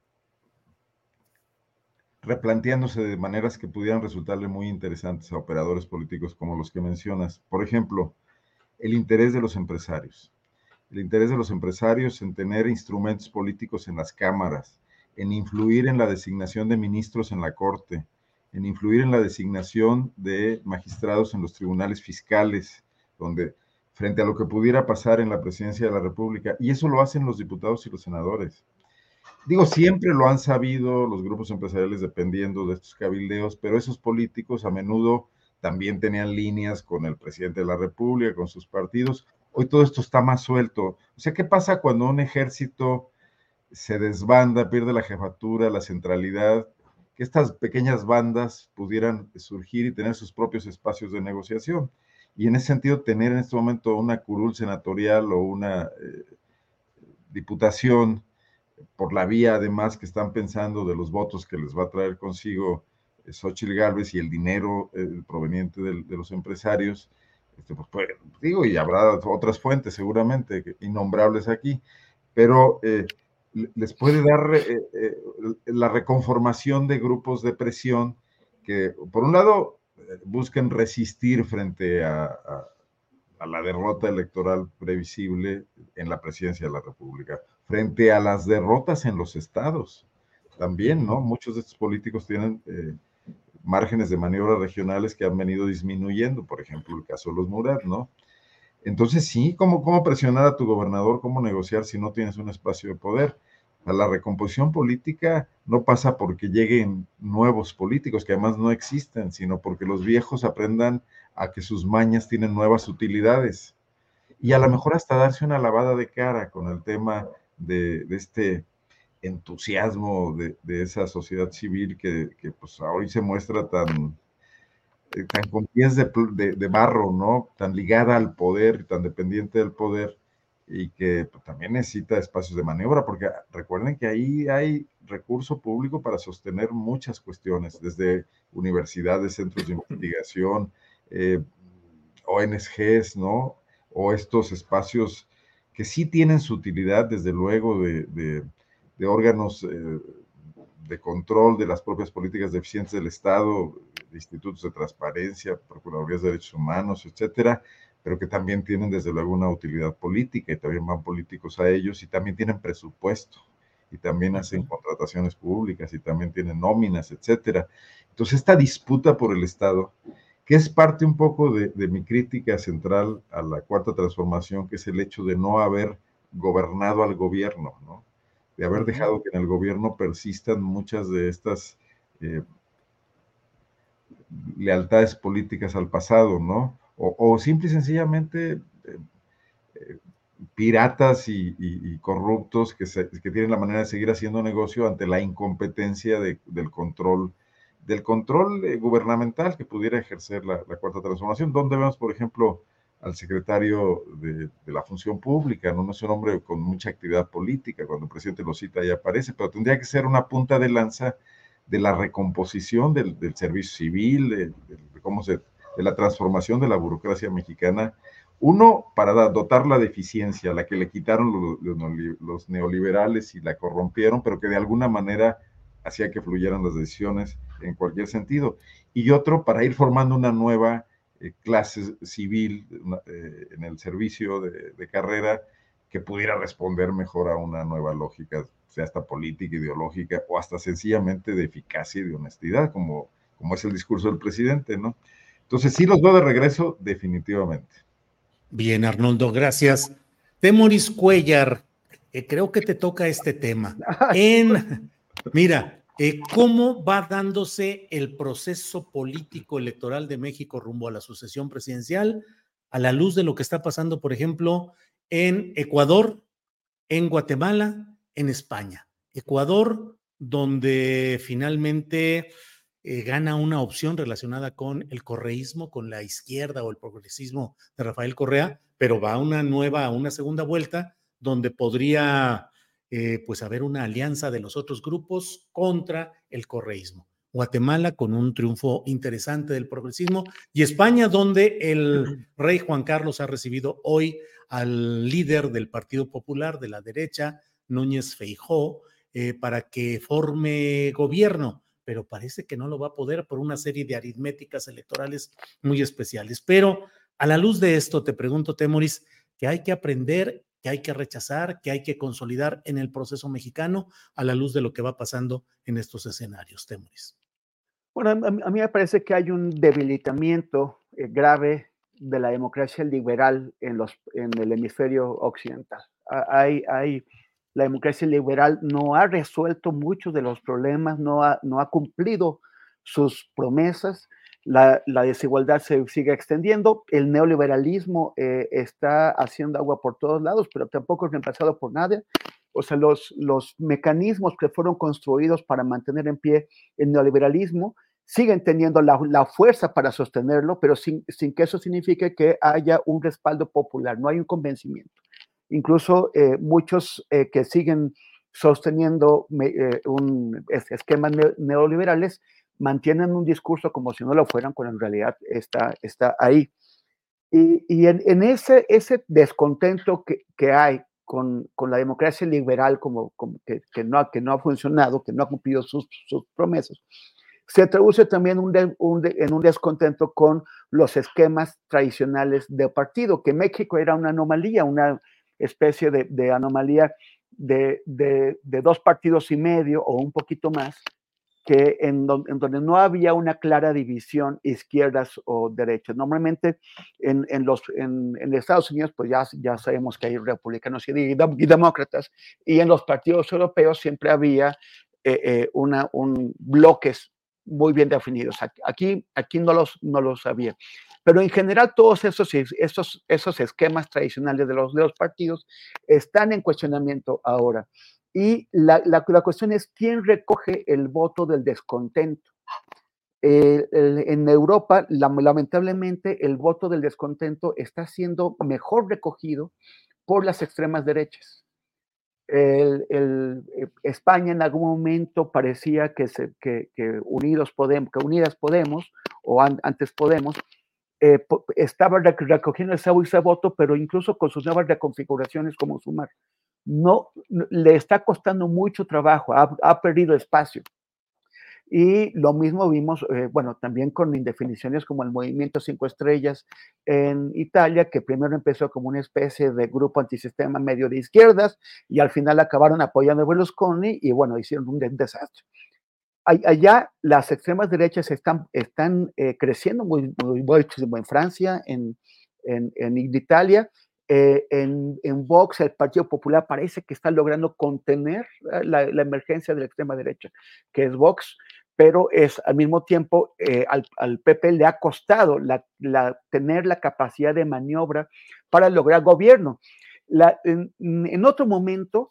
replanteándose de maneras que pudieran resultarle muy interesantes a operadores políticos como los que mencionas. Por ejemplo, el interés de los empresarios. El interés de los empresarios en tener instrumentos políticos en las cámaras, en influir en la designación de ministros en la Corte, en influir en la designación de magistrados en los tribunales fiscales, donde frente a lo que pudiera pasar en la presidencia de la República, y eso lo hacen los diputados y los senadores. Digo, siempre lo han sabido los grupos empresariales dependiendo de estos cabildeos, pero esos políticos a menudo también tenían líneas con el presidente de la República, con sus partidos. Hoy todo esto está más suelto. O sea, ¿qué pasa cuando un ejército se desbanda, pierde la jefatura, la centralidad? Que estas pequeñas bandas pudieran surgir y tener sus propios espacios de negociación. Y en ese sentido, tener en este momento una curul senatorial o una eh, diputación, por la vía además que están pensando de los votos que les va a traer consigo eh, Xóchitl Gálvez y el dinero eh, proveniente de, de los empresarios, este, pues, pues, digo, y habrá otras fuentes seguramente, que, innombrables aquí, pero eh, les puede dar eh, eh, la reconformación de grupos de presión que, por un lado, busquen resistir frente a, a, a la derrota electoral previsible en la presidencia de la República, frente a las derrotas en los estados. También, ¿no? Muchos de estos políticos tienen eh, márgenes de maniobra regionales que han venido disminuyendo, por ejemplo, el caso de los Murat, ¿no? Entonces, sí, ¿cómo, cómo presionar a tu gobernador? ¿Cómo negociar si no tienes un espacio de poder? La recomposición política no pasa porque lleguen nuevos políticos, que además no existen, sino porque los viejos aprendan a que sus mañas tienen nuevas utilidades. Y a lo mejor hasta darse una lavada de cara con el tema de, de este entusiasmo de, de esa sociedad civil que, que pues hoy se muestra tan, tan con pies de, de, de barro, ¿no? Tan ligada al poder, tan dependiente del poder, y que pues, también necesita espacios de maniobra, porque recuerden que ahí hay recurso público para sostener muchas cuestiones, desde universidades, centros de investigación, eh, O N Ges, ¿no? O estos espacios que sí tienen su utilidad, desde luego, de, de, de órganos eh, de control de las propias políticas de eficiencia del Estado, de institutos de transparencia, procuradurías de derechos humanos, etcétera, pero que también tienen desde luego una utilidad política y también van políticos a ellos y también tienen presupuesto y también hacen contrataciones públicas y también tienen nóminas, etcétera. Entonces esta disputa por el Estado, que es parte un poco de, de mi crítica central a la Cuarta Transformación, que es el hecho de no haber gobernado al gobierno, ¿no? De haber dejado que en el gobierno persistan muchas de estas eh, lealtades políticas al pasado, ¿no? O, o simple y sencillamente eh, eh, piratas y, y, y corruptos que, se, que tienen la manera de seguir haciendo negocio ante la incompetencia de, del control, del control eh, gubernamental que pudiera ejercer la, la Cuarta Transformación, donde vemos, por ejemplo, al secretario de, de la Función Pública, ¿no? No es un hombre con mucha actividad política, cuando el presidente lo cita ahí aparece, pero tendría que ser una punta de lanza de la recomposición del, del servicio civil, de, de, de, cómo se, de la transformación de la burocracia mexicana. Uno, para dotarla de eficiencia, la que le quitaron los, los, los neoliberales y la corrompieron, pero que de alguna manera hacía que fluyeran las decisiones en cualquier sentido. Y otro, para ir formando una nueva eh, clase civil una, eh, en el servicio de, de carrera que pudiera responder mejor a una nueva lógica, sea hasta política, ideológica, o hasta sencillamente de eficacia y de honestidad, como, como es el discurso del presidente, ¿no? Entonces, sí los veo de regreso, definitivamente. Bien, Arnoldo, gracias. Temoris Cuellar, eh, creo que te toca este tema. En, mira, eh, ¿cómo va dándose el proceso político electoral de México rumbo a la sucesión presidencial a la luz de lo que está pasando, por ejemplo, en Ecuador, en Guatemala, en España? Ecuador, donde finalmente eh, gana una opción relacionada con el correísmo, con la izquierda o el progresismo de Rafael Correa, pero va a una nueva, a una segunda vuelta, donde podría eh, pues haber una alianza de los otros grupos contra el correísmo. Guatemala con un triunfo interesante del progresismo, y España, donde el rey Juan Carlos ha recibido hoy al líder del Partido Popular de la derecha, Núñez Feijóo, eh, para que forme gobierno, pero parece que no lo va a poder por una serie de aritméticas electorales muy especiales. Pero a la luz de esto, te pregunto, Temoris, ¿qué hay que aprender, qué hay que rechazar, qué hay que consolidar en el proceso mexicano a la luz de lo que va pasando en estos escenarios, Temoris? Bueno, a, a mí me parece que hay un debilitamiento eh, grave de la democracia liberal en, los, en el hemisferio occidental. Hay, hay, la democracia liberal no ha resuelto muchos de los problemas, no ha, no ha cumplido sus promesas, la, la desigualdad se sigue extendiendo, el neoliberalismo eh, está haciendo agua por todos lados, pero tampoco es reemplazado por nadie. O sea, los, los mecanismos que fueron construidos para mantener en pie el neoliberalismo siguen teniendo la, la fuerza para sostenerlo, pero sin, sin que eso signifique que haya un respaldo popular, no hay un convencimiento. Incluso eh, muchos eh, que siguen sosteniendo eh, un, esquemas neoliberales mantienen un discurso como si no lo fueran, cuando en realidad está, está ahí. Y, y en, en ese, ese descontento que, que hay con, con la democracia liberal como, como que, que, no, que no ha funcionado, que no ha cumplido sus, sus promesas, se traduce también un de, un de, en un descontento con los esquemas tradicionales de partido, que México era una anomalía, una especie de, de anomalía de, de, de dos partidos y medio o un poquito más, que en, don, en donde no había una clara división izquierdas o derechas. Normalmente en, en, los, en, en Estados Unidos pues ya, ya sabemos que hay republicanos y, y, y demócratas, y en los partidos europeos siempre había eh, eh, una, un bloques muy bien definidos. Aquí, aquí no, los, no los había. Pero en general todos esos, esos, esos esquemas tradicionales de los, de los partidos están en cuestionamiento ahora. Y la, la, la cuestión es quién recoge el voto del descontento. Eh, el, en Europa, la, lamentablemente, el voto del descontento está siendo mejor recogido por las extremas derechas. El, el, España en algún momento parecía que, se, que, que, Unidos Podemos, que Unidas Podemos, o an, antes Podemos, eh, po, estaba recogiendo ese, ese voto, pero incluso con sus nuevas reconfiguraciones como Sumar. No, le está costando mucho trabajo, ha, ha perdido espacio. Y lo mismo vimos, eh, bueno, también con indefiniciones como el Movimiento Cinco Estrellas en Italia, que primero empezó como una especie de grupo antisistema medio de izquierdas y al final acabaron apoyando a Berlusconi y bueno, hicieron un desastre. Allá las extremas derechas están, están eh, creciendo muy, muy, muy en Francia, en, en, en Italia. Eh, en, en Vox, el Partido Popular parece que está logrando contener la, la emergencia de la extrema derecha, que es Vox, pero es al mismo tiempo eh, al, al P P le ha costado la, la, tener la capacidad de maniobra para lograr gobierno. La, en, en otro momento,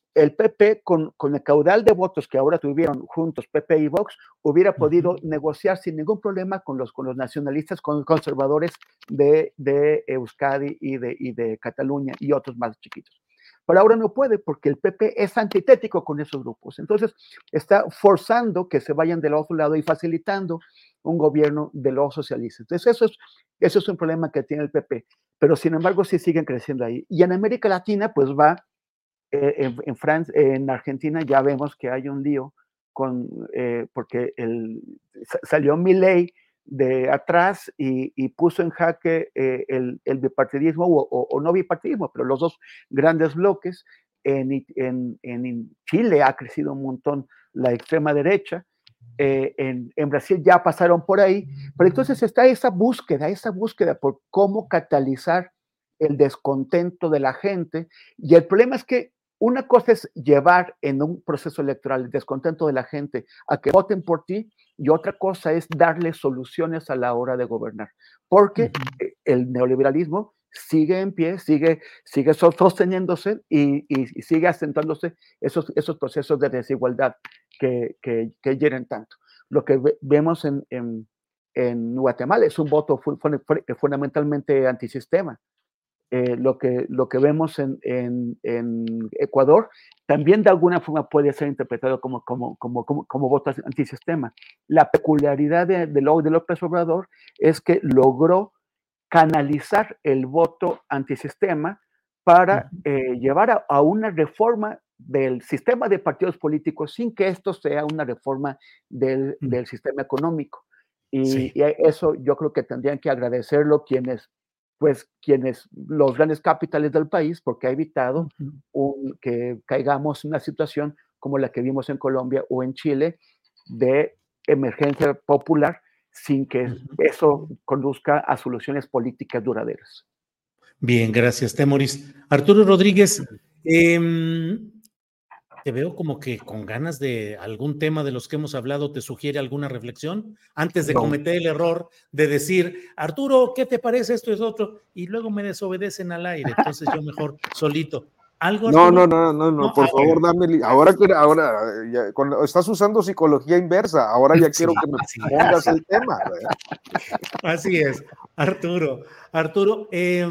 el P P, con, con el caudal de votos que ahora tuvieron juntos P P y Vox, hubiera podido uh-huh. negociar sin ningún problema con los, con los nacionalistas, con los conservadores de, de Euskadi y de, y de Cataluña y otros más chiquitos. Pero ahora no puede porque el P P es antitético con esos grupos. Entonces está forzando que se vayan del otro lado y facilitando un gobierno de los socialistas. Entonces eso es, eso es un problema que tiene el P P. Pero sin embargo sí siguen creciendo ahí. Y en América Latina pues va, eh, en, en, Francia, en Argentina ya vemos que hay un lío con, eh, porque el, salió Milei de atrás y, y puso en jaque eh, el, el bipartidismo, o, o, o no bipartidismo, pero los dos grandes bloques. En, en, en Chile ha crecido un montón la extrema derecha, eh, en, en Brasil ya pasaron por ahí, pero entonces está esa búsqueda, esa búsqueda por cómo catalizar el descontento de la gente, y el problema es que una cosa es llevar en un proceso electoral el descontento de la gente a que voten por ti, y otra cosa es darle soluciones a la hora de gobernar, porque uh-huh. el neoliberalismo sigue en pie, sigue, sigue sosteniéndose y, y, y sigue acentuándose esos, esos procesos de desigualdad que, que, que hieren tanto. Lo que ve, vemos en, en, en Guatemala es un voto fu, fu, fundamentalmente antisistema. Eh, lo, que, lo que vemos en, en, en Ecuador también de alguna forma puede ser interpretado como, como, como, como, como voto antisistema. La peculiaridad de, de, de López Obrador es que logró canalizar el voto antisistema para eh, llevar a, a una reforma del sistema de partidos políticos sin que esto sea una reforma del, del sistema económico. Y, sí. y eso yo creo que tendrían que agradecerlo quienes, pues, quienes, los grandes capitales del país, porque ha evitado uh-huh. un, que caigamos en una situación como la que vimos en Colombia o en Chile de emergencia popular, sin que uh-huh. eso conduzca a soluciones políticas duraderas. Bien, gracias, Temoris. Arturo Rodríguez, eh, te veo como que con ganas de algún tema de los que hemos hablado. ¿Te sugiere alguna reflexión antes de no. cometer el error de decir, Arturo, ¿qué te parece esto es otro? Y luego me desobedecen al aire, entonces yo mejor solito. ¿Algo, no, no, no, no, no, por favor, dame. Ahora que ahora ya, cuando estás usando psicología inversa, ahora ya quiero sí, que me sí, pongas sí. el tema. ¿verdad? Así es, Arturo. Arturo, eh,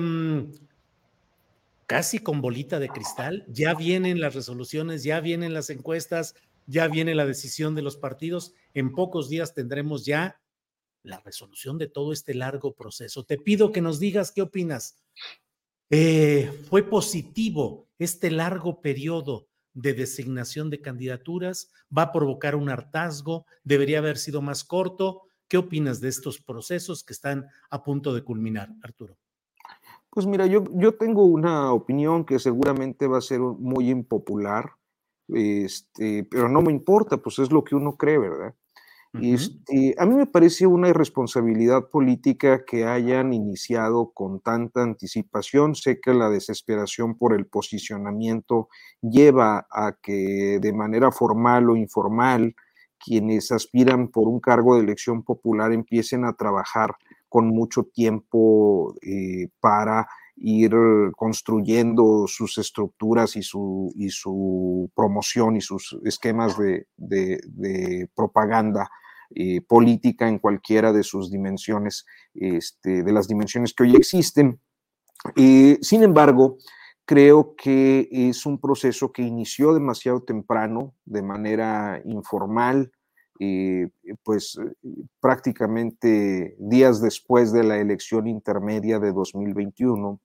casi con bolita de cristal, ya vienen las resoluciones, ya vienen las encuestas, ya viene la decisión de los partidos. En pocos días tendremos ya la resolución de todo este largo proceso. Te pido que nos digas qué opinas. Eh, ¿Fue positivo este largo periodo de designación de candidaturas? ¿Va a provocar un hartazgo? ¿Debería haber sido más corto? ¿Qué opinas de estos procesos que están a punto de culminar, Arturo? Pues mira, yo, yo tengo una opinión que seguramente va a ser muy impopular, este, pero no me importa, pues es lo que uno cree, ¿verdad? Uh-huh. Este, a mí me parece una irresponsabilidad política que hayan iniciado con tanta anticipación. Sé que la desesperación por el posicionamiento lleva a que de manera formal o informal quienes aspiran por un cargo de elección popular empiecen a trabajar con mucho tiempo eh, para ir construyendo sus estructuras y su, y su promoción y sus esquemas de, de, de propaganda eh, política en cualquiera de sus dimensiones, este, de las dimensiones que hoy existen. Eh, sin embargo, creo que es un proceso que inició demasiado temprano, de manera informal, Eh, pues prácticamente días después de la elección intermedia de dos mil veintiuno,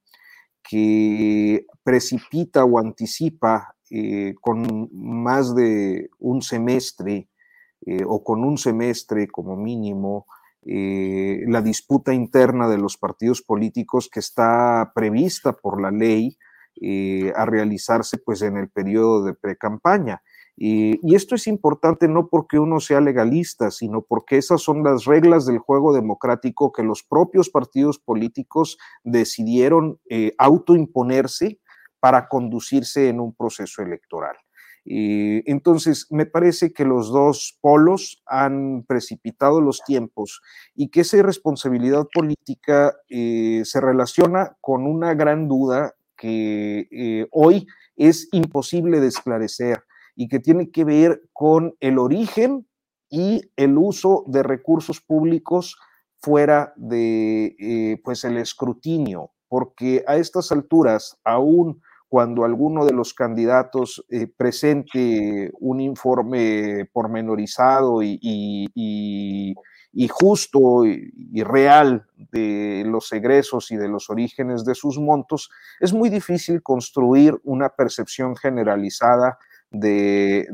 que precipita o anticipa eh, con más de un semestre eh, o con un semestre como mínimo eh, la disputa interna de los partidos políticos que está prevista por la ley eh, a realizarse pues en el periodo de precampaña. Y, y esto es importante no porque uno sea legalista, sino porque esas son las reglas del juego democrático que los propios partidos políticos decidieron eh, autoimponerse para conducirse en un proceso electoral. Y entonces, me parece que los dos polos han precipitado los tiempos y que esa irresponsabilidad política eh, se relaciona con una gran duda que eh, hoy es imposible de esclarecer y que tiene que ver con el origen y el uso de recursos públicos fuera de eh, pues el escrutinio, porque a estas alturas, aún cuando alguno de los candidatos eh, presente un informe pormenorizado y, y, y, y justo y, y real de los egresos y de los orígenes de sus montos, es muy difícil construir una percepción generalizada de,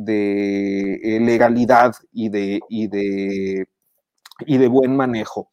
de legalidad y de, y de, y de buen manejo.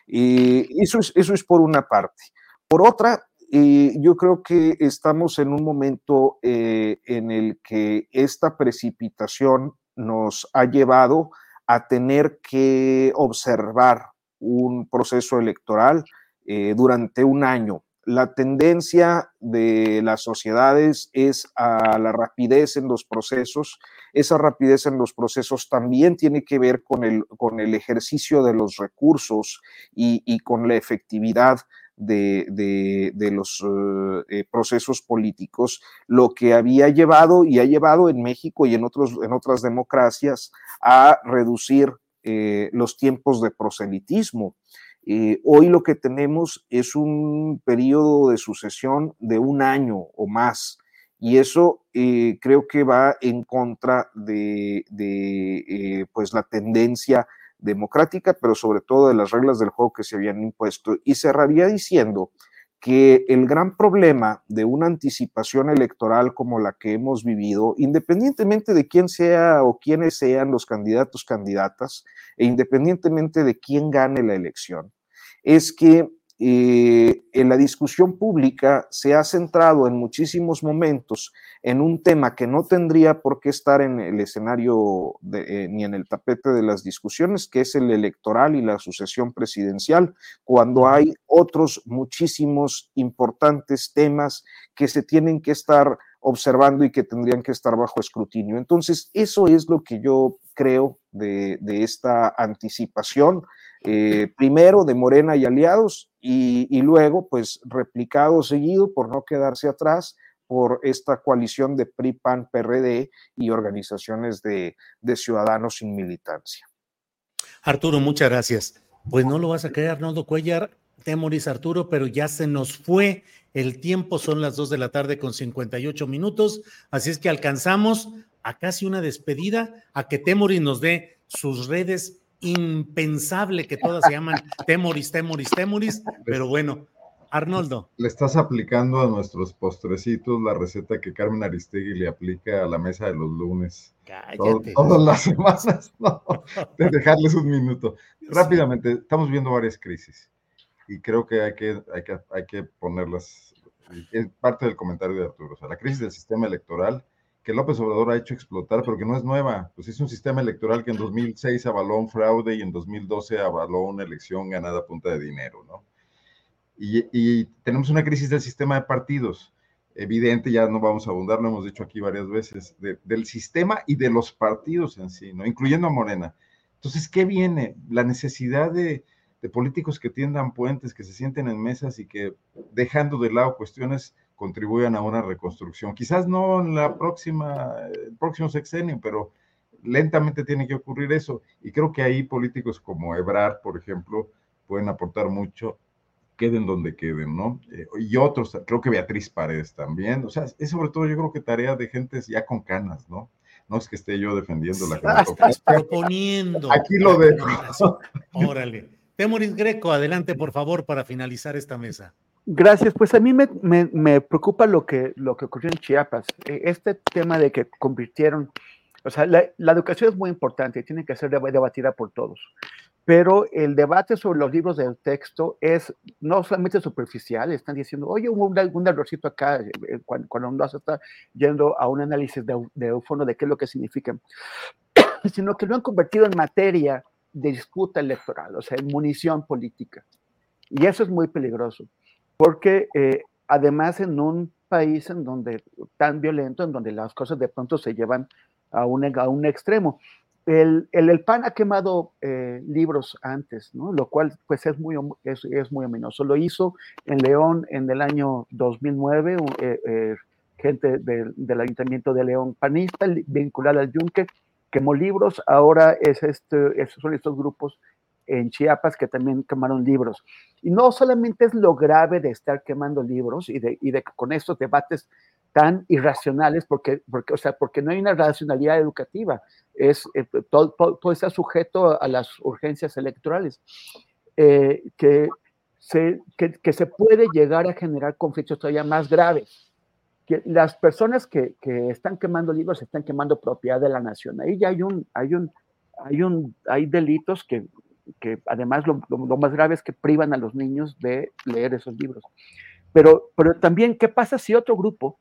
Y eso es, eso es por una parte. Por otra, eh, yo creo que estamos en un momento eh, en el que esta precipitación nos ha llevado a tener que observar un proceso electoral eh, durante un año. La tendencia de las sociedades es a la rapidez en los procesos. Esa rapidez en los procesos también tiene que ver con el, con el ejercicio de los recursos y, y con la efectividad de, de, de los uh, eh, procesos políticos, lo que había llevado y ha llevado en México y en, otros, en otras democracias a reducir eh, los tiempos de proselitismo. Eh, hoy lo que tenemos es un periodo de sucesión de un año o más, y eso eh, creo que va en contra de, de eh, pues la tendencia democrática, pero sobre todo de las reglas del juego que se habían impuesto. Y cerraría diciendo que el gran problema de una anticipación electoral como la que hemos vivido, independientemente de quién sea o quiénes sean los candidatos, candidatas, e independientemente de quién gane la elección, es que eh, en la discusión pública se ha centrado en muchísimos momentos en un tema que no tendría por qué estar en el escenario de, eh, ni en el tapete de las discusiones, que es el electoral y la sucesión presidencial, cuando hay otros muchísimos importantes temas que se tienen que estar observando y que tendrían que estar bajo escrutinio. Entonces, eso es lo que yo creo de, de esta anticipación, eh, primero de Morena y aliados, y, y luego, pues, replicado seguido, por no quedarse atrás, por esta coalición de P R I, P A N, P R D y organizaciones de, de ciudadanos sin militancia. Arturo, muchas gracias. Pues no lo vas a creer, Arnoldo Cuellar, Temoris, Arturo, pero ya se nos fue el tiempo, son las dos de la tarde con cincuenta y ocho minutos, así es que alcanzamos a casi una despedida, a que Temoris nos dé sus redes, impensable que todas se llaman Temoris, Temoris, Temoris, pero bueno, Arnoldo. Le estás aplicando a nuestros postrecitos la receta que Carmen Aristegui le aplica a la mesa de los lunes. Todo, todas las semanas, no, de dejarles un minuto. Rápidamente, estamos viendo varias crisis y creo que hay que, hay que, hay que ponerlas, es parte del comentario de Arturo, o sea, la crisis del sistema electoral que López Obrador ha hecho explotar, pero que no es nueva, pues es un sistema electoral que en dos mil seis avaló un fraude y en dos mil doce avaló una elección ganada a punta de dinero, ¿no? Y, y tenemos una crisis del sistema de partidos, evidente, ya no vamos a abundar, lo hemos dicho aquí varias veces, de, del sistema y de los partidos en sí, ¿no? Incluyendo a Morena. Entonces, ¿qué viene? La necesidad de, de políticos que tiendan puentes, que se sienten en mesas y que, dejando de lado cuestiones, contribuyan a una reconstrucción. Quizás no en la próxima, el próximo sexenio, pero lentamente tiene que ocurrir eso. Y creo que ahí políticos como Ebrard, por ejemplo, pueden aportar mucho, queden donde queden, ¿no? Eh, y otros, creo que Beatriz Paredes también. O sea, es sobre todo yo creo que tarea de gentes ya con canas, ¿no? No es que esté yo defendiendo la cana. Estás proponiendo. Aquí lo dejo. Órale. Temoris Greco, adelante, por favor, para finalizar esta mesa. Gracias, pues a mí me, me, me preocupa lo que, lo que ocurrió en Chiapas, este tema de que convirtieron, o sea, la, la educación es muy importante y tiene que ser debatida por todos, pero el debate sobre los libros del texto es no solamente superficial, están diciendo, oye, hubo un, un errorcito acá, cuando, cuando uno se está yendo a un análisis de, de fondo de qué es lo que significan, sino que lo han convertido en materia de disputa electoral, o sea, en munición política, y eso es muy peligroso. Porque eh, además en un país en donde tan violento, en donde las cosas de pronto se llevan a un, a un extremo. el, el, el P A N ha quemado eh, libros antes, ¿no? Lo cual pues es muy, es, es muy ominoso. Lo hizo en León en el año dos mil nueve, eh, eh, gente de, del Ayuntamiento de León panista vinculada al Yunque quemó libros. Ahora es este, es, son estos grupos en Chiapas que también quemaron libros. Y no solamente es lo grave de estar quemando libros y de, y de con estos debates tan irracionales, porque, porque, o sea, porque no hay una racionalidad educativa, es, eh, todo, todo, todo está sujeto a las urgencias electorales, eh, que, se, que, que se puede llegar a generar conflictos todavía más graves. Que las personas que, que están quemando libros están quemando propiedad de la nación. Ahí ya hay un, hay un, hay un, hay delitos que que además lo, lo, lo más grave es que privan a los niños de leer esos libros. Pero, pero también, ¿qué pasa si otro grupo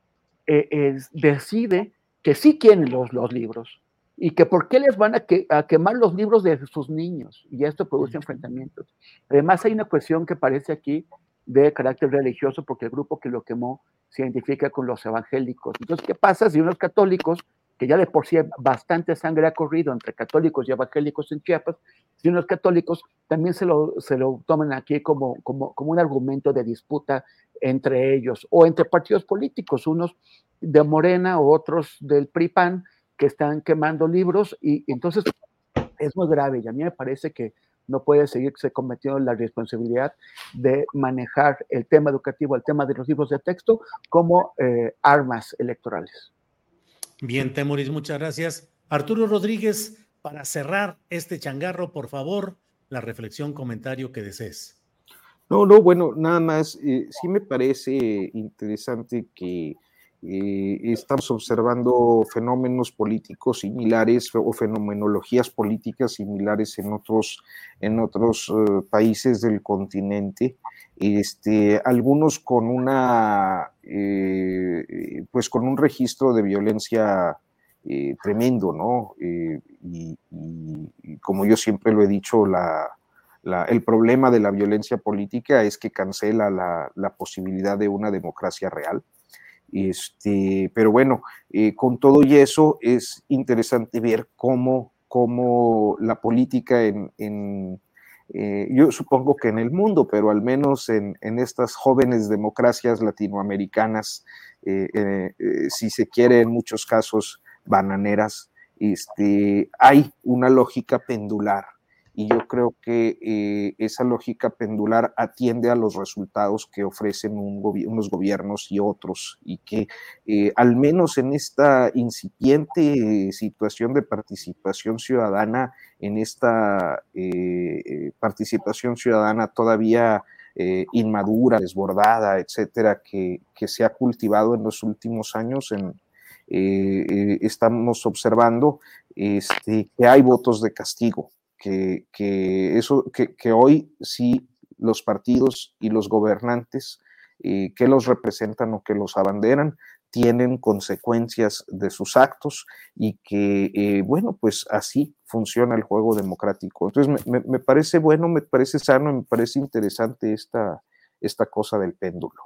eh, es, decide que sí quieren los, los libros y que por qué les van a, que, a quemar los libros de sus niños? Y esto produce enfrentamientos. Además, hay una cuestión que parece aquí de carácter religioso, porque el grupo que lo quemó se identifica con los evangélicos. Entonces, ¿qué pasa si unos católicos, que ya de por sí bastante sangre ha corrido entre católicos y evangélicos en Chiapas, si unos católicos también se lo, se lo toman aquí como, como, como un argumento de disputa entre ellos, o entre partidos políticos, unos de Morena o otros del P R I P A N, que están quemando libros, y entonces es muy grave, y a mí me parece que no puede seguirse cometiendo la responsabilidad de manejar el tema educativo, el tema de los libros de texto, como eh, armas electorales. Bien, Temoris, muchas gracias. Arturo Rodríguez, para cerrar este changarro, por favor, la reflexión, comentario que desees. No, no, bueno, nada más, eh, sí me parece interesante que eh, estamos observando fenómenos políticos similares o fenomenologías políticas similares en otros, en otros uh, países del continente, este, algunos con una, eh, pues con un registro de violencia eh, tremendo, ¿no? Eh, y, y, y como yo siempre lo he dicho, la La, el problema de la violencia política es que cancela la, la posibilidad de una democracia real. Este, pero bueno, eh, con todo y eso es interesante ver cómo, cómo la política en, en eh, yo supongo que en el mundo, pero al menos en, en estas jóvenes democracias latinoamericanas, eh, eh, eh, si se quiere en muchos casos bananeras, este, hay una lógica pendular. Y yo creo que eh, esa lógica pendular atiende a los resultados que ofrecen un gobi- unos gobiernos y otros, y que eh, al menos en esta incipiente situación de participación ciudadana, en esta eh, participación ciudadana todavía eh, inmadura, desbordada, etcétera, que, que se ha cultivado en los últimos años, en, eh, eh, estamos observando este, que hay votos de castigo. Que, que, eso, que, que hoy sí los partidos y los gobernantes eh, que los representan o que los abanderan tienen consecuencias de sus actos y que, eh, bueno, pues así funciona el juego democrático. Entonces me, me, me parece bueno, me parece sano, me parece interesante esta, esta cosa del péndulo.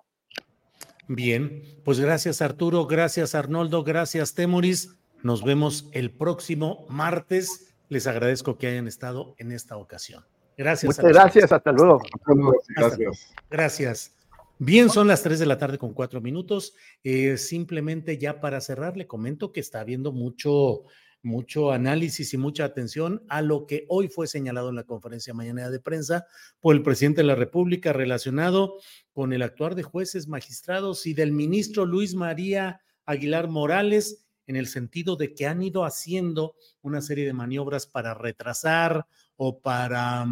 Bien, pues gracias Arturo, gracias Arnoldo, gracias Temoris. Nos vemos el próximo martes. Les agradezco que hayan estado en esta ocasión. Gracias. Muchas gracias, hasta luego. Hasta luego. Gracias. Gracias. Bien, son las tres de la tarde con cuatro minutos. Eh, simplemente ya para cerrar, le comento que está habiendo mucho, mucho análisis y mucha atención a lo que hoy fue señalado en la conferencia mañanera de prensa por el presidente de la República relacionado con el actuar de jueces, magistrados y del ministro Luis María Aguilar Morales, en el sentido de que han ido haciendo una serie de maniobras para retrasar o para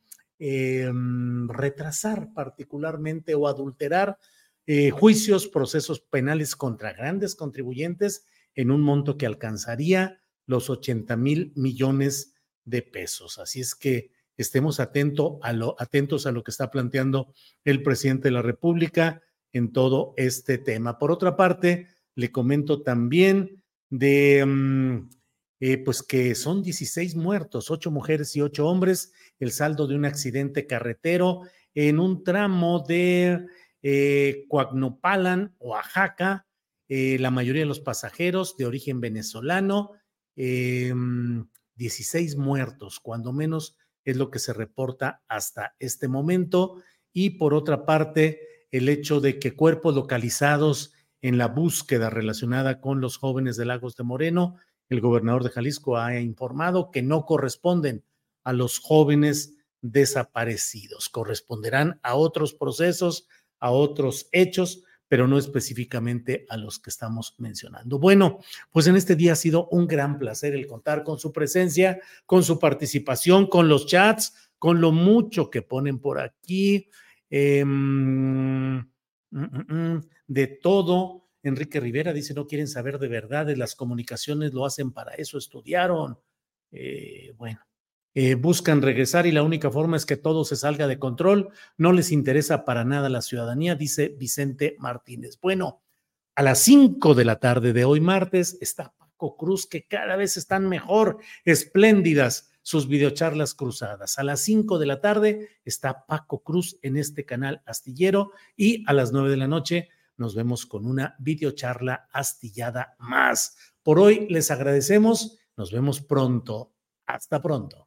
eh, retrasar particularmente o adulterar eh, juicios, procesos penales contra grandes contribuyentes en un monto que alcanzaría los ochenta mil millones de pesos. Así es que estemos atento a lo, atentos a lo que está planteando el presidente de la República en todo este tema. Por otra parte, le comento también de um, eh, pues que son dieciséis muertos, ocho mujeres y ocho hombres, el saldo de un accidente carretero en un tramo de eh, Coacnopalan, Oaxaca, eh, la mayoría de los pasajeros de origen venezolano, eh, dieciséis muertos, cuando menos es lo que se reporta hasta este momento. Y por otra parte, el hecho de que cuerpos localizados en la búsqueda relacionada con los jóvenes de Lagos de Moreno, el gobernador de Jalisco ha informado que no corresponden a los jóvenes desaparecidos, corresponderán a otros procesos, a otros hechos, pero no específicamente a los que estamos mencionando. Bueno, pues en este día ha sido un gran placer el contar con su presencia, con su participación, con los chats, con lo mucho que ponen por aquí, eh, mm, mm, mm, de todo. Enrique Rivera dice, no quieren saber de verdades, las comunicaciones lo hacen para eso, estudiaron. Eh, bueno, eh, buscan regresar y la única forma es que todo se salga de control, no les interesa para nada la ciudadanía, dice Vicente Martínez. Bueno, a las cinco de la tarde de hoy martes está Paco Cruz, que cada vez están mejor, espléndidas sus videocharlas cruzadas. A las cinco de la tarde está Paco Cruz en este canal astillero y a las nueve de la noche nos vemos con una videocharla astillada más. Por hoy les agradecemos. Nos vemos pronto. Hasta pronto.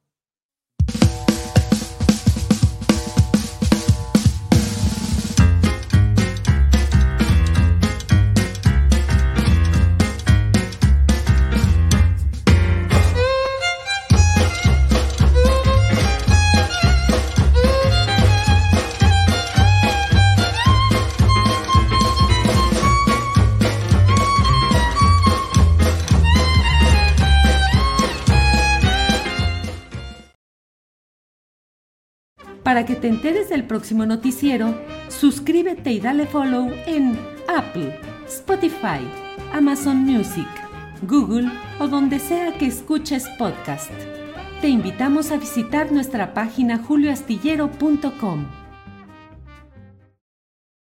Para que te enteres del próximo noticiero, suscríbete y dale follow en Apple, Spotify, Amazon Music, Google o donde sea que escuches podcast. Te invitamos a visitar nuestra página julio astillero punto com.